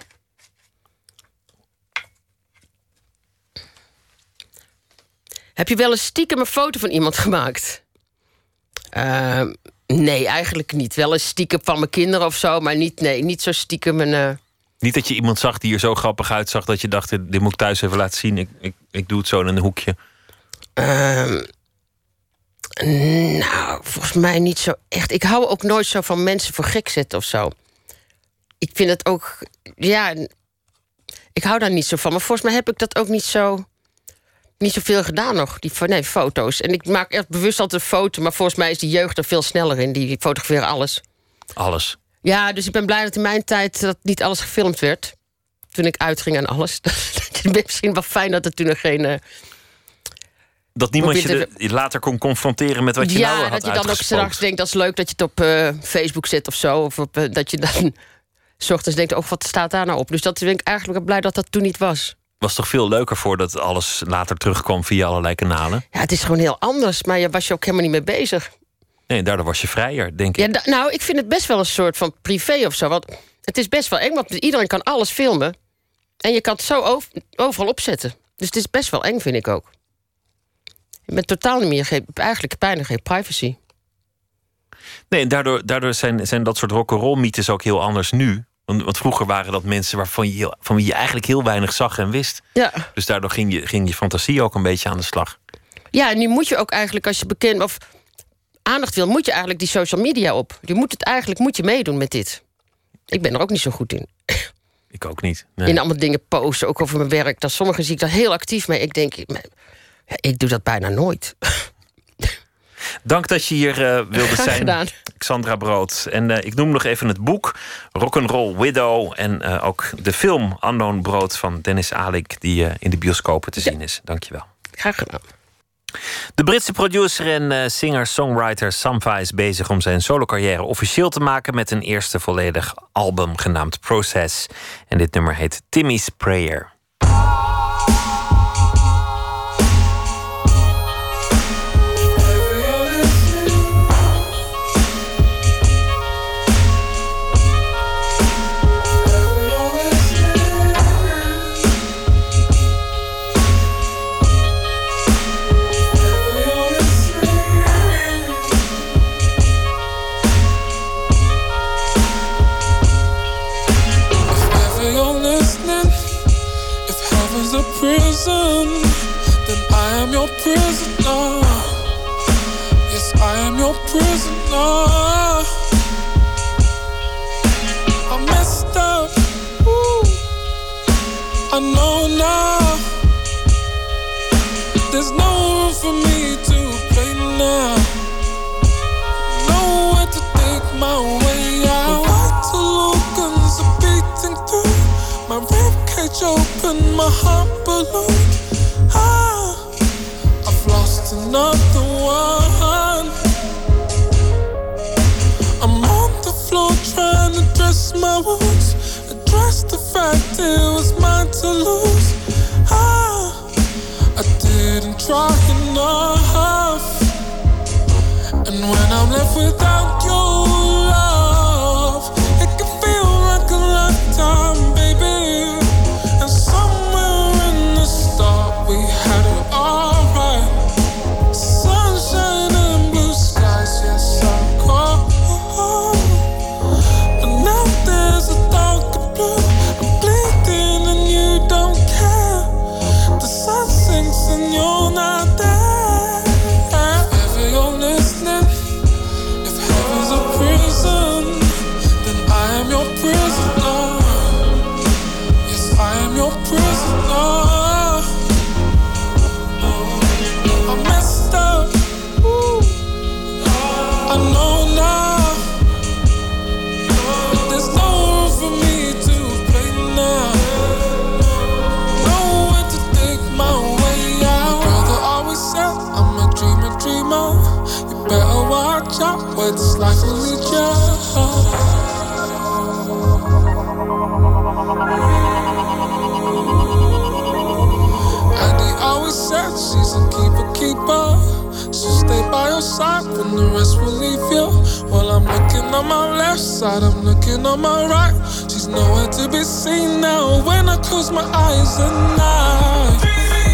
Heb je wel eens stiekem een foto van iemand gemaakt? Uh, nee, eigenlijk niet. Wel eens stiekem van mijn kinderen of zo, maar niet, nee, niet zo stiekem een... Uh... Niet dat je iemand zag die er zo grappig uitzag dat je dacht, dit moet ik thuis even laten zien. Ik, ik, ik doe het zo in een hoekje. Uh, nou, volgens mij niet zo echt. Ik hou ook nooit zo van mensen voor gek zetten of zo. Ik vind het ook... Ja, ik hou daar niet zo van. Maar volgens mij heb ik dat ook niet zo... Niet zoveel gedaan nog, die nee, foto's. En ik maak echt bewust altijd een foto... maar volgens mij is die jeugd er veel sneller in. Die fotograferen alles. Alles? Ja, dus ik ben blij dat in mijn tijd... dat niet alles gefilmd werd. Toen ik uitging en alles. Het is misschien wel fijn dat er toen nog geen... Uh, dat niemand je de, de, later kon confronteren met wat je ja, nou had dat je dan ook straks denkt... dat is leuk dat je het op uh, Facebook zet of zo. Of op, uh, dat je dan... 's ochtends denkt, oh, wat staat daar nou op? Dus dat ben ik eigenlijk wel blij dat dat toen niet was. Was toch veel leuker voordat alles later terugkwam via allerlei kanalen? Ja, het is gewoon heel anders, maar je was je ook helemaal niet mee bezig. Nee, daardoor was je vrijer, denk ik. Ja, da- nou, ik vind het best wel een soort van privé of zo. Want het is best wel eng, want iedereen kan alles filmen. En je kan het zo over- overal opzetten. Dus het is best wel eng, vind ik ook. Je bent totaal niet meer, geen, eigenlijk bijna geen privacy. Nee, en daardoor, daardoor zijn, zijn dat soort rock'n'roll mythes ook heel anders nu. Want, want vroeger waren dat mensen waarvan je, van wie je eigenlijk heel weinig zag en wist. Ja. Dus daardoor ging je, ging je fantasie ook een beetje aan de slag. Ja, en nu moet je ook eigenlijk, als je bekend of aandacht wil, moet je eigenlijk die social media op. Je moet het eigenlijk moet je meedoen met dit. Ik ben er ook niet zo goed in. Ik ook niet. Nee. In allemaal dingen posten, ook over mijn werk. Dat sommige zie ik daar heel actief mee. Ik denk, ik doe dat bijna nooit. Dank dat je hier uh, wilde Graag zijn, gedaan. Xandra Brood. En uh, ik noem nog even het boek Rock'n'Roll Widow. En uh, ook de film Unknown Brood van Dennis Alik, die uh, in de bioscopen te zien is. Dank je wel. Graag gedaan. De Britse producer en uh, singer-songwriter Sampha is bezig om zijn solocarrière officieel te maken met een eerste volledig album genaamd Process. En dit nummer heet Timmy's Prayer. Prison, then I am your prisoner. Yes, I am your prisoner. I messed up. Ooh. I know now. There's no room for me to play now. Nowhere to take my way out. My vital organs are beating through. My ribcage open, my heart balloon. Ah, I've lost another one. I'm on the floor trying to dress my wounds, address the fact it was mine to lose. Ah, I didn't try enough. And when I'm left without your love, it can feel like a lifetime, baby. And somewhere in the start we had it all right. Sunshine and blue skies, yes I call. But now there's a darker blue. I'm bleeding and you don't care. The sun sinks and you're not there. If ever you're listening, if heaven's a prison, then I am your prisoner. Yes, I am your prisoner. I messed up. Ooh. I know now. There's no room for me to play now. Nowhere to take my way out. My brother always said I'm a dreamer, dreamer. You better watch out where this life will lead you. And he always said she's a keeper, keeper. She'll stay by your side when the rest will leave you. While I'm looking on my left side, I'm looking on my right. She's nowhere to be seen now when I close my eyes at night.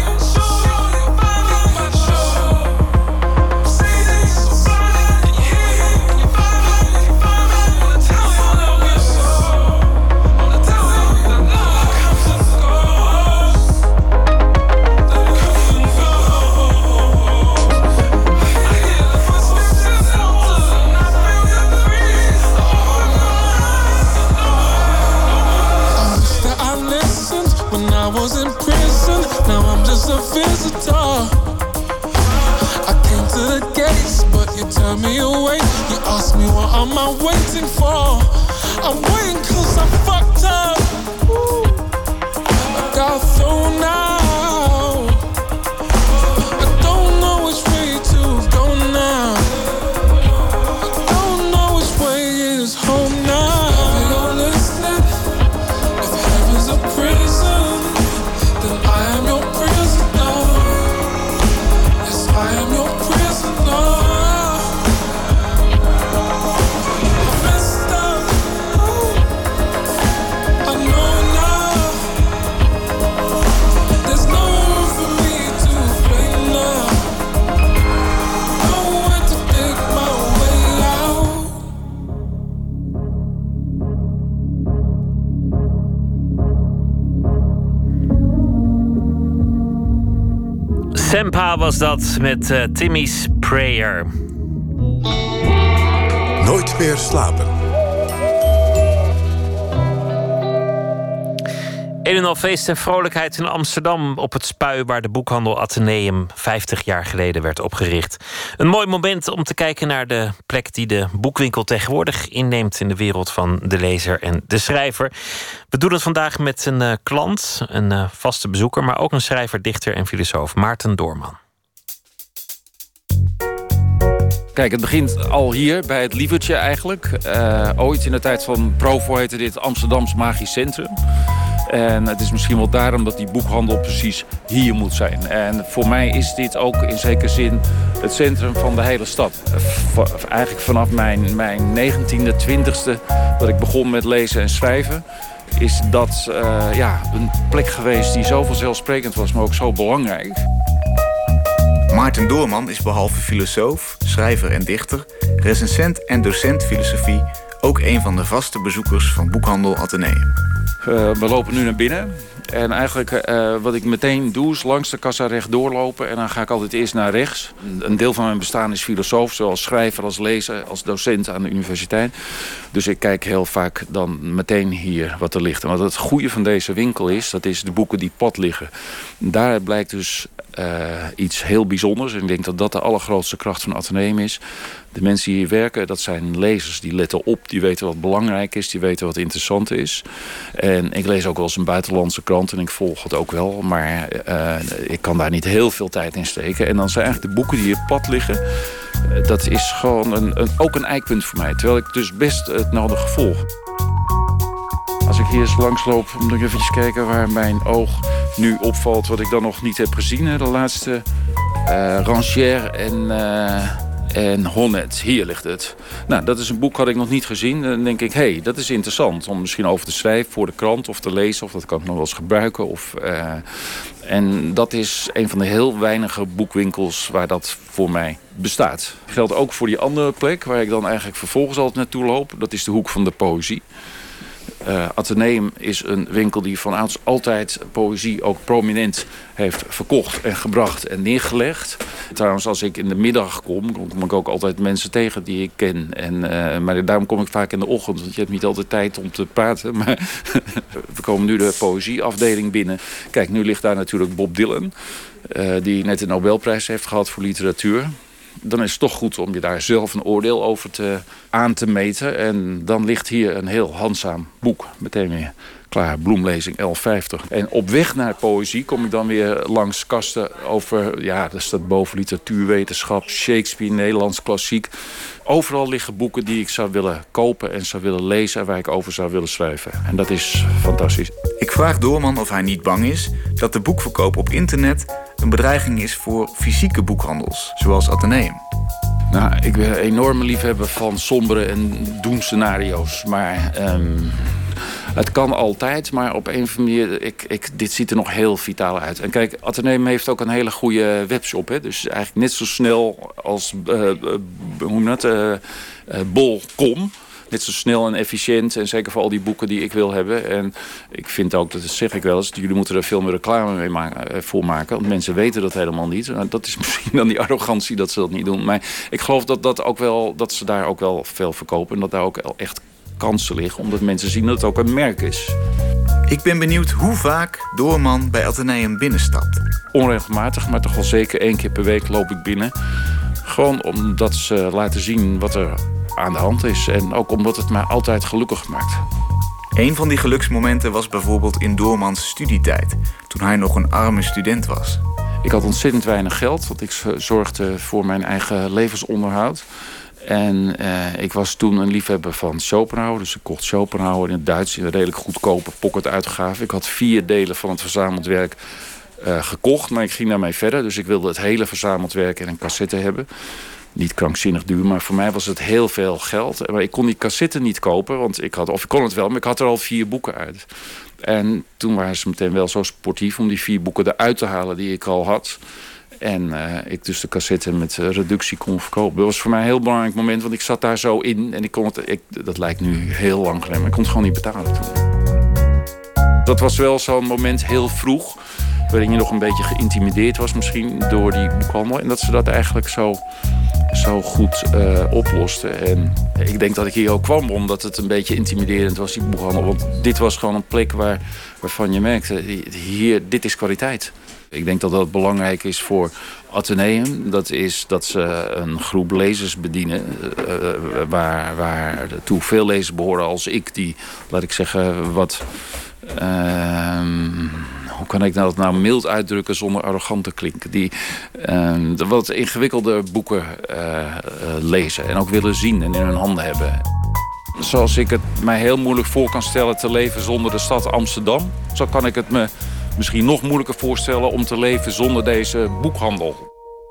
I was in prison, now I'm just a visitor. I came to the gates, but you turned me away. You asked me what am I waiting for. I'm waiting cause I'm fucked up. Ooh. I got thrown out. I don't know which way to go now. I don't know which way is home now. If you're listening, if heaven's a prison, I am your prisoner. Yes, I am your prisoner. I messed up. I know now. Sempa was dat met uh, Timmy's Prayer. Nooit meer slapen. Een en al feest en vrolijkheid in Amsterdam op het Spui, waar de boekhandel Atheneum vijftig jaar geleden werd opgericht. Een mooi moment om te kijken naar de plek die de boekwinkel tegenwoordig inneemt in de wereld van de lezer en de schrijver. We doen het vandaag met een uh, klant, een uh, vaste bezoeker, maar ook een schrijver, dichter en filosoof, Maarten Doorman. Kijk, het begint al hier bij het Lievertje eigenlijk. Uh, ooit in de tijd van Provo heette dit Amsterdams Magisch Centrum. En het is misschien wel daarom dat die boekhandel precies hier moet zijn. En voor mij is dit ook in zekere zin het centrum van de hele stad. V- eigenlijk vanaf mijn, mijn negentiende, twintigste, dat ik begon met lezen en schrijven, is dat uh, ja, een plek geweest die zo vanzelfsprekend was, maar ook zo belangrijk. Maarten Doorman is behalve filosoof, schrijver en dichter, recensent en docent filosofie ook een van de vaste bezoekers van boekhandel Atheneum. Uh, we lopen nu naar binnen. En eigenlijk uh, wat ik meteen doe is langs de kassa recht doorlopen. En dan ga ik altijd eerst naar rechts. Een deel van mijn bestaan is filosoof, zowel schrijver als lezer, als docent aan de universiteit. Dus ik kijk heel vaak dan meteen hier wat er ligt. En wat het goede van deze winkel is, dat is de boeken die pad liggen. Daar blijkt dus uh, iets heel bijzonders. En ik denk dat dat de allergrootste kracht van Atheneum is. De mensen die hier werken, dat zijn lezers. Die letten op, die weten wat belangrijk is, die weten wat interessant is. En ik lees ook wel eens een buitenlandse krant en ik volg het ook wel. Maar uh, ik kan daar niet heel veel tijd in steken. En dan zijn eigenlijk de boeken die hier pad liggen, uh, dat is gewoon een, een, ook een eikpunt voor mij. Terwijl ik dus best het nodige volg. Als ik hier eens langsloop, moet ik even kijken waar mijn oog nu opvalt. Wat ik dan nog niet heb gezien. De laatste uh, Rancière en... Uh, En Honnet, hier ligt het. Nou, dat is een boek had ik nog niet gezien. Dan denk ik, hé, hey, dat is interessant om misschien over te schrijven voor de krant of te lezen. Of dat kan ik nog wel eens gebruiken. Of, uh, en dat is een van de heel weinige boekwinkels waar dat voor mij bestaat. Dat geldt ook voor die andere plek waar ik dan eigenlijk vervolgens altijd naartoe loop. Dat is de hoek van de poëzie. Uh, Atheneum is een winkel die van ouds altijd poëzie ook prominent heeft verkocht en gebracht en neergelegd. Trouwens, als ik in de middag kom, kom ik ook altijd mensen tegen die ik ken. En, uh, maar daarom kom ik vaak in de ochtend, want je hebt niet altijd tijd om te praten. Maar we komen nu de poëzieafdeling binnen. Kijk, nu ligt daar natuurlijk Bob Dylan, uh, die net de Nobelprijs heeft gehad voor literatuur. Dan is het toch goed om je daar zelf een oordeel over te, aan te meten. En dan ligt hier een heel handzaam boek. Meteen weer klaar, bloemlezing elf vijftig. En op weg naar poëzie kom ik dan weer langs kasten over... ja, daar staat boven literatuurwetenschap, Shakespeare, Nederlands klassiek. Overal liggen boeken die ik zou willen kopen en zou willen lezen... en waar ik over zou willen schrijven. En dat is fantastisch. Ik vraag Doorman of hij niet bang is dat de boekverkoop op internet een bedreiging is voor fysieke boekhandels, zoals Atheneum. Nou, ik ben een enorme liefhebber van sombere en doemscenario's. Maar um, het kan altijd, maar op een of andere manier... Ik, ik, dit ziet er nog heel vitaal uit. En kijk, Atheneum heeft ook een hele goede webshop. Hè? Dus eigenlijk net zo snel als uh, uh, hoe noem je dat, uh, uh, bol punt com. Net zo snel en efficiënt. En zeker voor al die boeken die ik wil hebben. En ik vind ook, dat zeg ik wel eens... jullie moeten er veel meer reclame mee maken, voor maken. Want mensen weten dat helemaal niet. Dat is misschien dan die arrogantie dat ze dat niet doen. Maar ik geloof dat, dat, ook wel, dat ze daar ook wel veel verkopen. En dat daar ook echt kansen liggen. Omdat mensen zien dat het ook een merk is. Ik ben benieuwd hoe vaak Doorman bij Atheneum binnenstapt. Onregelmatig, maar toch wel zeker één keer per week loop ik binnen. Gewoon omdat ze laten zien wat er aan de hand is. En ook omdat het mij altijd gelukkig maakt. Een van die geluksmomenten was bijvoorbeeld in Doormans studietijd. Toen hij nog een arme student was. Ik had ontzettend weinig geld. Want ik zorgde voor mijn eigen levensonderhoud. En uh, ik was toen een liefhebber van Schopenhauer. Dus ik kocht Schopenhauer in het Duits in een redelijk goedkope pocketuitgave. Ik had vier delen van het verzameld werk uh, gekocht. Maar ik ging daarmee verder. Dus ik wilde het hele verzameld werk in een cassette hebben. Niet krankzinnig duur, maar voor mij was het heel veel geld. Maar ik kon die cassette niet kopen, want ik had, of ik kon het wel, maar ik had er al vier boeken uit. En toen waren ze meteen wel zo sportief om die vier boeken eruit te halen die ik al had. En uh, ik dus de cassette met uh, reductie kon verkopen. Dat was voor mij een heel belangrijk moment, want ik zat daar zo in. En ik kon het, ik, dat lijkt nu heel lang geleden, maar ik kon het gewoon niet betalen toen. Dat was wel zo'n moment heel vroeg. waarin je nog een beetje geïntimideerd was misschien door die boekhandel. En dat ze dat eigenlijk zo, zo goed uh, oplosten. En ik denk dat ik hier ook kwam omdat het een beetje intimiderend was, die boekhandel. Want dit was gewoon een plek waar, waarvan je merkte, hier, dit is kwaliteit. Ik denk dat dat belangrijk is voor Atheneum. Dat is dat ze een groep lezers bedienen. Uh, waar, waar toe veel lezers behoren als ik. Die, laat ik zeggen, wat... Uh, hoe kan ik dat nou mild uitdrukken zonder arrogant te klinken? Die uh, wat ingewikkelde boeken uh, uh, lezen. En ook willen zien en in hun handen hebben. Zoals ik het mij heel moeilijk voor kan stellen te leven zonder de stad Amsterdam. Zo kan ik het me misschien nog moeilijker voorstellen om te leven zonder deze boekhandel.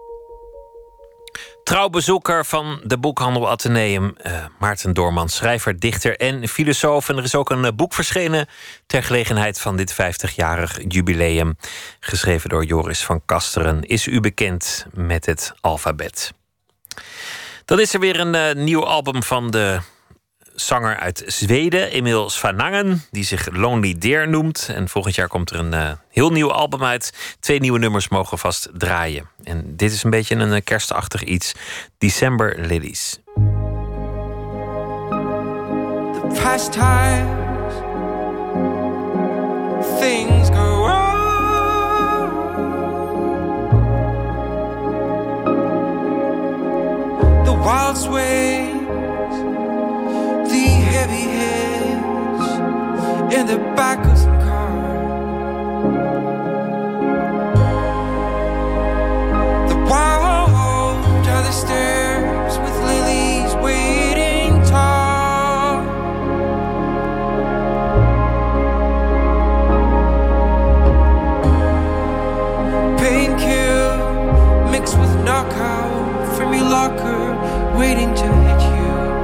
Trouwbezoeker van de boekhandel Atheneum, uh, Maarten Doorman, schrijver, dichter en filosoof. En er is ook een uh, boek verschenen ter gelegenheid van dit vijftigjarig jubileum. Geschreven door Joris van Kasteren. Is u bekend met het alfabet? Dan is er weer een uh, nieuw album van de zanger uit Zweden, Emil Svanangen, die zich Lonely Deer noemt. En volgend jaar komt er een uh, heel nieuw album uit. Twee nieuwe nummers mogen vast draaien. En dit is een beetje een uh, kerstachtig iets. December Lilies. The past times things go wrong. The wild sway, the heavy heads in the back of some car. The wild are the stairs with lilies waiting tall. Painkiller mixed with knockout from your locker waiting to hit you.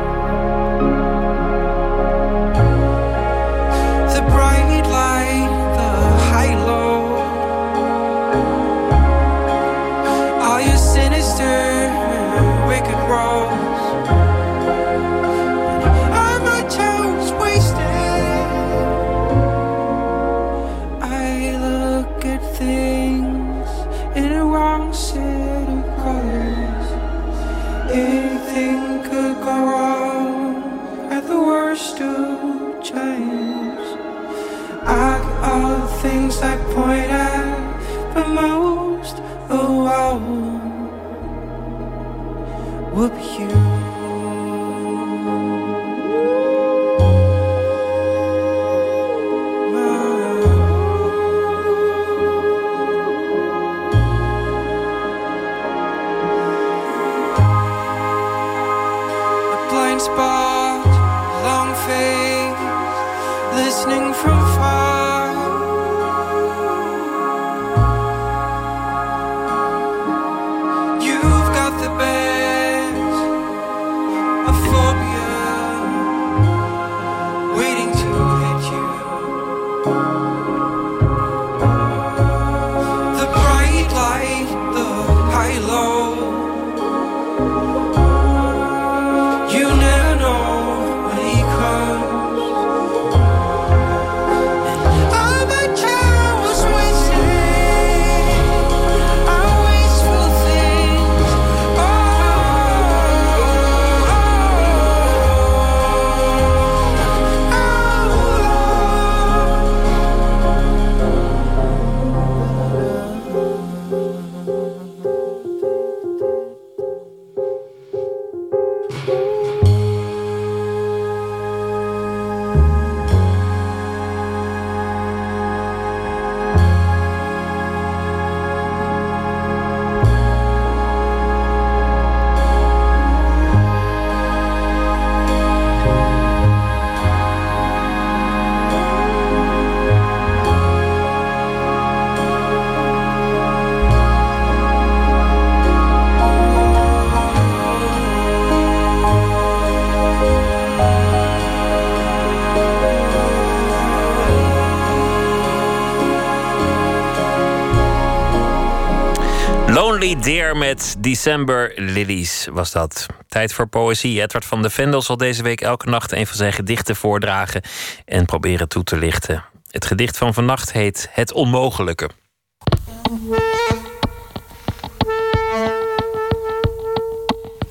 Things I point at, but most, oh, I won't whoop you. A blind spot, long face, listening from far. Lonely Deer met December Lilies was dat. Tijd voor poëzie. Edward van de Vendel zal deze week elke nacht een van zijn gedichten voordragen en proberen toe te lichten. Het gedicht van vannacht heet Het Onmogelijke.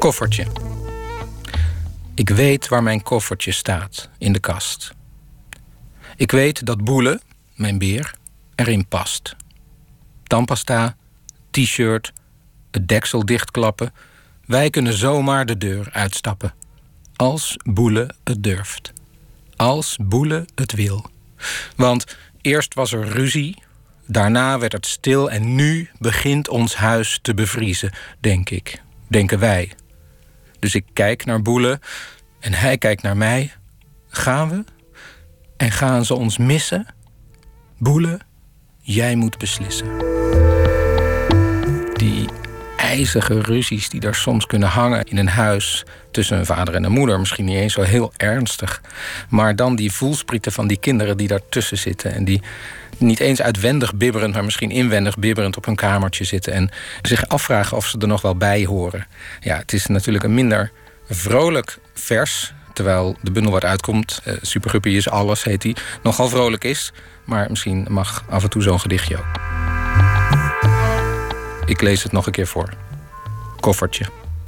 Koffertje. Ik weet waar mijn koffertje staat, in de kast. Ik weet dat Boele, mijn beer, erin past. Tandpasta, t-shirt, het deksel dichtklappen. Wij kunnen zomaar de deur uitstappen. Als Boele het durft. Als Boele het wil. Want eerst was er ruzie, daarna werd het stil en nu begint ons huis te bevriezen, denk ik. Denken wij. Dus ik kijk naar Boele en hij kijkt naar mij. Gaan we? En gaan ze ons missen? Boele, jij moet beslissen. Die ijzige ruzies die daar soms kunnen hangen in een huis tussen een vader en een moeder, misschien niet eens zo heel ernstig, maar dan die voelsprieten van die kinderen die daartussen zitten en die niet eens uitwendig bibberend, maar misschien inwendig bibberend op hun kamertje zitten en zich afvragen of ze er nog wel bij horen. Ja, het is natuurlijk een minder vrolijk vers, terwijl de bundel waar het uitkomt, uh, Superguppy is alles, heet die, nogal vrolijk is, maar misschien mag af en toe zo'n gedichtje ook. Ik lees het nog een keer voor. Koffertje.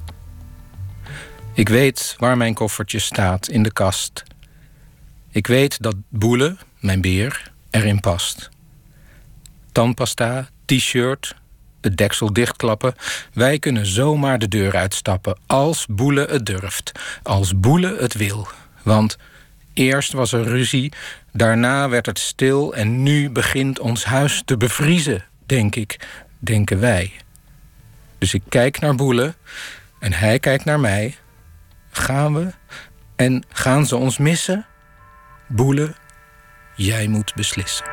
Ik weet waar mijn koffertje staat in de kast. Ik weet dat Boele, mijn beer, erin past. Tandpasta, t-shirt, het deksel dichtklappen. Wij kunnen zomaar de deur uitstappen als Boele het durft. Als Boele het wil. Want eerst was er ruzie, daarna werd het stil en nu begint ons huis te bevriezen, denk ik. Denken wij. Dus ik kijk naar Boele en hij kijkt naar mij. Gaan we? En gaan ze ons missen? Boele, jij moet beslissen.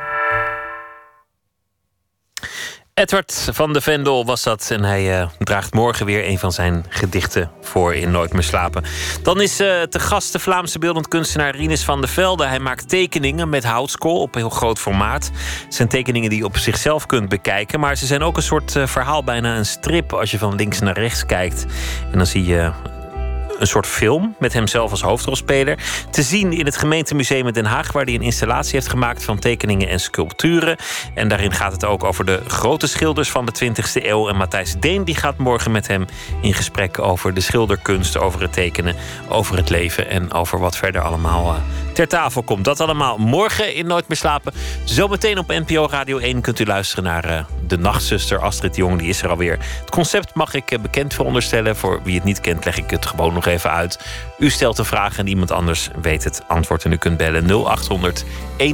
Edward van de Vendel was dat. En hij uh, draagt morgen weer een van zijn gedichten voor in Nooit meer slapen. Dan is uh, te gast de Vlaamse beeldend kunstenaar Rinus van de Velde. Hij maakt tekeningen met houtskool op heel groot formaat. Het zijn tekeningen die je op zichzelf kunt bekijken. Maar ze zijn ook een soort uh, verhaal, bijna een strip als je van links naar rechts kijkt. En dan zie je een soort film met hemzelf als hoofdrolspeler. Te zien in het gemeentemuseum in Den Haag, waar hij een installatie heeft gemaakt van tekeningen en sculpturen. En daarin gaat het ook over de grote schilders van de twintigste eeuw. En Matthijs Deen die gaat morgen met hem in gesprek over de schilderkunst, over het tekenen, over het leven en over wat verder allemaal uh, ter tafel komt. Dat allemaal morgen in Nooit meer slapen. Zometeen op N P O Radio één kunt u luisteren naar uh, de nachtzuster Astrid Jong. Die is er alweer. Het concept mag ik uh, bekend veronderstellen. Voor wie het niet kent, leg ik het gewoon nog even uit. U stelt een vraag en iemand anders weet het antwoord. En u kunt bellen nul acht honderd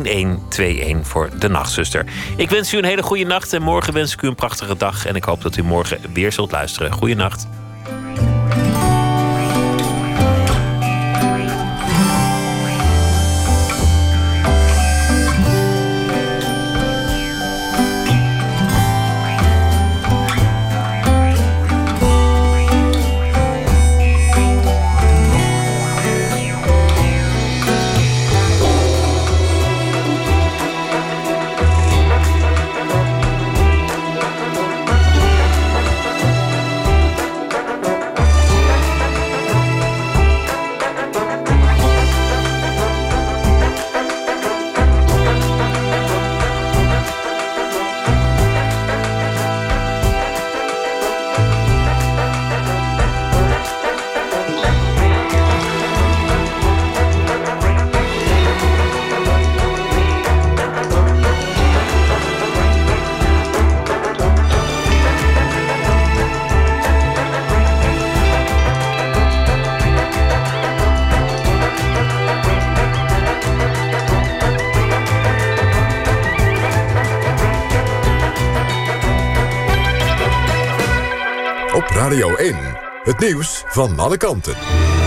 elf tweeënentwintig voor de nachtzuster. Ik wens u een hele goede nacht en morgen wens ik u een prachtige dag. En ik hoop dat u morgen weer zult luisteren. Goeienacht. Radio één, het nieuws van alle kanten.